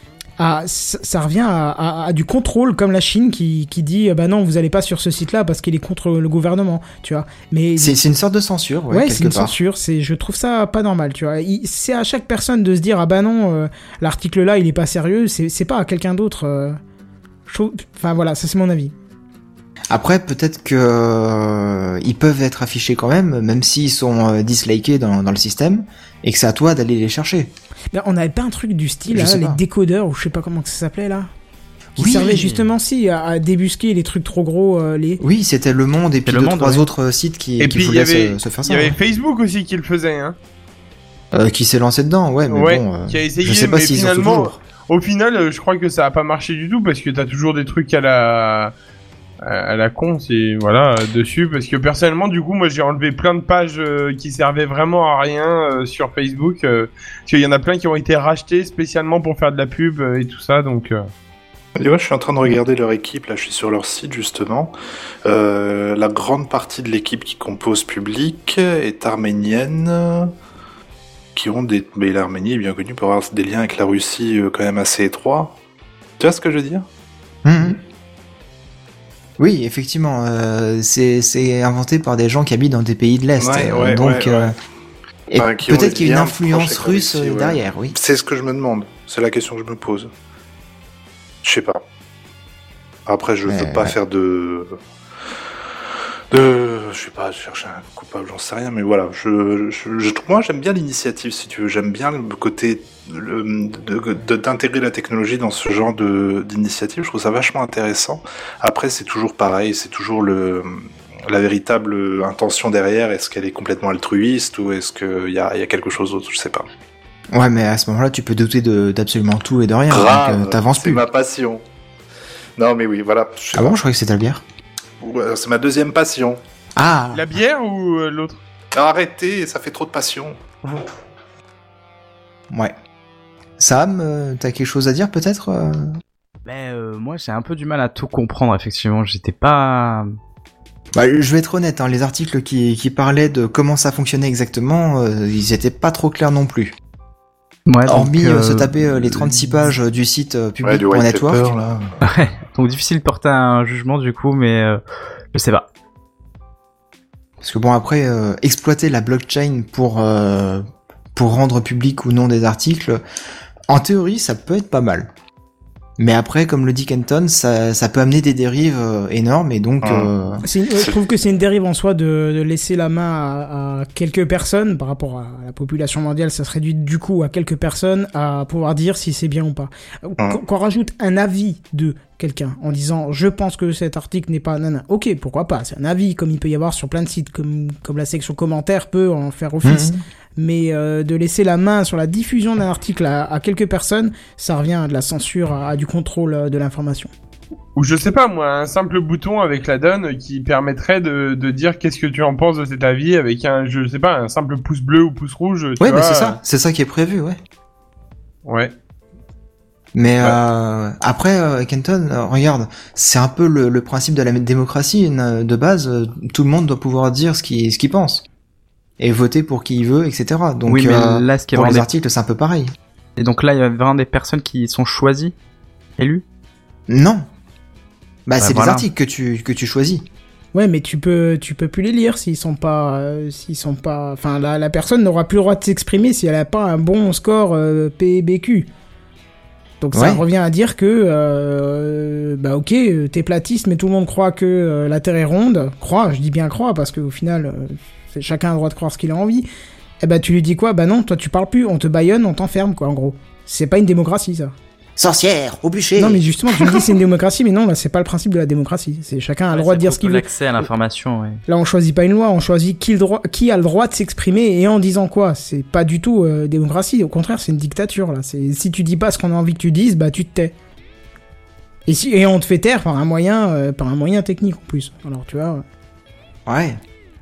à ça, ça revient à, à- à du contrôle, comme la Chine qui, qui dit, euh, bah non, vous allez pas sur ce site-là parce qu'il est contre le gouvernement, tu vois. Mais C'est, c'est une sorte de censure, ouais, Ouais, quelque c'est une part. censure. C'est, je trouve ça pas normal, tu vois. Il- c'est à chaque personne de se dire, ah bah non, euh, l'article là, il est pas sérieux. C'est, c'est pas à quelqu'un d'autre. euh, je trouve- Enfin voilà, ça c'est mon avis. Après, peut-être que euh, ils peuvent être affichés quand même, même s'ils sont euh, dislikés dans, dans le système, et que c'est à toi d'aller les chercher. Mais on avait pas un truc du style, Je là, sais les pas. décodeurs, ou je sais pas comment que ça s'appelait là, qui Oui. servait justement si à, à débusquer les trucs trop gros, euh, les. Oui, c'était Le Monde et puis Le deux, Monde, trois ouais. autres sites qui, Et qui puis il y voulaient avait, se, se faire il ça. y avait ouais. Facebook aussi qui le faisait, hein. Euh, qui s'est lancé dedans, ouais, mais Ouais, bon, euh, qui a essayé, je sais pas mais s'ils ont finalement, toujours. Au final, euh, je crois que ça a pas marché du tout parce que t'as toujours des trucs à la à la con, c'est voilà euh, dessus parce que personnellement, du coup, moi j'ai enlevé plein de pages euh, qui servaient vraiment à rien euh, sur Facebook euh, parce qu'il y en a plein qui ont été rachetés spécialement pour faire de la pub euh, et tout ça, donc. Euh... Et ouais, je suis en train de regarder leur équipe, là je suis sur leur site justement. Euh, la grande partie de l'équipe qui compose Public est arménienne, qui ont des... Mais l'Arménie est bien connue pour avoir des liens avec la Russie euh, quand même assez étroits. Tu vois ce que je veux dire? Mhm. Oui, effectivement, euh, c'est, c'est inventé par des gens qui habitent dans des pays de l'Est. Ouais, euh, ouais, donc, ouais, euh, ouais. et Enfin, qui ont peut-être des qu'il y a une liens influence proches avec la russe Russie, euh, ouais. derrière, oui. C'est ce que je me demande, c'est la question que je me pose. Je sais pas. Après, je veux Mais, pas ouais. faire de... de... Je sais pas, chercher un coupable, j'en sais rien, mais voilà. Je, je, je trouve, moi, j'aime bien l'initiative, si tu veux. J'aime bien le côté le, de, de- d'intégrer la technologie dans ce genre de, d'initiative. Je trouve ça vachement intéressant. Après, c'est toujours pareil, c'est toujours le... la véritable intention derrière. Est-ce qu'elle est complètement altruiste ou est-ce qu'il y a, y a quelque chose d'autre? Je sais pas. Ouais, mais à ce moment-là, tu peux douter de, d'absolument tout et de rien, Grave, donc euh, t'avances c'est plus. ma passion. Non, mais oui, voilà. je sais Ah pas. bon, je croyais que c'était la bière. Ouais, c'est ma deuxième passion. Ah La bière ou euh, l'autre? Non, arrêtez, ça fait trop de passion. Ouais. Sam, euh, t'as quelque chose à dire peut-être euh Mais euh, moi j'ai un peu du mal à tout comprendre effectivement. J'étais pas. Bah, je vais être honnête, hein, les articles qui, qui parlaient de comment ça fonctionnait exactement, euh, ils étaient pas trop clairs non plus. Ouais, donc, Hormis euh, euh, se taper euh, les trente-six pages euh, du site euh, Ouais, public du pour white network. paper, là. Ouais, donc difficile de porter un jugement du coup, mais euh, je sais pas. Parce que bon, après, euh, exploiter la blockchain pour, euh, pour rendre public ou non des articles, en théorie, ça peut être pas mal. Mais après, comme le dit Kenton, ça, ça peut amener des dérives euh, énormes et donc... Mmh. euh, C'est une- ouais, je trouve que c'est une dérive en soi de, de laisser la main à, à quelques personnes par rapport à la population mondiale. Ça se réduit du coup à quelques personnes à pouvoir dire si c'est bien ou pas. Qu- Qu'on rajoute un avis de quelqu'un en disant je pense que cet article n'est pas nana. Ok, pourquoi pas, c'est un avis comme il peut y avoir sur plein de sites, comme, comme la section commentaires peut en faire office. Mhm. Mais euh, de laisser la main sur la diffusion d'un article à, à quelques personnes, ça revient à de la censure, à, à du contrôle euh, de l'information. Ou je sais pas moi, un simple bouton avec la donne qui permettrait de, de dire qu'est-ce que tu en penses de cet avis avec un, je sais pas, un simple pouce bleu ou pouce rouge. Tu Ouais, vois, mais c'est ça, c'est ça qui est prévu, ouais. euh, Ouais. Mais Ouais. euh, après, euh, Kenton, euh, regarde, c'est un peu le, le principe de la démocratie euh, de base. euh, Tout le monde doit pouvoir dire ce qu'il ce qu'il pense et voter pour qui il veut, et cetera. Donc oui, mais euh, là, ce qui est pour vraiment les des- articles, c'est un peu pareil. Et donc là, il y a vraiment des personnes qui sont choisies, élues. Non, bah Bah, c'est voilà. des articles que tu que tu choisis. Ouais, mais tu peux, tu peux plus les lire s'ils sont pas, euh, s'ils sont pas, enfin, la, la personne n'aura plus le droit de s'exprimer si elle a pas un bon score euh, P B Q. Donc ça Ouais. revient à dire que, euh, bah ok, euh, t'es platiste, mais tout le monde croit que euh, la Terre est ronde. Croit, je dis bien croit, parce qu'au final, euh, c'est- chacun a le droit de croire ce qu'il a envie. Eh bah tu lui dis quoi? Bah non, toi tu parles plus, on te baïonne, on t'enferme, quoi, en gros. C'est pas une démocratie, ça. Sorcière, au bûcher. Non, mais justement, tu me dis c'est une démocratie, mais non, là, c'est pas le principe de la démocratie. C'est chacun a le Ouais, droit c'est de dire ce beaucoup qu'il veut. L'accès à l'information, ouais. Là, on choisit pas une loi, on choisit qui, le droit, qui a le droit de s'exprimer et en disant quoi. C'est pas du tout euh, démocratie, au contraire, c'est une dictature, là. C'est, si tu dis pas ce qu'on a envie que tu dises, bah tu te tais. Et, si, et on te fait taire par un moyen, euh, par un moyen technique en plus. Alors, tu vois. Ouais.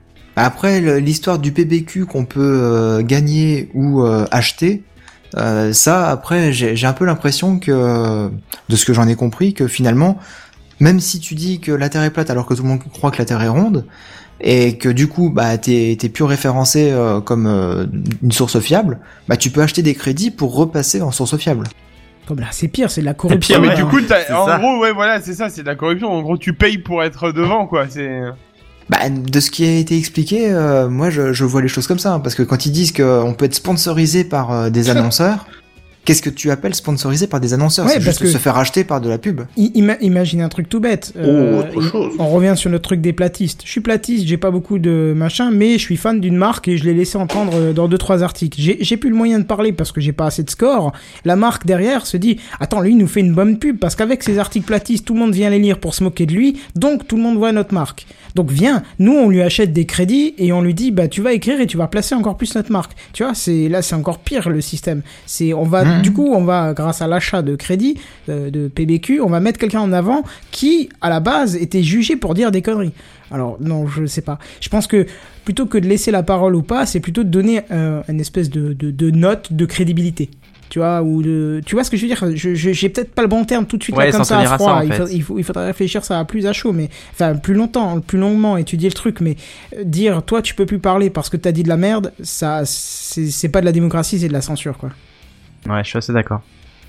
Après, le- l'histoire du P B Q qu'on peut euh, gagner ou euh, acheter, euh, ça, après, j'ai j'ai un peu l'impression que, de ce que j'en ai compris, que finalement, même si tu dis que la Terre est plate alors que tout le monde croit que la Terre est ronde, et que du coup, bah, t'es t'es plus référencé euh, comme euh, une source fiable, bah, tu peux acheter des crédits pour repasser en source fiable. Comme là, c'est pire, c'est de la corruption. pire, mais ouais, du hein. coup, t'as- C'est en ça. gros, ouais, voilà, c'est ça, c'est de la corruption. En gros, tu payes pour être devant, quoi. C'est. Bah, de ce qui a été expliqué, euh, moi je, je vois les choses comme ça, hein, parce que quand ils disent qu'on peut être sponsorisé par euh, des annonceurs, qu'est-ce que tu appelles sponsorisé par des annonceurs? Ouais, C'est parce juste que- se faire acheter par de la pub. I- ima- imagine un truc tout bête. Oh, autre chose. On revient sur notre truc des platistes. Je suis platiste, j'ai pas beaucoup de machin, mais je suis fan d'une marque et je l'ai laissé entendre euh, dans deux trois articles. J'ai, j'ai plus le moyen de parler parce que j'ai pas assez de score. La marque derrière se dit, attends, lui il nous fait une bonne pub parce qu'avec ses articles platistes, tout le monde vient les lire pour se moquer de lui, donc tout le monde voit notre marque. Donc viens, nous on lui achète des crédits et on lui dit, bah tu vas écrire et tu vas placer encore plus notre marque. Tu vois, c'est là c'est encore pire le système. C'est on va Mmh. du coup on va grâce à l'achat de crédits euh, de P B Q, on va mettre quelqu'un en avant qui à la base était jugé pour dire des conneries. Alors non, je sais pas. Je pense que plutôt que de laisser la parole ou pas, c'est plutôt de donner euh, une espèce de, de, de note de crédibilité. Tu vois, ou de, tu vois ce que je veux dire? Je, je, j'ai peut-être pas le bon terme tout de suite Ouais, là comme s'en ça à tenir à froid. ça, en il, fait. faut, il, faut, il faudrait réfléchir ça plus à chaud, mais enfin plus longtemps, plus longuement étudier le truc. Mais euh, dire toi tu peux plus parler parce que t'as dit de la merde, ça c'est, c'est pas de la démocratie, c'est de la censure quoi. Ouais, je suis assez d'accord.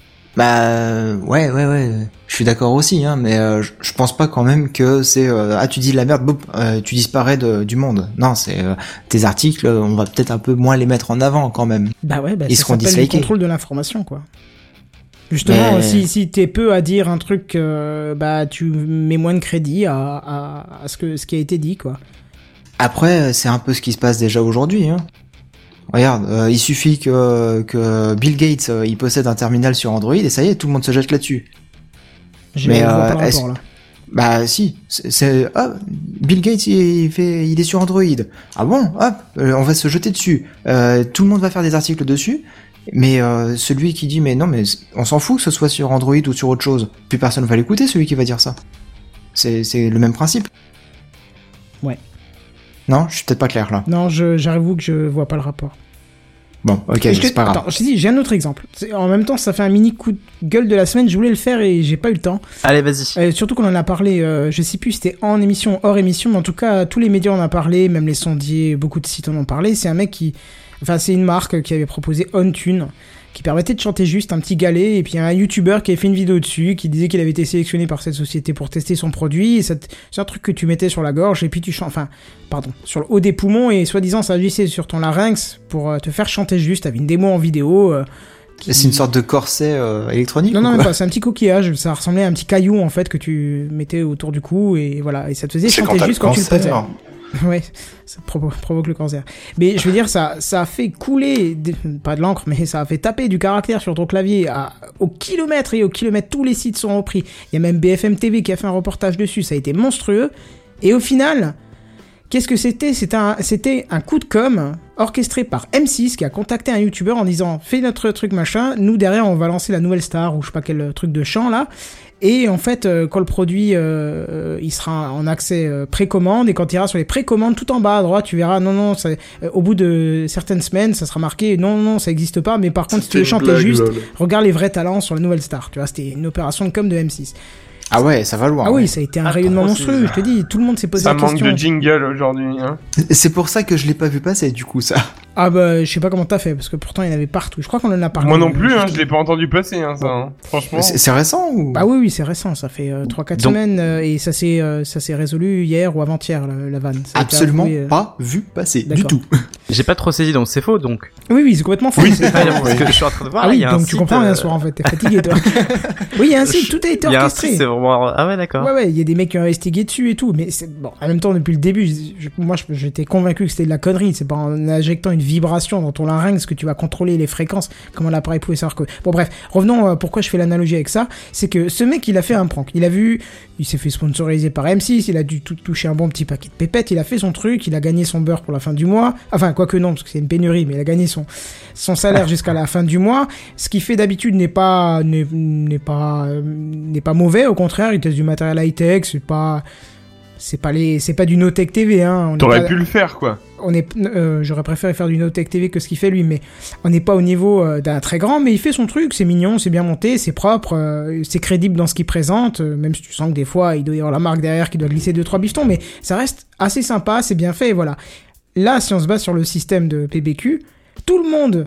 Bah euh, ouais ouais ouais, je suis d'accord aussi, hein, mais euh, je, je pense pas quand même que c'est euh, ah tu dis de la merde, boum, euh, tu disparais de, du monde. Non, c'est euh, tes articles, on va peut-être un peu moins les mettre en avant quand même. Bah ouais, bah Ils ça seront s'appelle le dislikés. contrôle de l'information quoi. Justement, Mais- si, si t'es peu à dire un truc, euh, bah tu mets moins de crédit à, à, à ce, que, ce qui a été dit, quoi. Après, c'est un peu ce qui se passe déjà aujourd'hui. Hein. Regarde, euh, il suffit que, que Bill Gates euh, il possède un terminal sur Android et ça y est, tout le monde se jette là-dessus. J'ai Mais, je vois euh, pas le est-ce- rapport, là. Bah si, c'est, c'est ah, Bill Gates il, il fait, il est sur Android. Ah bon, hop, euh, on va se jeter dessus. Euh, tout le monde va faire des articles dessus. Mais euh, celui qui dit mais non mais on s'en fout que ce soit sur Android ou sur autre chose, plus personne va l'écouter celui qui va dire ça. C'est, c'est le même principe. Ouais. Non, je suis peut-être pas clair là. Non, je, j'avoue que je vois pas le rapport. Bon, ok, Et je te- c'est pas grave. Attends, je te dis, j'ai un autre exemple. C'est- En même temps, ça fait un mini coup de gueule de la semaine. Je voulais le faire et j'ai pas eu le temps. Allez, vas-y. Euh, surtout qu'on en a parlé, euh, je sais plus si c'était en émission, hors émission, mais en tout cas, tous les médias en ont parlé, même les sondiers, beaucoup de sites en ont parlé. C'est un mec qui, enfin, c'est une marque qui avait proposé OnTune, qui permettait de chanter juste un petit galet, et puis un youtubeur qui avait fait une vidéo dessus, qui disait qu'il avait été sélectionné par cette société pour tester son produit, et ça te- c'est un truc que tu mettais sur la gorge, et puis tu chantes, enfin, pardon, sur le haut des poumons, et soi-disant ça agissait sur ton larynx pour euh, te faire chanter juste. T'avais une démo en vidéo. euh, qui- C'est une sorte de corset euh, électronique non, ou non, même quoi pas, c'est un petit coquillage, ça ressemblait à un petit caillou en fait que tu mettais autour du cou et voilà, et ça te faisait C'est quand chanter t'as juste le quand tu le posais. cancer. Ouais, ça provo- provoque le cancer. Mais je veux dire, ça, ça a fait couler, des- pas de l'encre, mais ça a fait taper du caractère sur ton clavier à, au kilomètre et au kilomètre, tous les sites sont repris. Il y a même B F M T V qui a fait un reportage dessus, ça a été monstrueux. Et au final, qu'est-ce que c'était? C'était un, c'était un coup de com' orchestré par M six qui a contacté un youtubeur en disant fais notre truc machin, nous derrière on va lancer la nouvelle star ou je sais pas quel truc de chant là. Et en fait, euh, quand le produit, euh, euh, il sera en accès euh, précommande, et quand tu iras sur les précommandes, tout en bas à droite, tu verras, non, non, ça, euh, au bout de certaines semaines, ça sera marqué, non, non, ça existe pas, mais par contre, si tu veux chanter juste, regarde les vrais talents sur la nouvelle star. Tu vois, c'était une opération de com de M six. Ah ouais, ça va loin. Ah oui, ouais. ça a été un Ah, rayonnement trop monstrueux, je te dis, tout le monde s'est posé Ça la manque question. de jingle aujourd'hui. Hein. C'est pour ça que je l'ai pas vu passer du coup ça. Ah bah, je sais pas comment t'as fait, parce que pourtant il y en avait partout. Je crois qu'on en a parlé. Moi non plus, hein, je l'ai pas entendu passer, hein, ça. Hein. Franchement. C'est, c'est récent ou? Bah oui, oui, c'est récent. Ça fait euh, trois quatre Donc... semaines euh, et ça s'est, euh, ça s'est résolu hier ou avant-hier, la, la vanne. Ça a été Absolument avoué, euh... pas vu passer, D'accord. du tout. J'ai pas trop saisi, donc c'est faux, donc. Oui, oui, c'est complètement faux. Oui, c'est c'est Parce que je suis en train de voir. Ah là, oui, il y a un donc tu site, comprends rien euh, ce soir en fait. T'es fatigué toi. Oui, il y a un site, tout a été Il y a un orchestré. site, c'est vraiment. Ah ouais, d'accord. Ouais, ouais, il y a des mecs qui ont investigué dessus et tout, mais c'est bon. En même temps, depuis le début, je, je- moi, je- j'étais convaincu que c'était de la connerie. C'est pas en injectant une vibration dans ton larynx que tu vas contrôler les fréquences. Comment l'appareil pouvait savoir que. Bon, bref, revenons. euh, pourquoi je fais l'analogie avec ça, c'est que ce mec, il a fait un prank. Il a vu, il s'est fait sponsoriser par M six. Il a dû tout toucher un bon petit paquet de pépettes. Il a fait son truc. Il a gagné son beurre pour la fin du mois. Enfin, quoique non, parce que c'est une pénurie, mais il a gagné son son salaire jusqu'à la fin du mois. Ce qu'il fait d'habitude n'est pas n'est, n'est pas euh, n'est pas mauvais. Au contraire, il teste du matériel high tech. C'est pas c'est pas les c'est pas du no-tech T V. Hein. On n'est T'aurais pas- pu le faire, quoi. on est, euh, j'aurais préféré faire du no-tech T V que ce qu'il fait lui, mais on n'est pas au niveau euh, d'un très grand, mais il fait son truc, c'est mignon, c'est bien monté, c'est propre, euh, c'est crédible dans ce qu'il présente, euh, même si tu sens que des fois il doit y avoir la marque derrière qui doit glisser deux trois bifetons, mais ça reste assez sympa, c'est bien fait, et voilà. Là, si on se base sur le système de P B Q, tout le monde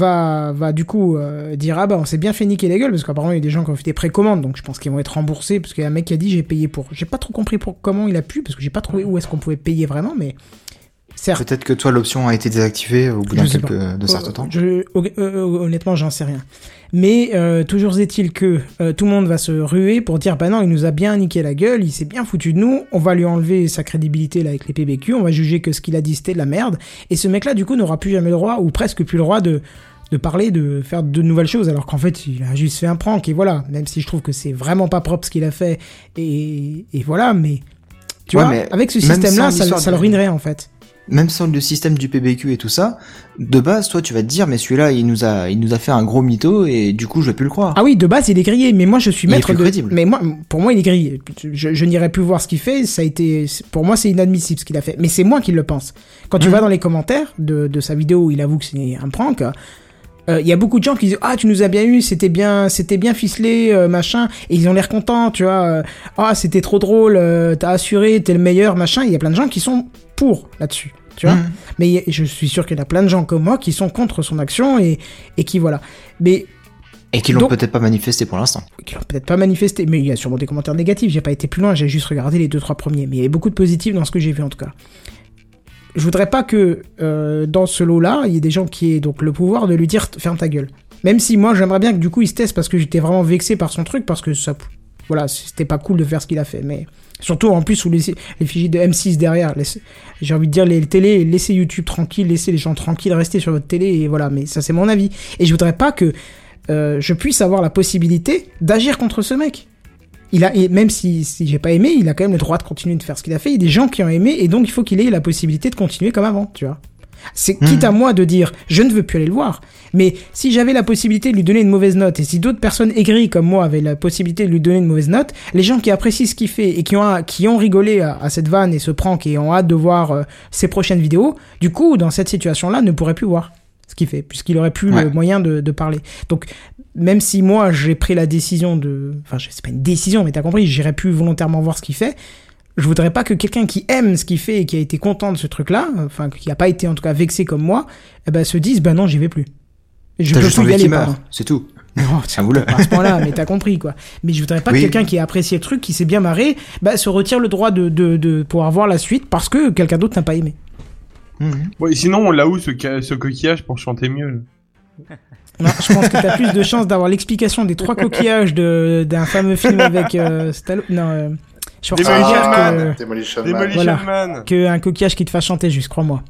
va va du coup euh, dire ah bah on s'est bien fait niquer la gueule parce qu'apparemment il y a des gens qui ont fait des précommandes donc je pense qu'ils vont être remboursés parce qu'il y a un mec qui a dit j'ai payé pour, j'ai pas trop compris pour comment il a pu parce que j'ai pas trouvé où est-ce qu'on pouvait payer vraiment, mais certes. Peut-être que toi, l'option a été désactivée au bout d'un Je sais quelques, de certains Euh, temps. je, euh, euh, honnêtement, j'en sais rien. Mais euh, toujours est-il que euh, tout le monde va se ruer pour dire bah non, il nous a bien niqué la gueule, il s'est bien foutu de nous, on va lui enlever sa crédibilité là avec les P B Q, on va juger que ce qu'il a dit c'était de la merde, et ce mec-là du coup n'aura plus jamais le droit ou presque plus le droit de de parler, de faire de nouvelles choses, alors qu'en fait il a juste fait un prank et voilà. Même si je trouve que c'est vraiment pas propre ce qu'il a fait et et voilà, mais tu Ouais, vois, mais avec ce même système-là, sans ça, l'histoire ça de- le ruinerait en fait. Même sans le système du P B Q et tout ça, de base, toi, tu vas te dire, mais celui-là, il nous a, il nous a fait un gros mytho et du coup, je vais plus le croire. Ah oui, de base, il est grillé, mais moi, je suis Il est maître plus de... crédible. Mais moi, pour moi, il est grillé. Je, je n'irai plus voir ce qu'il fait, ça a été... Pour moi, c'est inadmissible ce qu'il a fait. Mais c'est moi qui le pense. Quand tu Mhm. vas dans les commentaires de, de sa vidéo où il avoue que c'est un prank, il euh, y a beaucoup de gens qui disent ah tu nous as bien eu, c'était bien c'était bien ficelé, euh, machin, et ils ont l'air contents, tu vois, ah euh, c'était trop drôle, euh, t'as assuré, t'es le meilleur, machin. Il y a plein de gens qui sont pour là-dessus, tu vois. Mhm. Mais y a- je suis sûr qu'il y en a plein de gens comme moi qui sont contre son action et, et qui voilà. Mais Et qui l'ont Donc- peut-être pas manifesté pour l'instant. qui l'ont peut-être pas manifesté, mais il y a sûrement des commentaires négatifs, j'ai pas été plus loin, j'ai juste regardé les deux trois premiers, mais il y avait beaucoup de positifs dans ce que j'ai vu en tout cas. Je voudrais pas que euh, dans ce lot-là, il y ait des gens qui aient donc le pouvoir de lui dire ferme ta gueule. Même si moi j'aimerais bien que du coup il se teste parce que j'étais vraiment vexé par son truc, parce que ça, voilà, c'était pas cool de faire ce qu'il a fait, mais surtout en plus sous les, les fichiers de M six derrière, laisse- j'ai envie de dire les télés, laissez YouTube tranquille, laissez les gens tranquilles, restez sur votre télé et voilà, mais ça c'est mon avis. Et je voudrais pas que euh, je puisse avoir la possibilité d'agir contre ce mec. Il a, et même si, si j'ai pas aimé, il a quand même le droit de continuer de faire ce qu'il a fait. Il y a des gens qui ont aimé, et donc il faut qu'il ait la possibilité de continuer comme avant, tu vois. C'est Mmh. quitte à moi de dire, je ne veux plus aller le voir. Mais si j'avais la possibilité de lui donner une mauvaise note, et si d'autres personnes aigries comme moi avaient la possibilité de lui donner une mauvaise note, les gens qui apprécient ce qu'il fait et qui ont, qui ont rigolé à, à cette vanne et ce prank et ont hâte de voir euh, ses prochaines vidéos, du coup, dans cette situation-là, ne pourraient plus voir ce qu'il fait, puisqu'il aurait plus Ouais. le moyen de, de parler. Donc, même si moi j'ai pris la décision de, enfin c'est pas une décision mais t'as compris, j'irai plus volontairement voir ce qu'il fait, je voudrais pas que quelqu'un qui aime ce qu'il fait et qui a été content de ce truc là, enfin qui a pas été en tout cas vexé comme moi, eh ben se dise bah non j'y vais plus. Et je T'as peux juste plus y envie aller qu'il pardon. meure, c'est tout. Non, Ah, vous le- pas à ce point-là, mais t'as compris quoi. Mais je voudrais pas Oui. que quelqu'un qui a apprécié le truc, qui s'est bien marré, bah se retire le droit de, de, de pouvoir voir la suite parce que quelqu'un d'autre n'a pas aimé. Mhm. Bon, et sinon, on l'a où ce, ca- ce coquillage pour chanter mieux là Non, je pense que t'as plus de chances d'avoir l'explication des trois coquillages de, d'un fameux film avec euh, Stallone. Non, euh, Schwarzenegger Demolition Man. que, Demolition Man. Demolition Voilà. Man. que un coquillage qui te fasse chanter juste, crois-moi.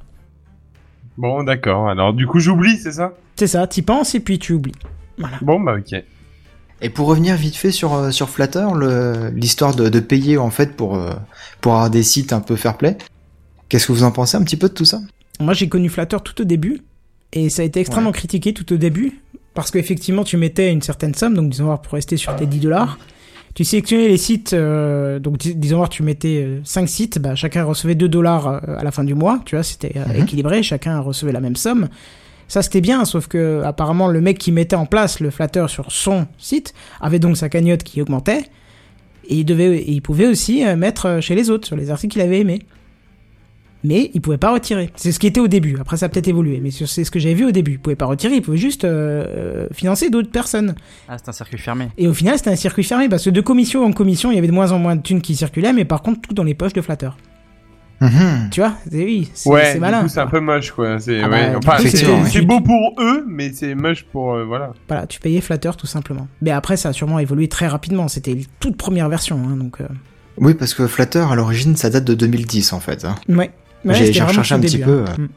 Bon, d'accord. Alors, du coup, j'oublie, c'est ça C'est ça, t'y penses et puis tu oublies. Voilà. Bon, bah, ok. Et pour revenir vite fait sur, euh, sur Flutter, le, l'histoire de, de payer en fait pour, euh, pour avoir des sites un peu fair play, qu'est-ce que vous en pensez un petit peu de tout ça? Moi, j'ai connu Flutter tout au début et ça a été extrêmement Ouais. critiqué tout au début parce qu'effectivement, tu mettais une certaine somme, donc disons voir pour rester sur tes dix dollars. Tu sélectionnais les sites, euh, donc dis- disons voir tu mettais euh, cinq sites, bah, chacun recevait deux dollars euh, à la fin du mois, tu vois, c'était euh, Mhm. équilibré, chacun recevait la même somme. Ça c'était bien, sauf que apparemment le mec qui mettait en place le Flutter sur son site avait donc sa cagnotte qui augmentait et il devait, et il pouvait aussi euh, mettre chez les autres sur les articles qu'il avait aimés. mais il pouvait pas retirer. C'est ce qui était au début. Après, ça a peut-être évolué, mais c'est ce que j'avais vu au début. Il pouvait pas retirer, il pouvait juste euh, financer d'autres personnes. Ah, c'est un circuit fermé. Et au final, c'était un circuit fermé parce que de commission en commission, il y avait de moins en moins de thunes qui circulaient, mais par contre, tout dans les poches de Flutter. Mmh. Tu vois, c'est, oui, c'est, ouais, c'est malin. Du coup, c'est un peu moche, quoi. C'est, ah ouais. bah, Enfin, coup, c'est, c'est, c'est beau pour eux, mais c'est moche pour, euh, voilà. Voilà, tu payais Flutter tout simplement. Mais après, ça a sûrement évolué très rapidement. C'était les toute première version, hein, donc. Euh... Oui, parce que Flutter, à l'origine, ça date de deux mille dix, en fait. Hein. Ouais. ouais j'ai, j'ai recherché un petit début, peu. Hein. Euh...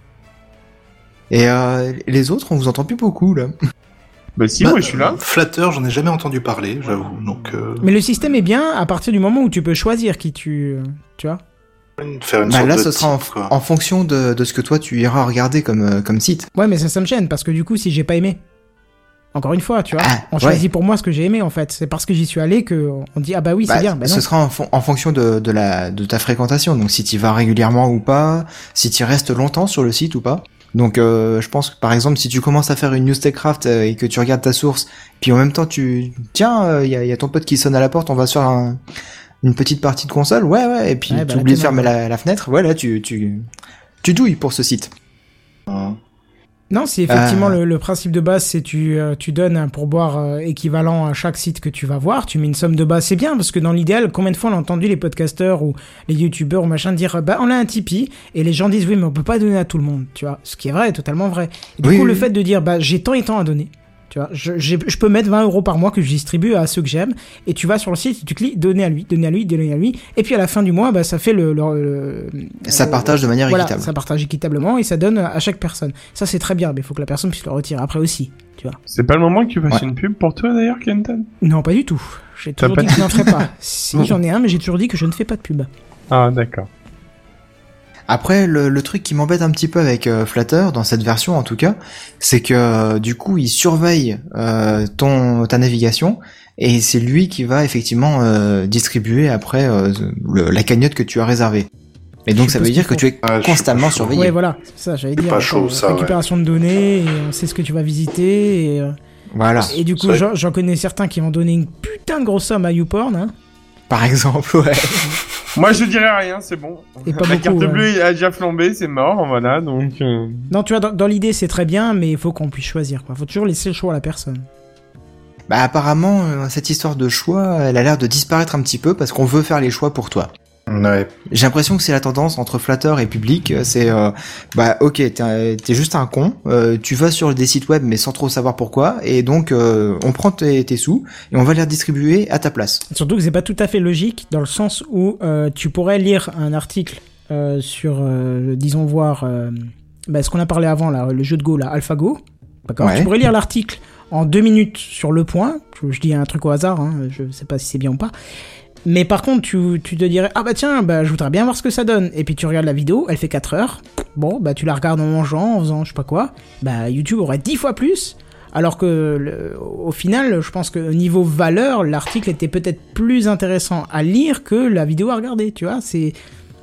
Et euh, les autres, on vous entend plus beaucoup, là. Bah si, bah, moi je suis là. Flutter, j'en ai jamais entendu parler, j'avoue. Donc. Euh... Mais le système est bien à partir du moment où tu peux choisir qui tu, tu vois. Faire une bah sorte là, de ce sera type, en, en fonction de, de ce que toi tu iras regarder comme, euh, comme site. Ouais, mais ça, ça me gêne parce que du coup, si j'ai pas aimé, encore une fois, tu vois, ah, on choisit ouais. pour moi ce que j'ai aimé en fait. C'est parce que j'y suis allé que on dit ah bah oui, bah, c'est bien. Bah ce non. sera en, fon- en fonction de, de la de ta fréquentation. Donc si tu vas régulièrement ou pas, si tu restes longtemps sur le site ou pas. Donc euh, je pense que par exemple si tu commences à faire une news Techcraft euh, et que tu regardes ta source, puis en même temps tu tiens, il euh, y, a, y a ton pote qui sonne à la porte, on va se faire un, une petite partie de console, ouais ouais, et puis ouais, bah, tu oublies de fermer la, la fenêtre, ouais là tu tu tu douilles pour ce site. Mmh. Non, c'est effectivement euh... le, le principe de base, c'est tu euh, tu donnes un pourboire euh, équivalent à chaque site que tu vas voir, tu mets une somme de base, c'est bien parce que dans l'idéal, combien de fois on a entendu les podcasteurs ou les youtubeurs ou machin dire bah on a un Tipeee et les gens disent oui mais on peut pas donner à tout le monde, tu vois, ce qui est vrai, totalement vrai. Et du oui, coup oui. le fait de dire bah j'ai tant et tant à donner. Tu vois, je, j'ai, je peux mettre vingt euros par mois que je distribue à ceux que j'aime, et tu vas sur le site, et tu cliques donner à lui, donner à lui, donner à lui, et puis à la fin du mois, bah, ça fait le, le, le ça le, partage de manière voilà, équitable. Ça partage équitablement, et ça donne à chaque personne. Ça, c'est très bien, mais il faut que la personne puisse le retirer après aussi, tu vois. C'est pas le moment que tu fasses ouais. une pub pour toi d'ailleurs, Kenton? Non, pas du tout. J'ai toujours T'as dit pas... que je n'en ferais pas. Si, j'en ai un, mais j'ai toujours dit que je ne fais pas de pub. Ah, d'accord. Après, le, le truc qui m'embête un petit peu avec euh, Flutter, dans cette version en tout cas, c'est que euh, du coup, il surveille euh, ton ta navigation et c'est lui qui va effectivement euh, distribuer après euh, le, la cagnotte que tu as réservée. Et donc, ça veut dire que tu es ah, constamment surveillé. Ouais, voilà, c'est ça, j'allais dire. pas chaud, attends, ça, récupération ouais. de données, et on sait ce que tu vas visiter, et, euh, Voilà. et du coup, C'est... j'en, j'en connais certains qui vont donner une putain de grosse somme à YouPorn, hein. Par exemple, ouais. Moi, je dirais rien, c'est bon. Et pas La beaucoup, carte ouais. bleue a déjà flambé, c'est mort, voilà, donc... Euh... Non, tu vois, dans, dans l'idée, c'est très bien, mais il faut qu'on puisse choisir, quoi. Faut toujours laisser le choix à la personne. Bah apparemment, euh, cette histoire de choix, elle a l'air de disparaître un petit peu parce qu'on veut faire les choix pour toi. Ouais. J'ai l'impression que c'est la tendance entre Flutter et public, c'est euh, bah ok, t'es, t'es juste un con, euh, tu vas sur des sites web mais sans trop savoir pourquoi, et donc euh, on prend tes, tes sous et on va les redistribuer à ta place. Surtout que c'est pas tout à fait logique dans le sens où euh, tu pourrais lire un article euh, sur, euh, disons voir, euh, bah, ce qu'on a parlé avant là, le jeu de Go là, AlphaGo, d'accord. Ouais. Tu pourrais lire l'article en deux minutes sur Le Point, je, je dis un truc au hasard, hein, je sais pas si c'est bien ou pas. Mais par contre, tu, tu te dirais, ah bah tiens, bah, je voudrais bien voir ce que ça donne. Et puis tu regardes la vidéo, elle fait quatre heures. Bon, bah tu la regardes en mangeant, en faisant je sais pas quoi. Bah YouTube aurait dix fois plus. Alors que, le, au final, je pense que niveau valeur, l'article était peut-être plus intéressant à lire que la vidéo à regarder, tu vois. C'est...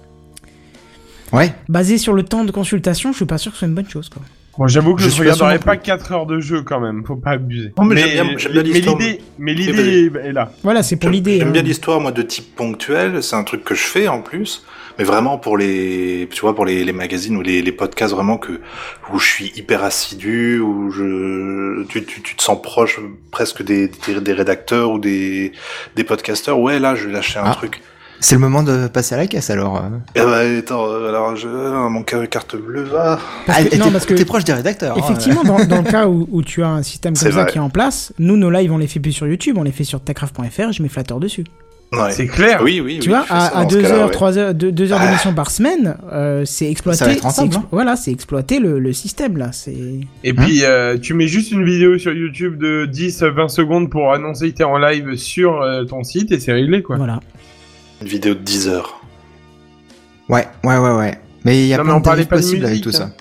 Ouais. Basé sur le temps de consultation, je suis pas sûr que ce soit une bonne chose, quoi. Bon, j'avoue que Je je, suis ne regarderai pas pas sûr non quatre heures de jeu quand même, faut pas abuser. Non, mais j'aime bien- j'aime bien mais l'histoire. l'idée, mais l'idée est là. Voilà, c'est pour J'aime- l'idée. J'aime hein. bien l'histoire, moi, de type ponctuel. C'est un truc que je fais en plus, mais vraiment pour les, tu vois, pour les, les magazines ou les, les podcasts vraiment que où je suis hyper assidu, où je, tu, tu, tu te sens proche presque des, des, des rédacteurs ou des, des podcasteurs. Ouais, là, je vais lâcher un Ah. truc. C'est le moment de passer à la caisse alors. euh. Eh ben, attends, euh, alors, je, euh, mon ca- carte bleue va. Parce que- Ah, et non, t'es, parce que- t'es proche des rédacteurs. hein. Effectivement, dans, dans le cas où, où tu as un système comme C'est ça vrai. qui est en place, nous, nos lives, on les fait plus sur YouTube, on les fait sur techcraft point f r, je mets Flutter dessus. Ouais. C'est clair. Oui, oui, Tu oui, vois, fais ça à, à dans ce deux cas-là, heures, ouais. trois heures, deux, deux heures Ah. d'émission par semaine, euh, c'est exploiter, Ça va être c'est rentable, explo- hein. voilà, c'est exploiter le, le système, là, c'est... Et puis, euh, tu mets juste une vidéo sur YouTube de dix à vingt secondes pour annoncer que t'es en live sur euh, ton site et c'est réglé, quoi. Voilà. Une vidéo de dix heures. Ouais, ouais, ouais, ouais. Mais il y a Non, mais plein on de parlait tarifs pas de possibles avec musique, tout hein. ça.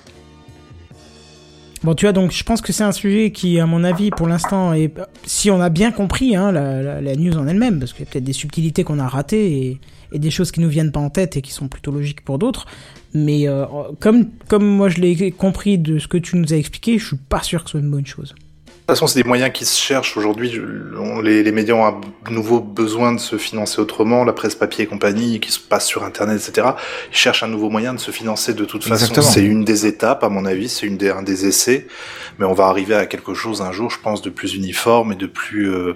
Bon, tu vois, donc, je pense que c'est un sujet qui, à mon avis, pour l'instant, est, si on a bien compris, hein, la, la, la news en elle-même, parce qu'il y a peut-être des subtilités qu'on a ratées et, et des choses qui nous viennent pas en tête et qui sont plutôt logiques pour d'autres, mais euh, comme, comme moi je l'ai compris de ce que tu nous as expliqué, je suis pas sûr que ce soit une bonne chose. De toute façon, c'est des moyens qui se cherchent aujourd'hui. On- Les, les médias ont à nouveau besoin de se financer autrement. La presse papier et compagnie, qui se passe sur Internet, et cetera. Ils cherchent un nouveau moyen de se financer de toute façon. Exactement. C'est une des étapes, à mon avis. C'est une des, un des essais. Mais on va arriver à quelque chose un jour, je pense, de plus uniforme et de plus, euh,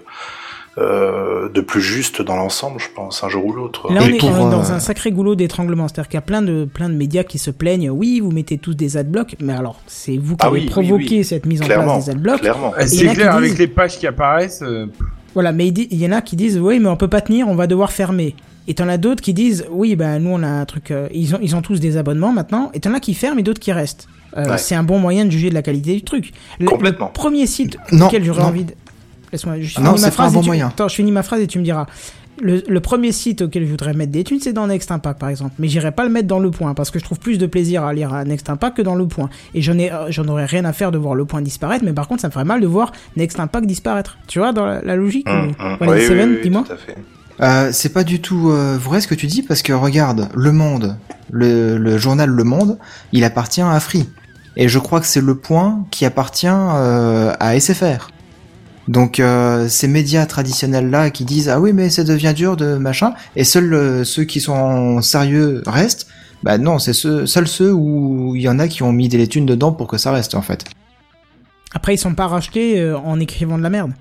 euh, de plus juste dans l'ensemble, je pense, un jour ou l'autre. Là, on Et est, pour, on est dans euh, un sacré goulot d'étranglement. C'est-à-dire qu'il y a plein de, plein de médias qui se plaignent. Oui, vous mettez tous des adblocks. Mais alors, c'est vous qui Ah avez oui, oui, provoqué oui. cette mise en Clairement, place des adblocks. clairement. Euh, il y C'est en a clair, qui avec disent- les pages qui apparaissent. euh, Voilà, mais il dit- il y en a qui disent oui, mais on peut pas tenir, on va devoir fermer. Et t'en as d'autres qui disent oui, ben nous on a un truc, euh, ils ont ils ont tous des abonnements maintenant. Et t'en as qui ferment et d'autres qui restent. Euh, Ouais. C'est un bon moyen de juger de la qualité du truc. Le, Complètement. le premier site Non, auquel j'aurais non. envie de laisse-moi, je Non, finis c'est ma pas phrase un et bon tu- moyen. Attends, je finis ma phrase et tu me diras. Le, le premier site auquel je voudrais mettre des thunes, c'est dans Next Impact, par exemple. Mais j'irai pas le mettre dans Le Point, parce que je trouve plus de plaisir à lire à Next Impact que dans Le Point. Et j'en ai, euh, j'en aurais rien à faire de voir Le Point disparaître, mais par contre, ça me ferait mal de voir Next Impact disparaître. Tu vois, dans la, la logique Hum, ou- hum. Voilà, Oui, oui, Seven, oui, oui, dis-moi. tout à fait. Euh, c'est pas du tout euh, vrai ce que tu dis parce que regarde, Le Monde, le, le journal Le Monde, il appartient à Free. Et je crois que c'est Le Point qui appartient euh, à S F R. Donc euh, ces médias traditionnels là qui disent ah oui mais ça devient dur de machin et seuls euh, ceux qui sont sérieux restent, bah non c'est ceux, seuls ceux où il y en a qui ont mis des thunes dedans pour que ça reste en fait. Après, ils sont pas rachetés euh, en écrivant de la merde.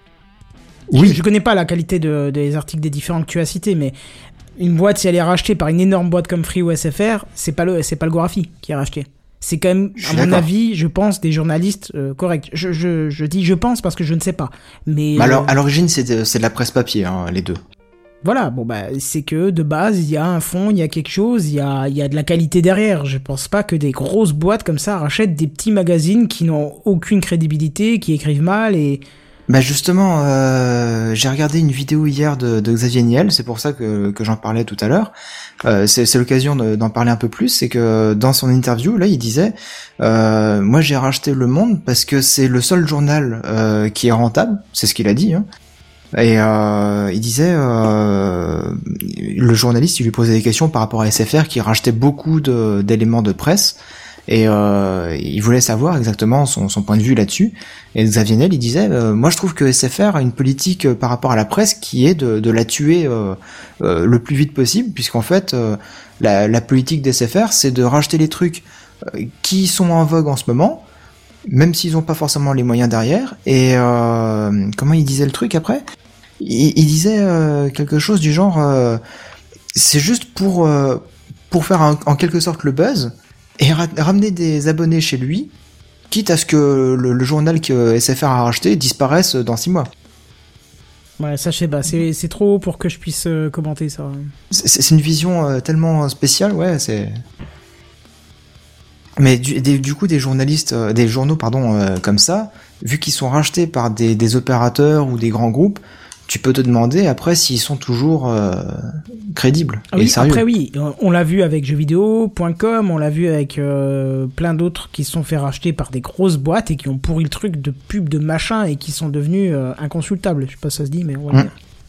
Oui. Je, je connais pas la qualité de- des articles des différents que tu as cités, mais une boîte, si elle est rachetée par une énorme boîte comme Free ou S F R, c'est pas le, c'est pas le Gorafi qui est racheté. C'est quand même, Je à suis mon d'accord. avis, je pense, des journalistes euh, corrects. Je, je, je dis je pense parce que je ne sais pas. Mais Mais alors euh, à l'origine c'est de, c'est de la presse papier hein, les deux. voilà, bon bah c'est que de base il y a un fond, il y a quelque chose, il y a, il y a de la qualité derrière. Je pense pas que des grosses boîtes comme ça rachètent des petits magazines qui n'ont aucune crédibilité, qui écrivent mal et Bah justement, euh, j'ai regardé une vidéo hier de, de Xavier Niel, c'est pour ça que, que j'en parlais tout à l'heure. Euh, c'est, c'est l'occasion de- d'en parler un peu plus, c'est que dans son interview, là, il disait euh, moi j'ai racheté Le Monde parce que c'est le seul journal euh, qui est rentable, c'est ce qu'il a dit, hein. Et euh, il disait, euh, le journaliste, il lui posait des questions par rapport à S F R qui rachetait beaucoup de, d'éléments de presse. Et euh, il voulait savoir exactement son, son point de vue là-dessus. Et Xavier Niel, il disait, euh, moi je trouve que S F R a une politique euh, par rapport à la presse qui est de, de la tuer euh, euh, le plus vite possible, puisqu'en fait, euh, la, la politique d'S F R, c'est de racheter les trucs euh, qui sont en vogue en ce moment, même s'ils n'ont pas forcément les moyens derrière. Et euh, comment il disait le truc après ? il, il disait euh, quelque chose du genre, euh, c'est juste pour euh, pour faire un- en quelque sorte le buzz et ra- ramener des abonnés chez lui, quitte à ce que le, le journal que S F R a racheté disparaisse dans six mois. ouais, ça je sais pas, c'est, c'est trop haut pour que je puisse euh, commenter ça. C'est, c'est une vision euh, tellement spéciale, ouais, c'est... Mais du, des- du coup, des journalistes, euh, des journaux, pardon, euh, comme ça, vu qu'ils sont rachetés par des, des opérateurs ou des grands groupes, tu peux te demander après s'ils sont toujours euh, crédibles Ah et oui, sérieux. après oui, on- on l'a vu avec jeuxvideo point com, on l'a vu avec euh, plein d'autres qui se sont fait racheter par des grosses boîtes et qui ont pourri le truc de pub, de machin et qui sont devenus euh, inconsultables. Je sais pas si ça se dit, mais on va le Mm. dire.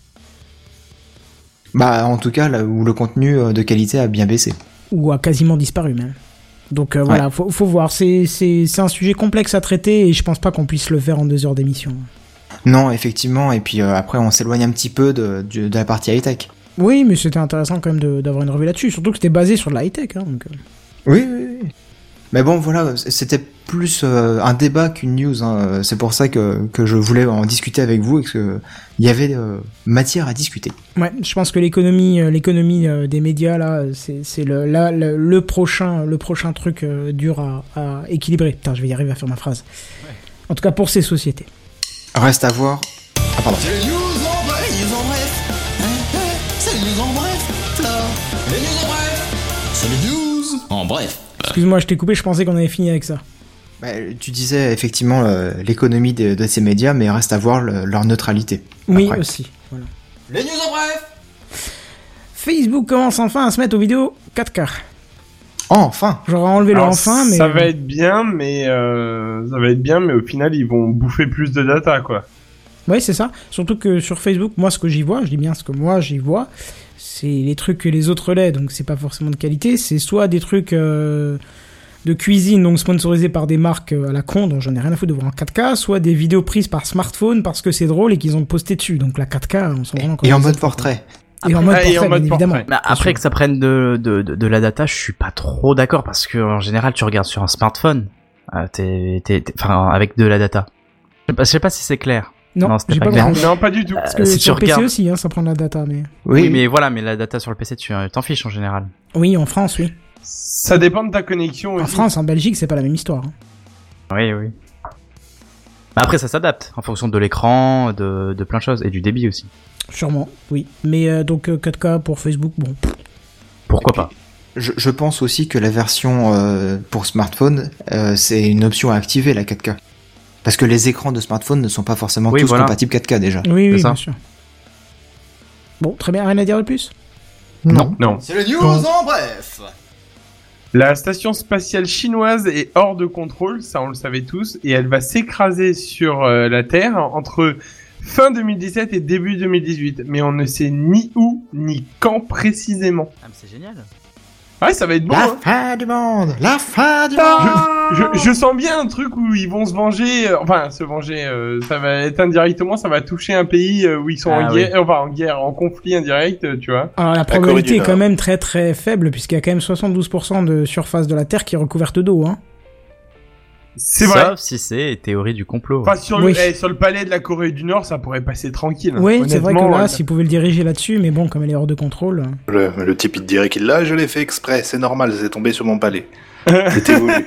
Bah, en tout cas, là où le contenu euh, de qualité a bien baissé. Ou a quasiment disparu même. Donc euh, voilà, faut, faut voir. C'est, c'est, c'est un sujet complexe à traiter et je pense pas qu'on puisse le faire en deux heures d'émission. Non, effectivement, et puis euh, après, on s'éloigne un petit peu de, de, de la partie high-tech. Oui, mais c'était intéressant quand même de, d'avoir une revue là-dessus, surtout que c'était basé sur de la high-tech. Hein, donc, euh. Oui, oui, oui. Mais bon, voilà, c'était plus euh, un débat qu'une news. Hein. C'est pour ça que, que je voulais en discuter avec vous et qu'il y avait euh, matière à discuter. Ouais, je pense que l'économie, euh, l'économie euh, des médias là, c'est, c'est le, là, le, le prochain, le prochain truc euh, dur à, à équilibrer. Putain, je vais y arriver à faire ma phrase. Ouais. En tout cas pour ces sociétés. Reste à voir. Ah pardon. C'est les news en bref, les news en bref. Hein, hein, c'est les news en bref, là. Les news en bref. C'est les news en bref. Excuse-moi, je t'ai coupé, je pensais qu'on avait fini avec ça. Bah, tu disais effectivement euh, l'économie de, de ces médias, mais reste à voir le, leur neutralité. Oui, après. aussi. Voilà. Les news en bref. Facebook commence enfin à se mettre aux vidéos quatre K. Oh, enfin. J'aurais enlevé le Alors, enfin, mais ça va être bien, mais euh, ça va être bien, mais au final ils vont bouffer plus de data, quoi. ouais, c'est ça. Surtout que sur Facebook, moi, ce que j'y vois, je dis bien ce que moi j'y vois, c'est les trucs que les autres relaient, donc c'est pas forcément de qualité. C'est soit des trucs, euh, de cuisine, donc sponsorisées par des marques à la con, dont j'en ai rien à foutre de voir en quatre K, soit des vidéos prises par smartphone parce que c'est drôle et qu'ils ont posté dessus. Donc la quatre K, on s'en rend compte. Et en mode portrait. Et en mode Ah, et portrait, en mode bien évidemment. portrait. Bah, après que ça prenne de, de, de, de la data, je suis pas trop d'accord parce que en général, tu regardes sur un smartphone, euh, t'es, t'es, t'es, enfin, avec de la data. Je sais pas, je sais pas si c'est clair. Non, Non, c'était j'ai pas pas clair. compris. Non, pas du tout. Parce que Euh, si sur tu P C regardes- aussi, hein, ça prend de la data, mais... Oui, Oui, mais voilà, mais la data sur le P C, tu t'en fiches en général. Oui, en France, oui. Ça dépend de ta connexion En aussi. France, en Belgique, c'est pas la même histoire. hein. Oui, oui. Bah, après, ça s'adapte en fonction de l'écran, de, de plein de choses et du débit aussi. Sûrement, oui. Mais euh, donc euh, quatre K pour Facebook, bon. Pourquoi pas? Je, je pense aussi que la version euh, pour smartphone, euh, c'est une option à activer, la quatre K. Parce que les écrans de smartphone ne sont pas forcément Oui, tous voilà. compatibles quatre K déjà. Oui, oui, ça. bien sûr. Bon, très bien, rien à dire de plus. Non. Non. C'est le news en bref. La station spatiale chinoise est hors de contrôle, ça on le savait tous, et elle va s'écraser sur euh, la Terre entre fin deux mille dix-sept et début deux mille dix-huit. Mais on ne sait ni où, ni quand précisément. Ah, mais c'est génial. Ouais, ça va être bon, La hein. fin du monde. La fin du monde. Je, je sens bien un truc où ils vont se venger, euh, enfin se venger, euh, ça va être indirectement, ça va toucher un pays euh, où ils sont Ah en oui. guerre, euh, enfin en guerre, en conflit indirect, euh, tu vois. Alors la Corée probabilité du est quand Nord. même très très faible, puisqu'il y a quand même soixante-douze pour cent de surface de la Terre qui est recouverte d'eau. Hein. C'est vrai. Sauf si c'est théorie du complot. Enfin sur le, Oui. eh, sur le palais de la Corée du Nord, ça pourrait passer tranquille. hein. Oui, c'est vrai que Honnêtement, là, euh, s'ils pouvaient le diriger là-dessus, mais bon, comme elle est hors de contrôle... euh, Le, le type il te dirait qu'il l'a, je l'ai fait exprès, c'est normal, c'est tombé sur mon palais. C'était voulu.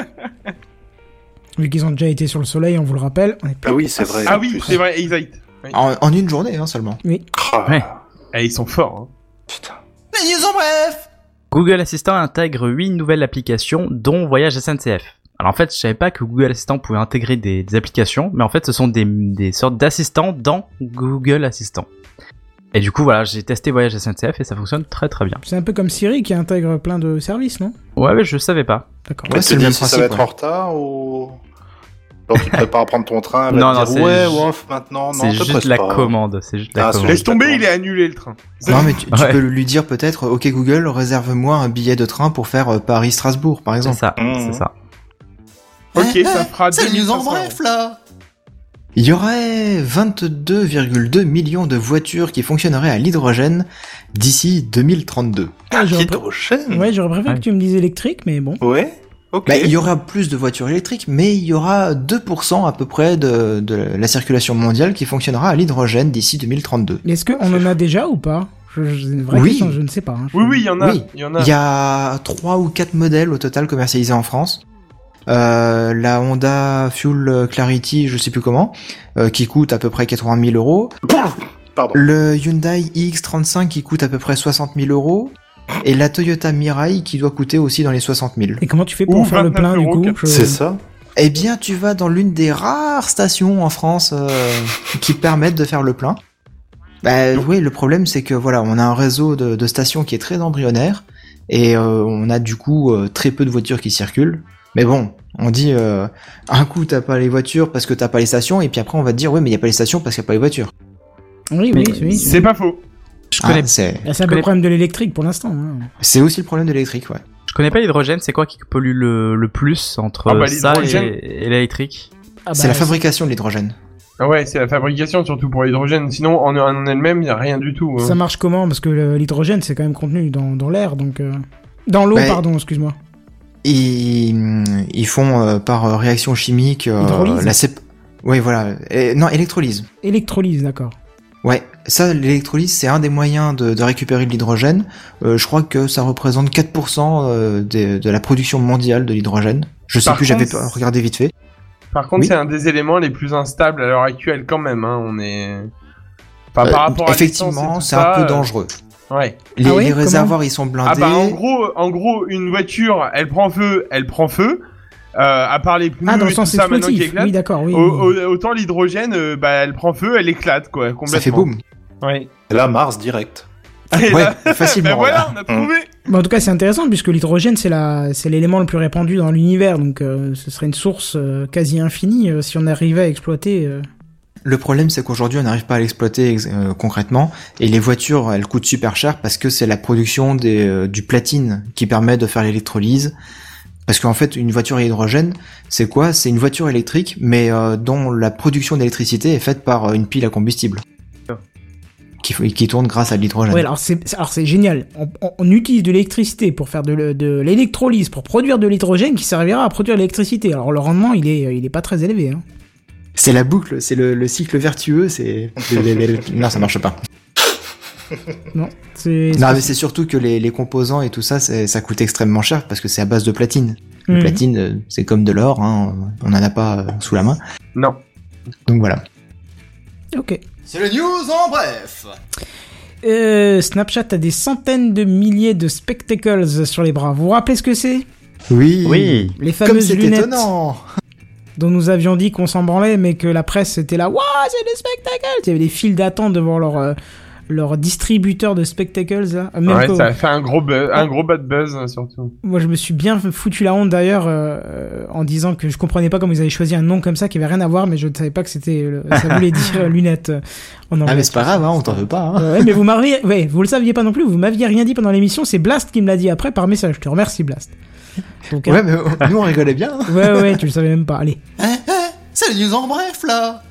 Vu qu'ils ont déjà été sur le soleil, on vous le rappelle. On est Ah oui, c'est vrai. Ah en oui, plus. c'est vrai, exact. Oui. En, en une journée hein, seulement. Ah, Ouais. Eh, ils sont forts. Hein. putain. Les news en bref. Google Assistant intègre huit nouvelles applications, dont Voyage S N C F. Alors en fait, je savais pas que Google Assistant pouvait intégrer des, des applications, mais en fait, ce sont des, des sortes d'assistants dans Google Assistant. Et du coup, voilà, j'ai testé Voyage S N C F et ça fonctionne très très bien. C'est un peu comme Siri qui intègre plein de services, non? Ouais, mais je savais pas. D'accord. Ouais, Ouais, c'est tu le te même dis si ça principe, va être ouais. en retard ou... Genre tu te prépares à prendre ton train, elle va Non, te non, dire c'est ouais, ju- off, maintenant, non, c'est te juste presse la pas. commande, c'est juste la Ah, commande. c'est Laisse tomber, d'accord. il est annulé le train. Non mais tu, tu Ouais. peux lui dire peut-être, ok Google, réserve-moi un billet de train pour faire euh, Paris-Strasbourg par C'est exemple. ça, Mmh. c'est ça. Ok, Eh, ça eh, fera C'est le news en deux mille cinq cents bref là. Il y aurait vingt-deux virgule deux millions de voitures qui fonctionneraient à l'hydrogène d'ici deux mille trente-deux. Ah, j'aurais pré- Hydrogène Ouais, j'aurais préféré Ouais. que tu me dises électrique, mais bon. Ouais, ok. Bah, il y aura plus de voitures électriques, mais il y aura deux pour cent à peu près de, de la circulation mondiale qui fonctionnera à l'hydrogène d'ici deux mille trente-deux. Est-ce qu'on en a déjà ou pas? je, je, C'est une vraie Oui. question, je ne sais pas. hein. Je- Oui, oui, il y en a. Oui. Il y en a. Il y a trois ou quatre modèles au total commercialisés en France. Euh, la Honda Fuel Clarity, je sais plus comment, euh, qui coûte à peu près quatre-vingt mille euros. Pardon. Le Hyundai i X trente-cinq qui coûte à peu près soixante mille euros. Et la Toyota Mirai qui doit coûter aussi dans les soixante mille. Et comment tu fais pour Ou faire le plein, du vingt-neuf coup? euros, Je- C'est ça. Eh bien, tu vas dans l'une des rares stations en France euh, qui permettent de faire le plein. Bah oui, le problème c'est que voilà, on a un réseau de, de stations qui est très embryonnaire et euh, on a du coup euh, très peu de voitures qui circulent. Mais bon, on dit euh, un coup t'as pas les voitures parce que t'as pas les stations et puis après on va te dire ouais mais y a pas les stations parce qu'il y a pas les voitures. Oui, oui, oui. C'est pas faux. Je Ah, connais, c'est Ah, c'est un peu connais- le problème de l'électrique pour l'instant. hein. c'est aussi le problème de l'électrique, ouais. je connais pas l'hydrogène, c'est quoi qui pollue le, le plus entre Ah bah, ça l'hydrogène. et, et l'électrique? Ah, c'est bah, la fabrication de l'hydrogène. Ah ouais, c'est la fabrication surtout pour l'hydrogène. Sinon, en, en elle-même, il y a rien du tout. hein. Ça marche comment? Parce que le- l'hydrogène, c'est quand même contenu dans, dans l'air, donc... euh, Dans l'eau, Ouais. pardon, excuse-moi. Ils, ils font euh, par euh, réaction chimique euh, Hydrolyse. la sép... Oui, voilà. Et- non, électrolyse. Électrolyse, d'accord. Ouais, ça, l'électrolyse, c'est un des moyens de, de récupérer de l'hydrogène. Euh, je crois que ça représente quatre pour cent euh, de, de la production mondiale de l'hydrogène. Je sais Par plus, j'avais contre, pas regardé vite fait. Par contre, Oui. c'est un des éléments les plus instables à l'heure actuelle quand même. Hein. On est. Enfin, Euh, par rapport à effectivement, l'essence et tout c'est ça, un peu euh, dangereux. Ouais. Les, Ah ouais, les comment réservoirs, ils sont blindés. Ah bah en gros, en gros, une voiture, elle prend feu, elle prend feu. Euh, à part les pneus Ah, dans le et tout sens ça maintenant qui explosif. éclatent. Oui, d'accord, oui. au- au- autant l'hydrogène, euh, bah elle prend feu, elle éclate quoi, complètement. ça fait boum. Ouais. Et là, Mars direct. Et Ouais, là- facilement, ben voilà, là. on a trouvé. Bah, en tout cas, c'est intéressant, puisque l'hydrogène, c'est la... c'est l'élément le plus répandu dans l'univers, donc euh, ce serait une source euh, quasi infinie euh, si on arrivait à exploiter... euh, Le problème, c'est qu'aujourd'hui, on n'arrive pas à l'exploiter euh, concrètement, et les voitures, elles coûtent super cher parce que c'est la production des, euh, du platine qui permet de faire l'électrolyse. Parce qu'en fait, une voiture à hydrogène, c'est quoi? C'est une voiture électrique, mais euh, dont la production d'électricité est faite par une pile à combustible. Qui, qui tourne grâce à de l'hydrogène. Ouais, alors c'est, alors c'est génial. On, on, on utilise de l'électricité pour faire de, le, de l'électrolyse, pour produire de l'hydrogène qui servira à produire de l'électricité. Alors le rendement, il est, il est pas très élevé. Hein. C'est la boucle, c'est le, le cycle vertueux, c'est... non, ça marche pas. Non, c'est... Non, mais c'est surtout que les, les composants et tout ça, c'est, ça coûte extrêmement cher parce que c'est à base de platine. Le Mmh. platine, c'est comme de l'or, hein, on en a pas sous la main. Non. Donc voilà. Ok. C'est le news en bref. Euh, Snapchat a des centaines de milliers de spectacles sur les bras. Vous vous rappelez ce que c'est? Oui. Oui. Les Comme fameuses c'est lunettes étonnant. dont nous avions dit qu'on s'en branlait, mais que la presse était là. Waouh, c'est des spectacles! Il y avait des files d'attente devant leur, euh, leur distributeur de spectacles. Là. Même Ouais, que- ça a fait un gros buzz, un gros bad buzz euh, surtout. Moi, je me suis bien foutu la honte d'ailleurs euh, en disant que je comprenais pas comment ils avaient choisi un nom comme ça qui avait rien à voir, mais je ne savais pas que c'était euh, ça voulait dire euh, lunettes euh, en anglais. Ah mais c'est pas grave, hein, on t'en veut pas. Hein. Ouais, mais vous m'aviez, ouais, vous le saviez pas non plus, vous m'aviez rien dit pendant l'émission, c'est Blast qui me l'a dit après par message. Je te remercie Blast. Donc, Ouais, hein, mais nous on rigolait bien. Hein. ouais, ouais, tu le savais même pas. Allez. Hein, hein, c'est le news en bref, là.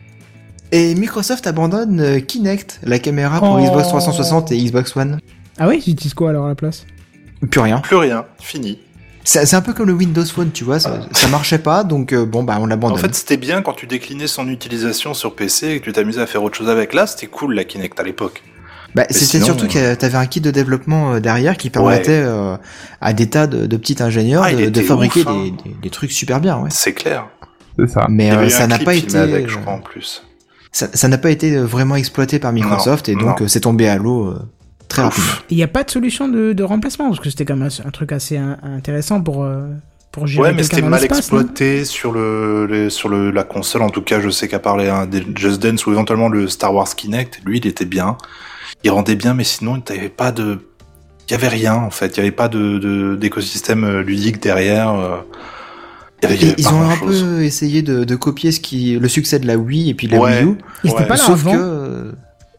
Et Microsoft abandonne euh, Kinect, la caméra pour Oh. Xbox trois cent soixante et Xbox One. Ah oui, tu utilises quoi alors à la place? Plus rien. Plus rien, fini. C'est, c'est un peu comme le Windows Phone, tu vois, ça, ça marchait pas, donc euh, bon bah on En l'abandonne. fait, c'était bien quand tu déclinais son utilisation sur P C et que tu t'amusais à faire autre chose avec. Là, c'était cool la Kinect à l'époque. Bah, c'était sinon, surtout euh, que t'avais un kit de développement euh, derrière qui permettait euh, à des tas de, de petits ingénieurs Ah, il de, de était fabriquer ouf, hein. des, des, des trucs super bien, ouais. C'est clair. C'est ça. Mais Il y avait euh, eu ça un n'a clip pas filmé été, avec, je euh, crois, en plus. ça, ça n'a pas été vraiment exploité par Microsoft Non, et donc non. euh, c'est tombé à l'eau euh, très Ouf. rapidement. Il n'y a pas de solution de, de remplacement parce que c'était quand même un, un truc assez un- intéressant pour euh, pour gérer Ouais, mais quelqu'un c'était dans mal l'espace, non exploité sur le, les- sur le la console. En tout cas, je sais qu'à part les, un des Just Dance ou éventuellement le Star Wars Kinect, lui, il était bien. Il rendait bien, mais sinon, il n'y avait pas de, il y avait rien en fait. Il n'y avait pas de, de d'écosystème euh, ludique derrière. euh. Il y avait, il y Et avait ils pas ont un grand-chose. peu essayé de, de copier ce qui, le succès de la Wii et puis de la Ouais. Wii U. Il était Ouais. pas là Sauf avant. que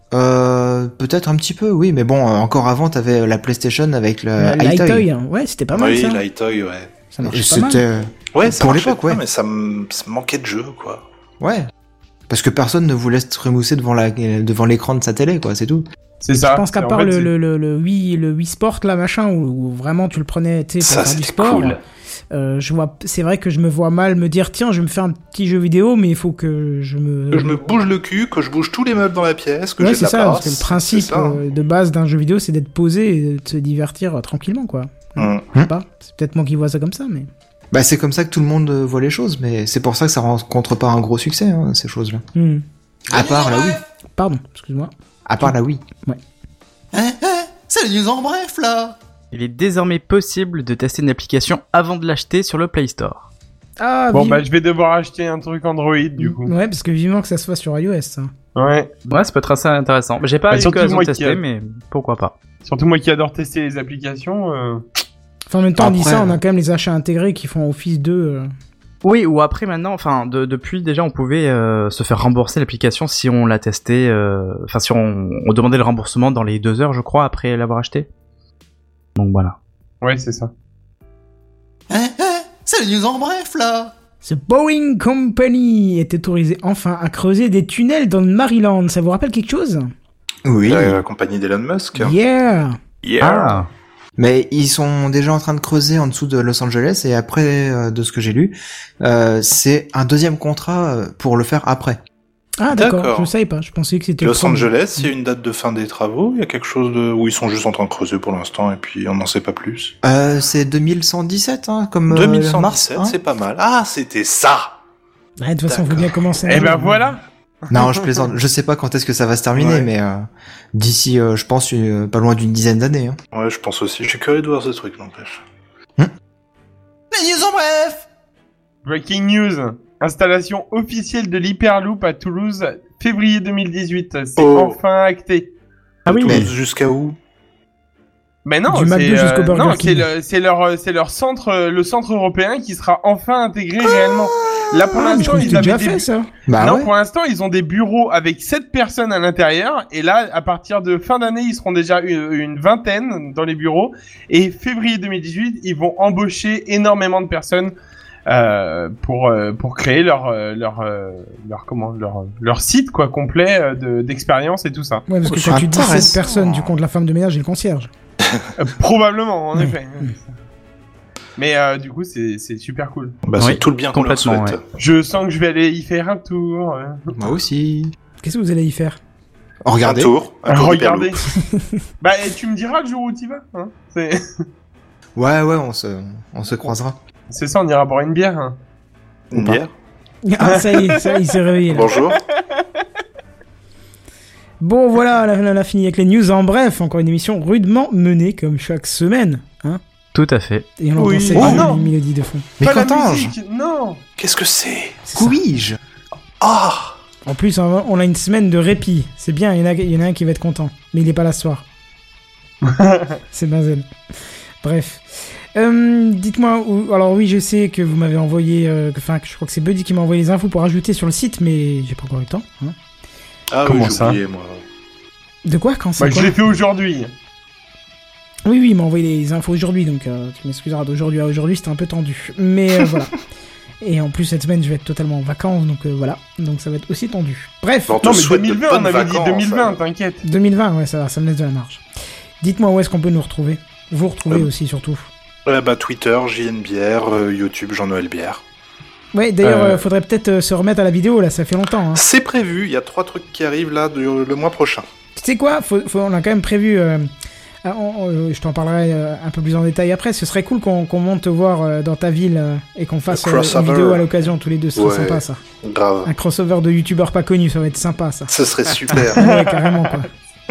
euh, peut-être un petit peu, oui, mais bon, euh, encore avant, t'avais la PlayStation avec le La- High Toy. L'High-Toy, hein. Ouais, c'était pas mal Oui, ça. l'High-Toy, ouais. Ça marchait pas mal. C'était, Ouais, ça Pour marchait l'époque, bien, ouais. mais ça, me- ça manquait de jeu, quoi. ouais, parce que personne ne voulait se remousser devant la, devant l'écran de sa télé, quoi, c'est tout. C'est ça. Je pense qu'à En part fait, le, c'est- le, le, le Wii, le Wii Sport, là, machin, où, où vraiment tu le prenais, tu sais, Ça, pour faire du c'était sport. cool. Euh, je vois, c'est vrai que je me vois mal me dire, tiens, je vais me faire un petit jeu vidéo, mais il faut que je me. Que je me bouge le cul, que je bouge tous les meubles dans la pièce, que Ouais, j'ai de c'est la ça, place. parce que le principe C'est ça, hein. euh, de base d'un jeu vidéo, c'est d'être posé et de se divertir euh, tranquillement, quoi. Hum. Je sais pas, c'est peut-être moi qui vois ça comme ça, mais. Bah, c'est comme ça que tout le monde euh, voit les choses, mais c'est pour ça que ça rencontre pas un gros succès, hein, ces choses-là. Hmm. À part la Wii. Pardon, excuse-moi. À part la Wii. Hein, hein, c'est le news en bref, là. Il est désormais possible de tester une application avant de l'acheter sur le Play Store. Ah, Bon, vive- bah, je vais devoir acheter un truc Android, du coup. Ouais, parce que vivement que ça se fasse sur iOS, ça. Ouais. Ouais, ça peut être assez intéressant. J'ai pas Bah, eu surtout l'occasion moi de qui tester, a- mais pourquoi pas. Surtout moi qui adore tester les applications. euh, Enfin, en même temps, on dit Après, ça, on a euh, quand même les achats intégrés qui font Office deux. euh. Oui, ou après maintenant, enfin, de- depuis déjà, on pouvait euh, se faire rembourser l'application si on l'a testé, euh, enfin, si on, on demandait le remboursement dans les deux heures, je crois, après l'avoir acheté. Donc voilà. Ouais, c'est ça. Hein, hein, c'est le news en bref, là. The Boeing Company est autorisé enfin à creuser des tunnels dans le Maryland. Ça vous rappelle quelque chose? Oui. La, la compagnie d'Elon Musk. Yeah! Yeah. Mais ils sont déjà en train de creuser en dessous de Los Angeles et après, euh, de ce que j'ai lu, euh, c'est un deuxième contrat euh, pour le faire après. Ah, d'accord, D'accord. je savais pas. Je pensais que c'était le Los premier. Angeles, il y a une date de fin des travaux, il y a quelque chose de... où ils sont juste en train de creuser pour l'instant et puis on n'en sait pas plus. Euh, c'est deux mille cent dix-sept, hein, comme euh, deux mille cent mars. dix-sept, hein. c'est pas mal. Ah, c'était ça. Ouais, de toute façon, faut bien commencer. Eh ben voilà. Non, je plaisante. Je sais pas quand est-ce que ça va se terminer, Ouais. mais euh, d'ici, euh, je pense, euh, pas loin d'une dizaine d'années. Hein. Ouais, je pense aussi. Je suis curieux de voir ce truc, n'empêche. Les news en bref. Breaking news. Installation officielle de l'Hyperloop à Toulouse, février deux mille dix-huit. C'est Oh. enfin acté. Ah oui, Toulouse mais- jusqu'à où? Mais non, Du McDo c'est, jusqu'au euh, Burger non, King. c'est le, c'est leur, c'est leur centre, euh, le centre européen qui sera enfin intégré réellement. Là, pour Ah, mais je l'instant, crois que ils c'était déjà avaient des... fait, ça. Bah non, ouais. pour l'instant, ils ont des bureaux avec sept personnes à l'intérieur. Et là, à partir de fin d'année, ils seront déjà une, une vingtaine dans les bureaux. Et février deux mille dix-huit, ils vont embaucher énormément de personnes euh, pour euh, pour créer leur euh, leur euh, leur comment leur leur site quoi complet euh, de d'expérience et tout ça. Ouais, parce que C'est quand tu dis intéressant. sept personnes, tu comptes la femme de ménage et le concierge. Euh, probablement, en Ouais. effet. Mais euh, du coup, c'est c'est super cool. Bah, Oui, c'est tout le bien qu'on leur complètement, souhaite. ouais. Je sens que je vais aller y faire un tour. euh. Moi aussi. Qu'est-ce que vous allez y faire? Un Regardez. tour. Un tour du Regardez. Perlou. Bah, et tu me diras le jour où tu vas. Hein. C'est Ouais, ouais, on se, on se croisera. c'est ça, on ira boire une bière. Hein. Une bière. Ah, ça y est, ça, il s'est réveillé, là. Bonjour. Bon, voilà, là, on a fini avec les news. En bref, encore une émission rudement menée, comme chaque semaine. Hein. Tout à fait. Et on entend Oui. cette Oh jolie non. mélodie de fond. Mais Pas la qu'entends-je? musique, non. Qu'est-ce que c'est? C'est ça. Couis-je? Ah! En plus, on on a une semaine de répit. C'est bien, il y en a, il y en a un qui va être content. Mais il est pas là ce soir. C'est Benzen. Bref. Euh, dites-moi, où- alors oui, je sais que vous m'avez envoyé, euh, que- enfin, que je crois que c'est Buddy qui m'a envoyé les infos pour ajouter sur le site, mais j'ai pas encore eu le temps. Hein. Ah Comment oui, j'ai ça oublié, moi. De quoi? Quand c'est Bah, quoi je l'ai fait aujourd'hui. Oui, oui, il m'a envoyé les infos aujourd'hui, donc euh, tu m'excuseras, d'aujourd'hui à aujourd'hui, c'était un peu tendu. Mais euh, voilà. Et en plus, cette semaine, je vais être totalement en vacances, donc euh, voilà. Donc ça va être aussi tendu. Bref, Bon, on te Non, mais souhaite de deux mille vingt, bonnes on avait dit vacances, deux mille vingt, hein. t'inquiète. deux mille vingt, ouais, ça va, ça me laisse de la marge. Dites-moi où est-ce qu'on peut nous retrouver. Vous retrouver Euh, aussi, surtout. Euh, bah, Twitter, J N Bière, euh, YouTube, Jean-Noël Bière. Ouais, d'ailleurs, Euh, euh, faudrait peut-être euh, se remettre à la vidéo, là, ça fait longtemps. Hein. C'est prévu, il y a trois trucs qui arrivent là du- le mois prochain. Tu sais quoi, faut, faut- on a quand même prévu... euh, ah, on- on- je t'en parlerai euh, un peu plus en détail après. Ce serait cool qu'on qu'on monte te voir euh, dans ta ville euh, et qu'on fasse Un euh, une crossover. vidéo à l'occasion tous les deux. Ce serait Ouais. sympa, ça. Grave. Un crossover de youtubeurs pas connus, ça va être sympa, ça. Ce serait super. Ouais, carrément, quoi.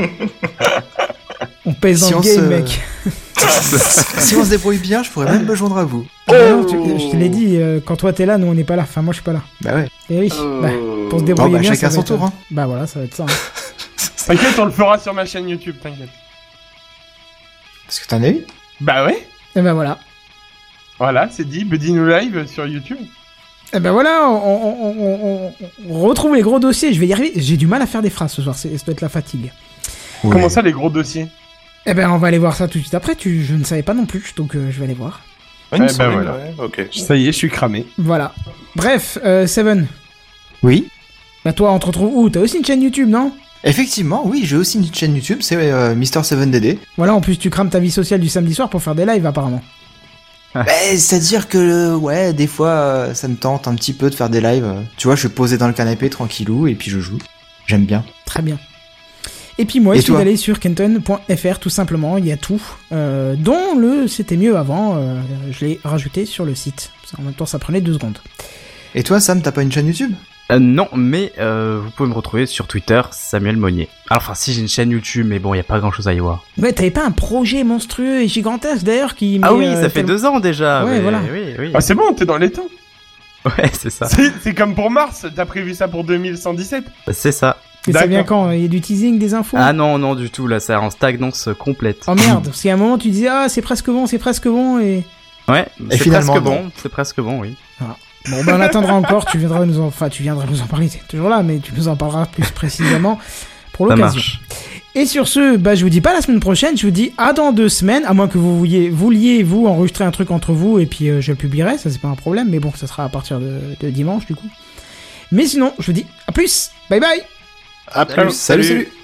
On pèse Si dans on le game, se- mec. Si on se débrouille bien, je pourrais même me joindre à vous. Ah, non, tu- je te l'ai dit, euh, quand toi t'es là, nous on n'est pas là. Enfin, moi je suis pas là. Bah ouais. Et oui, Oh. bah, pour se Bon, débrouiller bah, bien, chacun ça va son être, tour, euh, hein. Bah voilà, ça va être ça. hein. T'inquiète, on le fera sur ma chaîne YouTube, t'inquiète. Parce que t'en as eu? Bah ouais. Et ben voilà. Voilà, c'est dit. Buddy New Live sur YouTube. Et ben voilà, on, on- on- on- on retrouve les gros dossiers. Je vais y arriver. J'ai du mal à faire des phrases ce soir, c'est- ça doit être la fatigue. Ouais. Comment ça, les gros dossiers? Eh ben on va aller voir ça tout de suite après. Tu, je ne savais pas non plus, donc euh, je vais aller voir. Ouais, il me Eh ben semblait, voilà. ouais, ok. Ça y est, je suis cramé. Voilà. Bref, euh, Seven. Oui. Bah toi, on te retrouve où? T'as aussi une chaîne YouTube, non? Effectivement, oui, j'ai aussi une chaîne YouTube, c'est euh, Mister seven D D. Voilà, en plus tu crames ta vie sociale du samedi soir pour faire des lives apparemment. Bah, c'est-à-dire que, ouais, des fois, euh, ça me tente un petit peu de faire des lives. euh. Tu vois, je suis posé dans le canapé tranquillou et puis je joue. J'aime bien. Très bien. Et puis moi, Et il suffit toi d'aller sur kenton point f r tout simplement, il y a tout, euh, dont le c'était mieux avant, euh, je l'ai rajouté sur le site. En même temps, ça prenait deux secondes. Et toi, Sam, t'as pas une chaîne YouTube? Euh, non, mais euh, vous pouvez me retrouver sur Twitter, Samuel Monnier. Alors, enfin, si j'ai une chaîne YouTube, mais bon, il y a pas grand chose à y voir. Ouais, t'avais pas un projet monstrueux et gigantesque d'ailleurs qui... Ah met, oui, euh, ça fait tellement- deux ans déjà. Ouais, mais- voilà. Oui, oui. Ah, c'est bon, t'es dans les temps. Ouais, c'est ça. C'est c'est comme pour Mars, t'as prévu ça pour deux mille cent dix-sept. C'est ça. Mais ça D'accord. vient quand? Il y a du teasing, des infos? Ah non, non, du tout, là, c'est en stagnance complète. Oh merde, parce qu'à un moment tu disais ah c'est presque bon, c'est presque bon et... Ouais, c'est finalement, presque non. bon, c'est presque bon, oui. Bon ben on attendra encore, tu viendras nous en... Enfin tu viendras nous en parler, t'es toujours là, mais tu nous en parleras plus précisément pour Ça l'occasion. marche. Et sur ce, bah je vous dis pas la semaine prochaine, je vous dis à dans deux semaines, à moins que vous vouliez, vouliez vous enregistrer un truc entre vous et puis euh, je le publierai, ça c'est pas un problème, mais bon ça sera à partir de, de dimanche du coup. Mais sinon, je vous dis à plus, bye bye. À plus, Salut, salut. salut.